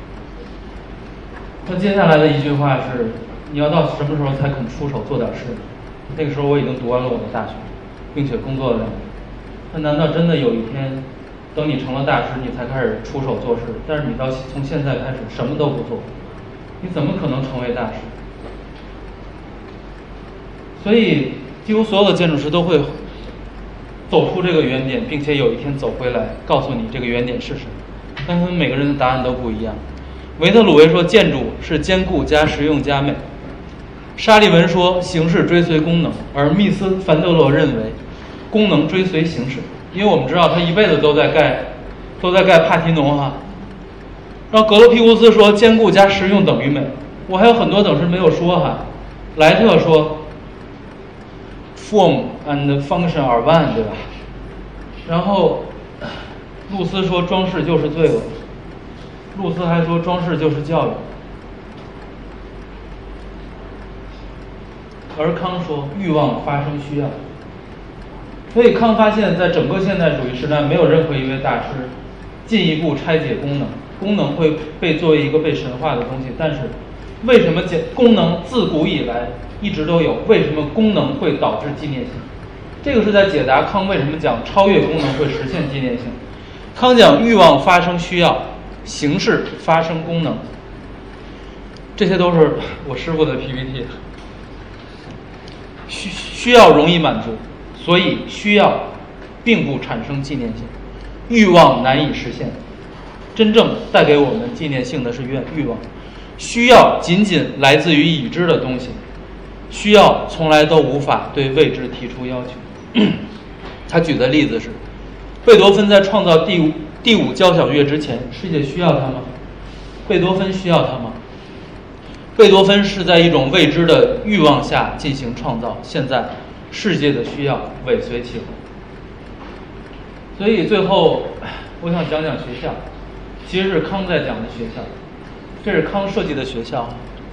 那接下来的一句话是：你要到什么时候才肯出手做点事？那个时候我已经读完了我的大学，并且工作了两年。那难道真的有一天，等你成了大师，你才开始出手做事？但是你到从现在开始什么都不做，你怎么可能成为大师？所以，几乎所有的建筑师都会走出这个原点，并且有一天走回来，告诉你这个原点是什么。但他们每个人的答案都不一样。维特鲁维说建筑是坚固加实用加美，沙利文说形式追随功能，而密斯凡德罗认为功能追随形式。因为我们知道他一辈子都在盖都在盖帕提农哈。然后格罗皮乌斯说坚固加实用等于美，我还有很多等式没有说哈。莱特说 form and function are one， 对吧？然后露丝说装饰就是罪恶，露丝还说装饰就是教育，而康说欲望发生需要。所以康发现在整个现代主义时代，没有任何一位大师进一步拆解功能，功能会被作为一个被神化的东西。但是为什么解功能自古以来一直都有？为什么功能会导致纪念性？这个是在解答康为什么讲超越功能会实现纪念性。康讲欲望发生需要，形式发生功能，这些都是我师傅的 P P T。 需需要容易满足，所以需要并不产生纪念性，欲望难以实现。真正带给我们纪念性的是愿欲望，需要仅仅来自于已知的东西，需要从来都无法对未知提出要求。他举的例子是，贝多芬在创造第五第五交响乐之前，世界需要他吗？贝多芬需要他吗？贝多芬是在一种未知的欲望下进行创造，现在世界的需要尾随其后。所以最后我想讲讲学校，其实是康在讲的学校，这是康设计的学校，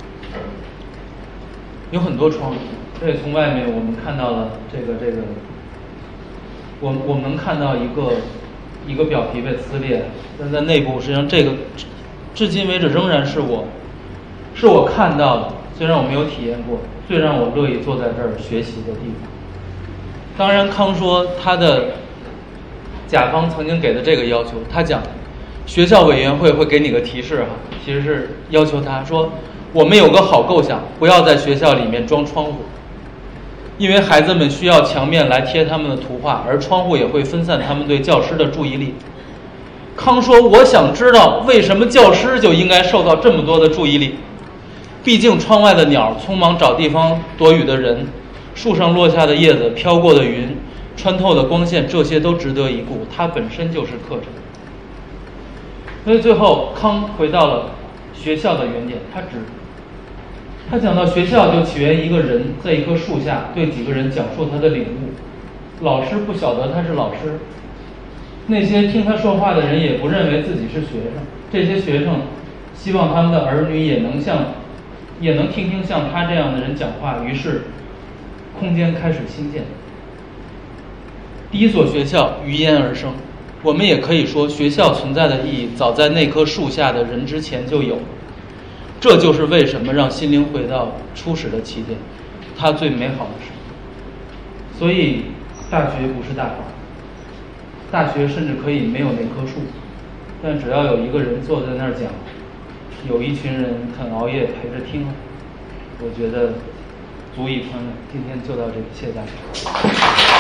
有很多窗，所以从外面我们看到了这个这个，我我们能看到一个一个表皮被撕裂，但在内部实际上这个至今为止仍然是我是我看到的，虽然我没有体验过，最让我乐意坐在这儿学习的地方。当然康说他的甲方曾经给的这个要求，他讲学校委员会会给你个提示哈，其实是要求他说我们有个好构想，不要在学校里面装窗户，因为孩子们需要墙面来贴他们的图画，而窗户也会分散他们对教师的注意力。康说我想知道为什么教师就应该受到这么多的注意力，毕竟窗外的鸟，匆忙找地方躲雨的人，树上落下的叶子，飘过的云，穿透的光线，这些都值得一顾，它本身就是课程。所以最后康回到了学校的原点，他只他讲到学校就起源于一个人在一棵树下对几个人讲述他的领悟，老师不晓得他是老师，那些听他说话的人也不认为自己是学生，这些学生希望他们的儿女也能像也能听听像他这样的人讲话，于是空间开始兴建。第一所学校于焉而生，我们也可以说学校存在的意义早在那棵树下的人之前就有，这就是为什么让心灵回到初始的起点，它最美好的事。所以大学不是大法， 大学甚至可以没有那棵树，但只要有一个人坐在那儿讲，有一群人肯熬夜陪着听，我觉得足以宽慰。今天就到这里，谢谢大家。